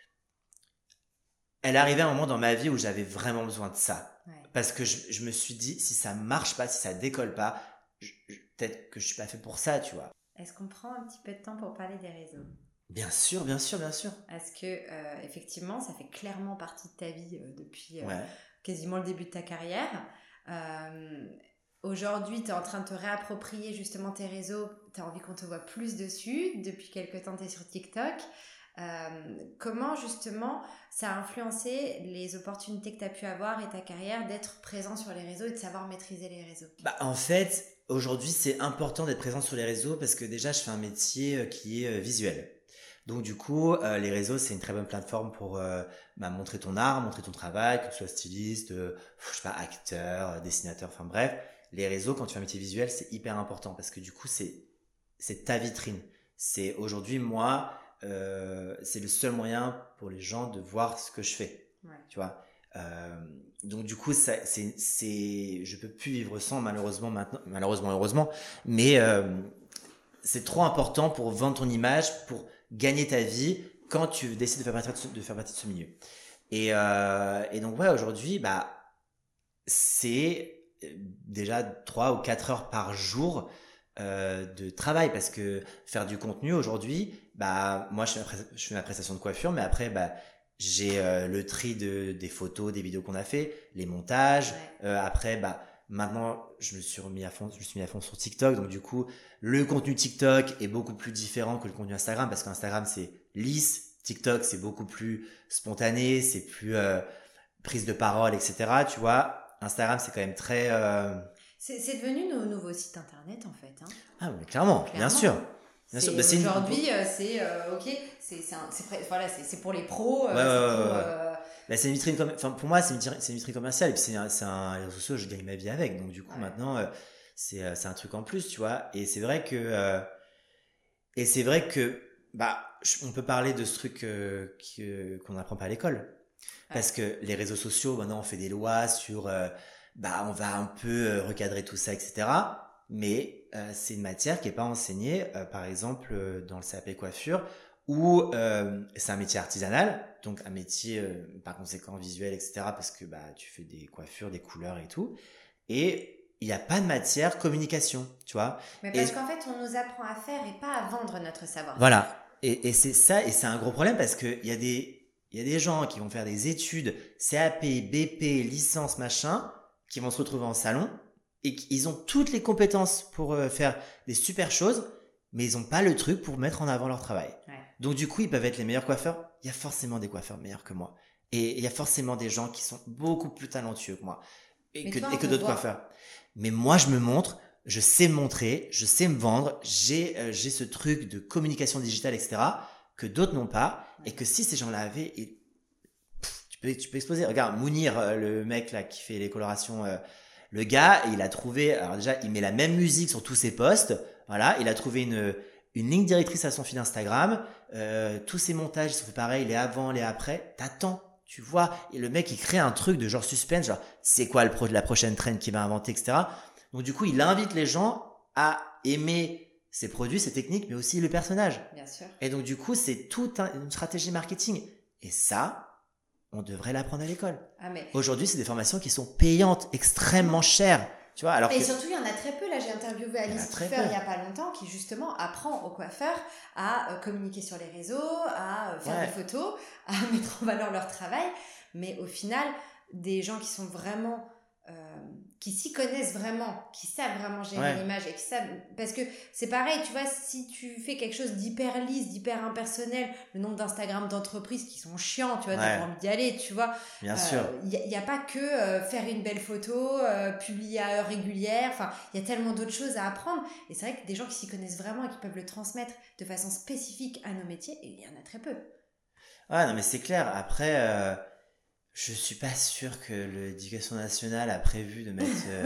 elle est arrivée à un moment dans ma vie où j'avais vraiment besoin de ça. Ouais. Parce que je, je me suis dit, si ça marche pas, si ça décolle pas, je- je- peut-être que je suis pas fait pour ça, tu vois. Est-ce qu'on prend un petit peu de temps pour parler des réseaux? Bien sûr, bien sûr, bien sûr. Parce que, euh, effectivement, ça fait clairement partie de ta vie euh, depuis euh, Ouais. quasiment le début de ta carrière. Euh, aujourd'hui, tu es en train de te réapproprier justement tes réseaux. Tu as envie qu'on te voit plus dessus. Depuis quelques temps, tu es sur TikTok. Euh, comment justement ça a influencé les opportunités que tu as pu avoir et ta carrière d'être présent sur les réseaux et de savoir maîtriser les réseaux? Bah, en fait, aujourd'hui, c'est important d'être présent sur les réseaux parce que déjà, je fais un métier euh, qui est euh, visuel. Donc, du coup, euh, les réseaux, c'est une très bonne plateforme pour euh, bah, montrer ton art, montrer ton travail, que tu sois styliste, euh, je sais pas, acteur, euh, dessinateur, enfin bref. Les réseaux, quand tu fais un métier visuel, c'est hyper important parce que du coup, c'est c'est ta vitrine. C'est aujourd'hui, moi, euh, c'est le seul moyen pour les gens de voir ce que je fais. Ouais. Tu vois. Euh, donc du coup, ça, c'est, c'est, je peux plus vivre sans, malheureusement maintenant, malheureusement, heureusement, mais euh, c'est trop important pour vendre ton image, pour gagner ta vie quand tu décides de faire partie de ce, de faire partie de ce milieu. Et, euh, et donc ouais, aujourd'hui, bah c'est déjà trois ou quatre heures par jour euh, de travail parce que faire du contenu aujourd'hui, bah moi je fais, ma, pré- je fais ma prestation de coiffure, mais après bah j'ai euh, le tri de des photos, des vidéos qu'on a fait, les montages. Ouais. Euh, après bah maintenant je me suis remis à fond, je me suis mis à fond sur TikTok, donc du coup le contenu TikTok est beaucoup plus différent que le contenu Instagram parce qu'Instagram c'est lisse, TikTok c'est beaucoup plus spontané, c'est plus euh, prise de parole, et cetera. Tu vois. Instagram, c'est quand même très... euh, C'est, c'est devenu nos nouveaux sites internet en fait. Hein. Ah, mais clairement, Clairement. bien sûr. Bien C'est, sûr. Bah, c'est une- aujourd'hui, euh, c'est euh, ok, c'est, c'est, un- c'est, pré- voilà, c'est, c'est pour les pros. euh, Ouais, ouais, c'est pour, ouais, ouais. euh, Bah, c'est une vitrine comme... enfin, pour moi, c'est une, vitrine- c'est une vitrine commerciale. Et puis, c'est un, c'est un réseau social, je gagne ma vie avec. Donc, du coup, Ouais. maintenant, euh, c'est, euh, c'est un truc en plus, tu vois. Et c'est vrai que... euh, Et c'est vrai que... Bah, je- on peut parler de ce truc euh, que- qu'on n'apprend pas à l'école. Parce que les réseaux sociaux, maintenant, on fait des lois sur... euh, bah, on va un peu euh, recadrer tout ça, et cetera. mais euh, c'est une matière qui n'est pas enseignée, euh, par exemple, euh, dans le C A P coiffure, où euh, c'est un métier artisanal, donc un métier euh, par conséquent visuel, et cetera, parce que bah, tu fais des coiffures, des couleurs et tout, et il n'y a pas de matière communication, tu vois. Mais parce et, qu'en fait, on nous apprend à faire et pas à vendre notre savoir-faire. Voilà, et, et c'est ça, et c'est un gros problème, parce qu'il y a des, il y a des gens qui vont faire des études, C A P, B P, licence, machin, qui vont se retrouver en salon, et ils ont toutes les compétences pour euh, faire des super choses, mais ils n'ont pas le truc pour mettre en avant leur travail. Ouais. Donc du coup, ils peuvent être les meilleurs coiffeurs. Il y a forcément des coiffeurs meilleurs que moi. Et il y a forcément des gens qui sont beaucoup plus talentueux que moi. Et que, toi, et que d'autres voit. coiffeurs. Mais moi, je me montre, je sais me montrer, je sais me vendre, j'ai, euh, j'ai ce truc de communication digitale, et cetera, que d'autres n'ont pas. Ouais. Et que si ces gens-là avaient... Et, pff, tu, peux, tu peux exploser. Regarde, Mounir, euh, le mec là qui fait les colorations... Euh, le gars, il a trouvé... Alors déjà, il met la même musique sur tous ses posts. Voilà, il a trouvé une... une ligne directrice à son fil Instagram, euh, tous ses montages ils sont faits pareil, les avant, les après, t'attends, tu vois, et le mec il crée un truc de genre suspense, genre c'est quoi le pro- la prochaine trend qu'il va inventer, et cetera. Donc du coup il invite les gens à aimer ses produits, ses techniques, mais aussi le personnage. Bien sûr. Et donc du coup c'est toute un, une stratégie marketing. Et ça, on devrait l'apprendre à l'école. Ah, mais... Aujourd'hui c'est des formations qui sont payantes, extrêmement chères. Tu vois, alors et que... surtout, il y en a très peu. Là, j'ai interviewé Alice Kiefer il n'y a pas longtemps qui, justement, apprend aux coiffeurs à euh, communiquer sur les réseaux, à euh, faire ouais. des photos, à mettre en valeur leur travail. Mais au final, des gens qui sont vraiment... Euh, qui s'y connaissent vraiment, qui savent vraiment gérer ouais. l'image et qui savent... Parce que c'est pareil, tu vois, si tu fais quelque chose d'hyper lisse, d'hyper impersonnel, le nombre d'Instagram d'entreprises qui sont chiants, tu vois, ouais. t'as pas envie d'y aller, tu vois. Bien euh, sûr. Il n'y a, a pas que euh, faire une belle photo, euh, publier à heure régulière, enfin, il y a tellement d'autres choses à apprendre. Et c'est vrai que des gens qui s'y connaissent vraiment et qui peuvent le transmettre de façon spécifique à nos métiers, il y en a très peu. Ouais, non, mais c'est clair. Après... Euh... Je suis pas sûr que l'éducation nationale a prévu de mettre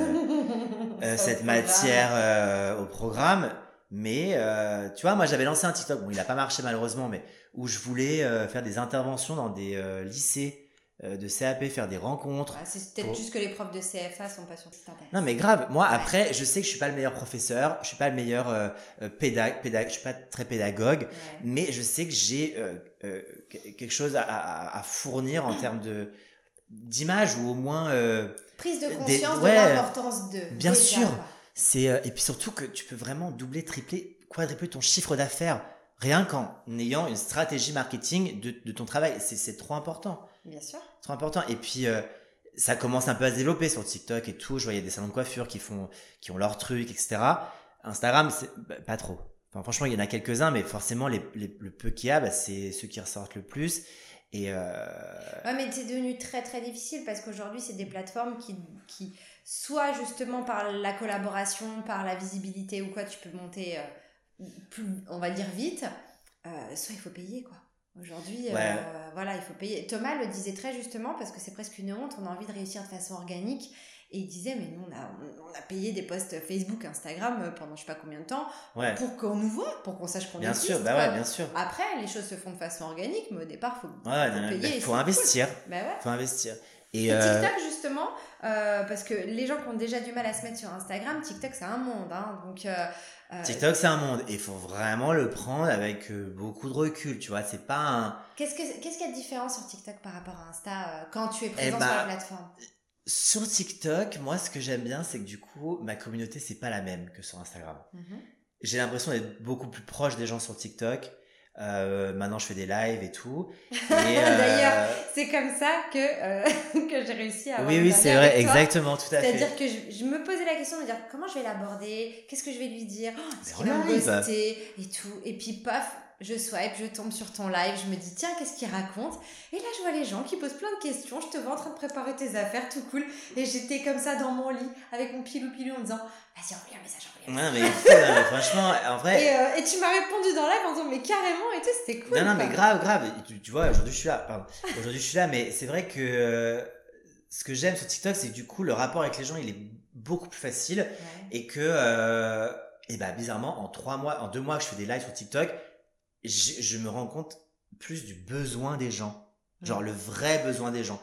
euh, euh, cette matière euh, au programme, mais euh, tu vois, moi j'avais lancé un TikTok, bon il a pas marché malheureusement, mais où je voulais euh, faire des interventions dans des euh, lycées euh, de C A P, faire des rencontres. Ah, c'est peut-être pour... juste que les profs de C F A sont pas sur cette internet. Non mais grave, moi ouais. Après je sais que je suis pas le meilleur professeur, je suis pas le meilleur euh, pédag, pédag, je suis pas très pédagogue, ouais. Mais je sais que j'ai euh, euh, quelque chose à, à, à fournir en termes de d'image ou au moins euh, prise de conscience des, ouais, de l'importance de bien déjà, sûr quoi. C'est euh, et puis surtout que tu peux vraiment doubler, tripler, quadrupler ton chiffre d'affaires rien qu'en ayant une stratégie marketing de, de ton travail. C'est, c'est trop important. Bien sûr. Trop important. Et puis euh, ça commence un peu à se développer sur TikTok et tout. Je voyais des salons de coiffure qui font, qui ont leurs trucs, et cetera. Instagram, c'est bah, pas trop. Enfin, franchement, il y en a quelques-uns, mais forcément, les, les, le peu qu'il y a, bah, c'est ceux qui ressortent le plus. Et euh... ouais, mais c'est devenu très très difficile parce qu'aujourd'hui, c'est des plateformes qui, qui, soit justement par la collaboration, par la visibilité ou quoi, tu peux monter euh, plus, on va dire vite, euh, soit il faut payer quoi. Aujourd'hui, ouais. euh, voilà, il faut payer. Thomas le disait très justement parce que c'est presque une honte, on a envie de réussir de façon organique. Et il disait, mais nous, on a, on a payé des posts Facebook, Instagram pendant je sais pas combien de temps ouais. pour qu'on nous voit, pour qu'on sache qu'on bien existe. Sûr, bah ouais, bien sûr. Après, les choses se font de façon organique, mais au départ, il faut, ouais, faut non, payer. Il faut investir. Cool. Bah ouais. faut investir. Et, et euh... TikTok, justement, euh, parce que les gens qui ont déjà du mal à se mettre sur Instagram, TikTok, c'est un monde. Hein, donc, euh, TikTok, c'est un monde. Et il faut vraiment le prendre avec euh, beaucoup de recul, tu vois. C'est pas un... Qu'est-ce, que, qu'est-ce qu'il y a de différent sur TikTok par rapport à Insta euh, quand tu es présent eh bah, sur la plateforme? Sur TikTok, moi, ce que j'aime bien, c'est que du coup, ma communauté, c'est pas la même que sur Instagram. Mm-hmm. J'ai l'impression d'être beaucoup plus proche des gens sur TikTok. Euh, maintenant, je fais des lives et tout. Et, euh... D'ailleurs, c'est comme ça que, euh, que j'ai réussi à avoir Oui, oui, c'est vrai, exactement, tout à fait. C'est-à-dire que je, je me posais la question de dire comment je vais l'aborder, qu'est-ce que je vais lui dire, oh, est-ce qu'il va me ghoster et tout. Et puis, paf, je swipe, je tombe sur ton live, je me dis tiens, qu'est-ce qu'il raconte? Et là, je vois les gens qui posent plein de questions. Je te vois en train de préparer tes affaires, tout cool. Et j'étais comme ça dans mon lit avec mon pilou-pilou en me disant vas-y, envoie un message, envoie un message. Non, mais, non, mais franchement, en vrai. Et, euh, et tu m'as répondu dans live en disant mais carrément et tout, c'était cool. Non, non, mais grave, grave. Tu, tu vois, aujourd'hui, je suis là. Pardon. Aujourd'hui, je suis là, mais c'est vrai que euh, ce que j'aime sur TikTok, c'est que du coup, le rapport avec les gens, il est beaucoup plus facile. Ouais. Et que, euh, et bah, bizarrement, en trois mois, en deux mois que je fais des lives sur TikTok, je, je me rends compte plus du besoin des gens. Genre, mmh. le vrai besoin des gens.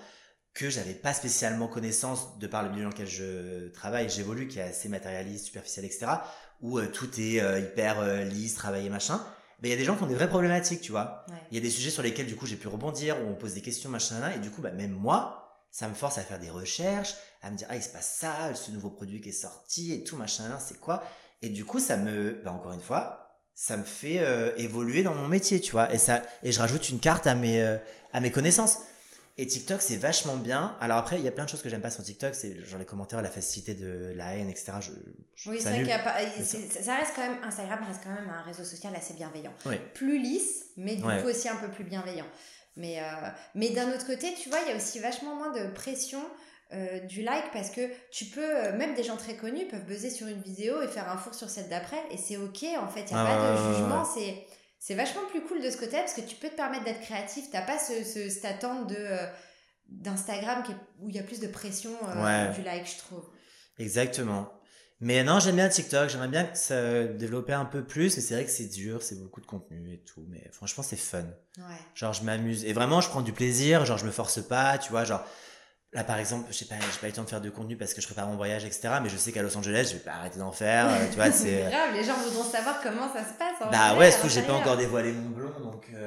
que j'avais pas spécialement connaissance de par le milieu dans lequel je travaille, j'évolue, qui est assez matérialiste, superficiel, et cetera, où euh, tout est euh, hyper euh, lisse, travaillé, machin. Mais il y a des gens qui ont des vraies problématiques, tu vois. Il ouais. y a des sujets sur lesquels, du coup, j'ai pu rebondir, où on pose des questions, machin, et du coup, bah, même moi, ça me force à faire des recherches, à me dire, ah, il se passe ça, ce nouveau produit qui est sorti, et tout, machin, c'est quoi? Et du coup, ça me, bah, encore une fois, ça me fait euh, évoluer dans mon métier, tu vois. Et ça, et je rajoute une carte à mes, euh, à mes connaissances. Et TikTok, c'est vachement bien. Alors après, il y a plein de choses que j'aime pas sur TikTok, c'est genre les commentaires, la facilité de la haine, et cetera. Je, je, oui, c'est vrai qu'il y a pas, c'est, ça reste quand même, Instagram reste quand même un réseau social assez bienveillant. Oui. Plus lisse, mais du ouais. coup aussi un peu plus bienveillant. Mais, euh, mais d'un autre côté, tu vois, il y a aussi vachement moins de pression euh, du like, parce que tu peux, même des gens très connus peuvent buzzer sur une vidéo et faire un four sur celle d'après, et c'est ok, en fait, il n'y a ah, pas de jugement, c'est... C'est vachement plus cool de ce côté parce que tu peux te permettre d'être créatif. T'as pas ce, ce, cette attente de, euh, d'Instagram qui est, où il y a plus de pression euh, ouais. du like, je trouve. Exactement. Mais non, j'aime bien TikTok. J'aimerais bien que ça développait un peu plus. Et c'est vrai que c'est dur, c'est beaucoup de contenu et tout. Mais franchement, c'est fun. Ouais. Genre, je m'amuse. Et vraiment, je prends du plaisir. Genre, je me force pas, tu vois. Genre, là, par exemple, je sais pas, j'ai pas eu le temps de faire de contenu parce que je prépare mon voyage, et cetera. Mais je sais qu'à Los Angeles, je vais pas arrêter d'en faire. Tu vois, c'est. grave, les gens voudront savoir comment ça se passe. En bah ouais, surtout, j'ai pas encore dévoilé mon blond, donc euh,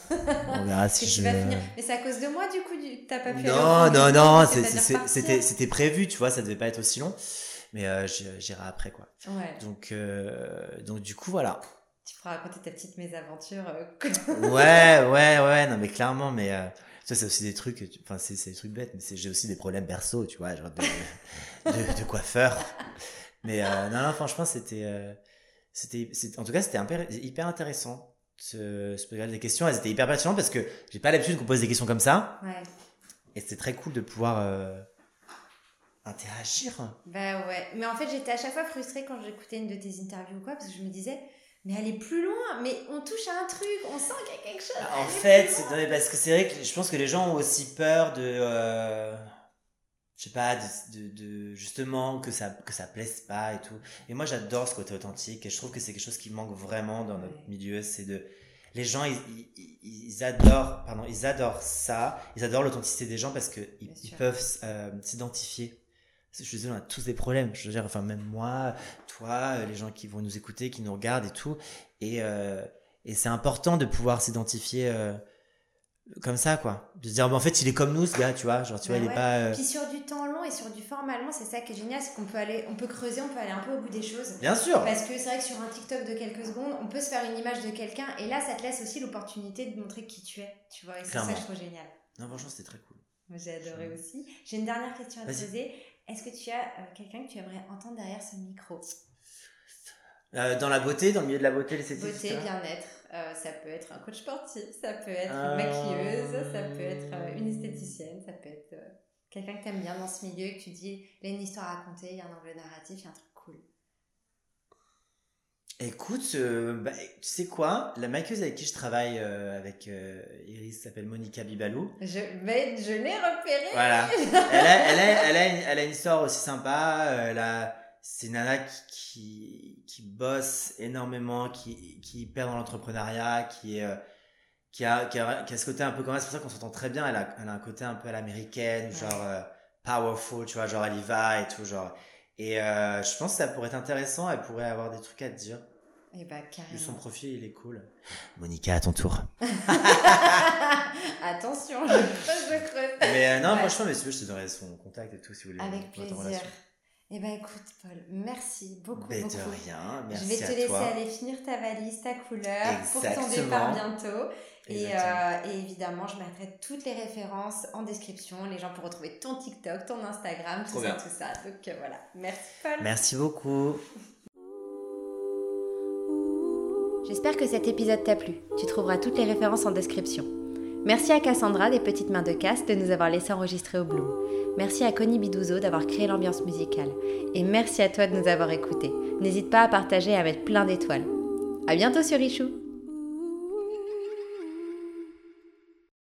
on verra si je. Vas finir. Mais c'est à cause de moi, du coup, du... t'as pas pu. Non, non, non, c'est, c'est, c'était, c'était prévu, tu vois, ça devait pas être aussi long. Mais euh, j'irai après, quoi. Ouais. Donc, euh, donc du coup, voilà. Tu pourras raconter ta petite mésaventure. ouais, ouais, ouais, non, mais clairement, mais. Euh... Ça, c'est aussi des trucs, enfin, c'est, c'est des trucs bêtes, mais c'est, j'ai aussi des problèmes perso, tu vois, genre de, de, de coiffeur. Mais euh, non, non, franchement, c'était, euh, c'était, c'était, en tout cas, c'était hyper, hyper intéressant. Ce, ce des questions, elles étaient hyper pertinentes parce que j'ai pas l'habitude qu'on pose des questions comme ça. Ouais. Et c'était très cool de pouvoir euh, interagir. Bah ouais, mais en fait, j'étais à chaque fois frustrée quand j'écoutais une de tes interviews ou quoi, parce que je me disais. Mais aller plus loin, mais on touche à un truc, on sent qu'il y a quelque chose. En fait, c'est, non, parce que c'est vrai que je pense que les gens ont aussi peur de, euh, je sais pas, de, de, de justement que ça que ça plaise pas et tout. Et moi, j'adore ce côté authentique et je trouve que c'est quelque chose qui manque vraiment dans notre milieu. C'est de, les gens, ils, ils, ils adorent, pardon, ils adorent ça, ils adorent l'authenticité des gens parce que ils, ils peuvent euh, s'identifier. Je suis désolé, on a tous des problèmes. Je veux dire, enfin, même moi, toi, les gens qui vont nous écouter, qui nous regardent et tout. Et, euh, et c'est important de pouvoir s'identifier euh, comme ça, quoi. De se dire, bon, en fait, il est comme nous, ce gars, tu vois. Genre, tu bah vois, ouais. il est pas. Euh... Puis sur du temps long et sur du format long, c'est ça qui est génial, c'est qu'on peut aller, on peut creuser, on peut aller un peu au bout des choses. Bien sûr. Parce que c'est vrai que sur un TikTok de quelques secondes, on peut se faire une image de quelqu'un et là, ça te laisse aussi l'opportunité de montrer qui tu es, tu vois. Et c'est ça que je trouve génial. Non, franchement, c'était très cool. Moi, j'ai adoré je... aussi. J'ai une dernière question à te poser. Est-ce que tu as euh, quelqu'un que tu aimerais entendre derrière ce micro? euh, Dans la beauté, dans le milieu de la beauté, l'esthétique. Beauté, bien-être. Euh, ça peut être un coach sportif, ça peut être euh... une maquilleuse, ça peut être euh, une esthéticienne, ça peut être euh, quelqu'un que tu aimes bien dans ce milieu et que tu dis, il y a une histoire à raconter, il y a un angle narratif, il y a un truc cool. Écoute, euh, bah, tu sais quoi, la maquilleuse avec qui je travaille, euh, avec euh, Iris, s'appelle Monica Bibalou. Je, mais je l'ai repérée. Voilà. Elle a, elle a, elle a, une, elle a une histoire aussi sympa. Elle a, c'est une nana qui, qui, qui bosse énormément, qui, qui perd dans l'entrepreneuriat, qui est, euh, qui a, qui a, qui a ce côté un peu comme ça. C'est pour ça qu'on s'entend très bien. Elle a, elle a un côté un peu à l'américaine, ouais. genre euh, powerful, tu vois, genre elle y va et tout, genre. Et euh, je pense que ça pourrait être intéressant. Elle pourrait avoir des trucs à te dire. Eh bah, carrément. Son profil, il est cool. Monica, à ton tour. Attention, je creuse, je creuse. Mais euh, non, ouais. franchement, mais si tu veux, je te donnerai son contact et tout, si vous voulez. Avec plaisir. Eh ben écoute, Paul, merci beaucoup. Mais beaucoup. de rien, merci à toi. Je vais te laisser toi. aller finir ta valise, ta couleur, Exactement. pour ton départ bientôt. Et, euh, et évidemment, je mettrai toutes les références en description. Les gens pourront retrouver ton TikTok, ton Instagram, tout Trop ça, bien. tout ça. Donc euh, voilà, merci Paul. Merci beaucoup. J'espère que cet épisode t'a plu. Tu trouveras toutes les références en description. Merci à Cassandra des Petites Mains de Cass de nous avoir laissé enregistrer au Bloom. Merci à Connie Bidouzo d'avoir créé l'ambiance musicale. Et merci à toi de nous avoir écoutés. N'hésite pas à partager et à mettre plein d'étoiles. À bientôt sur Richou.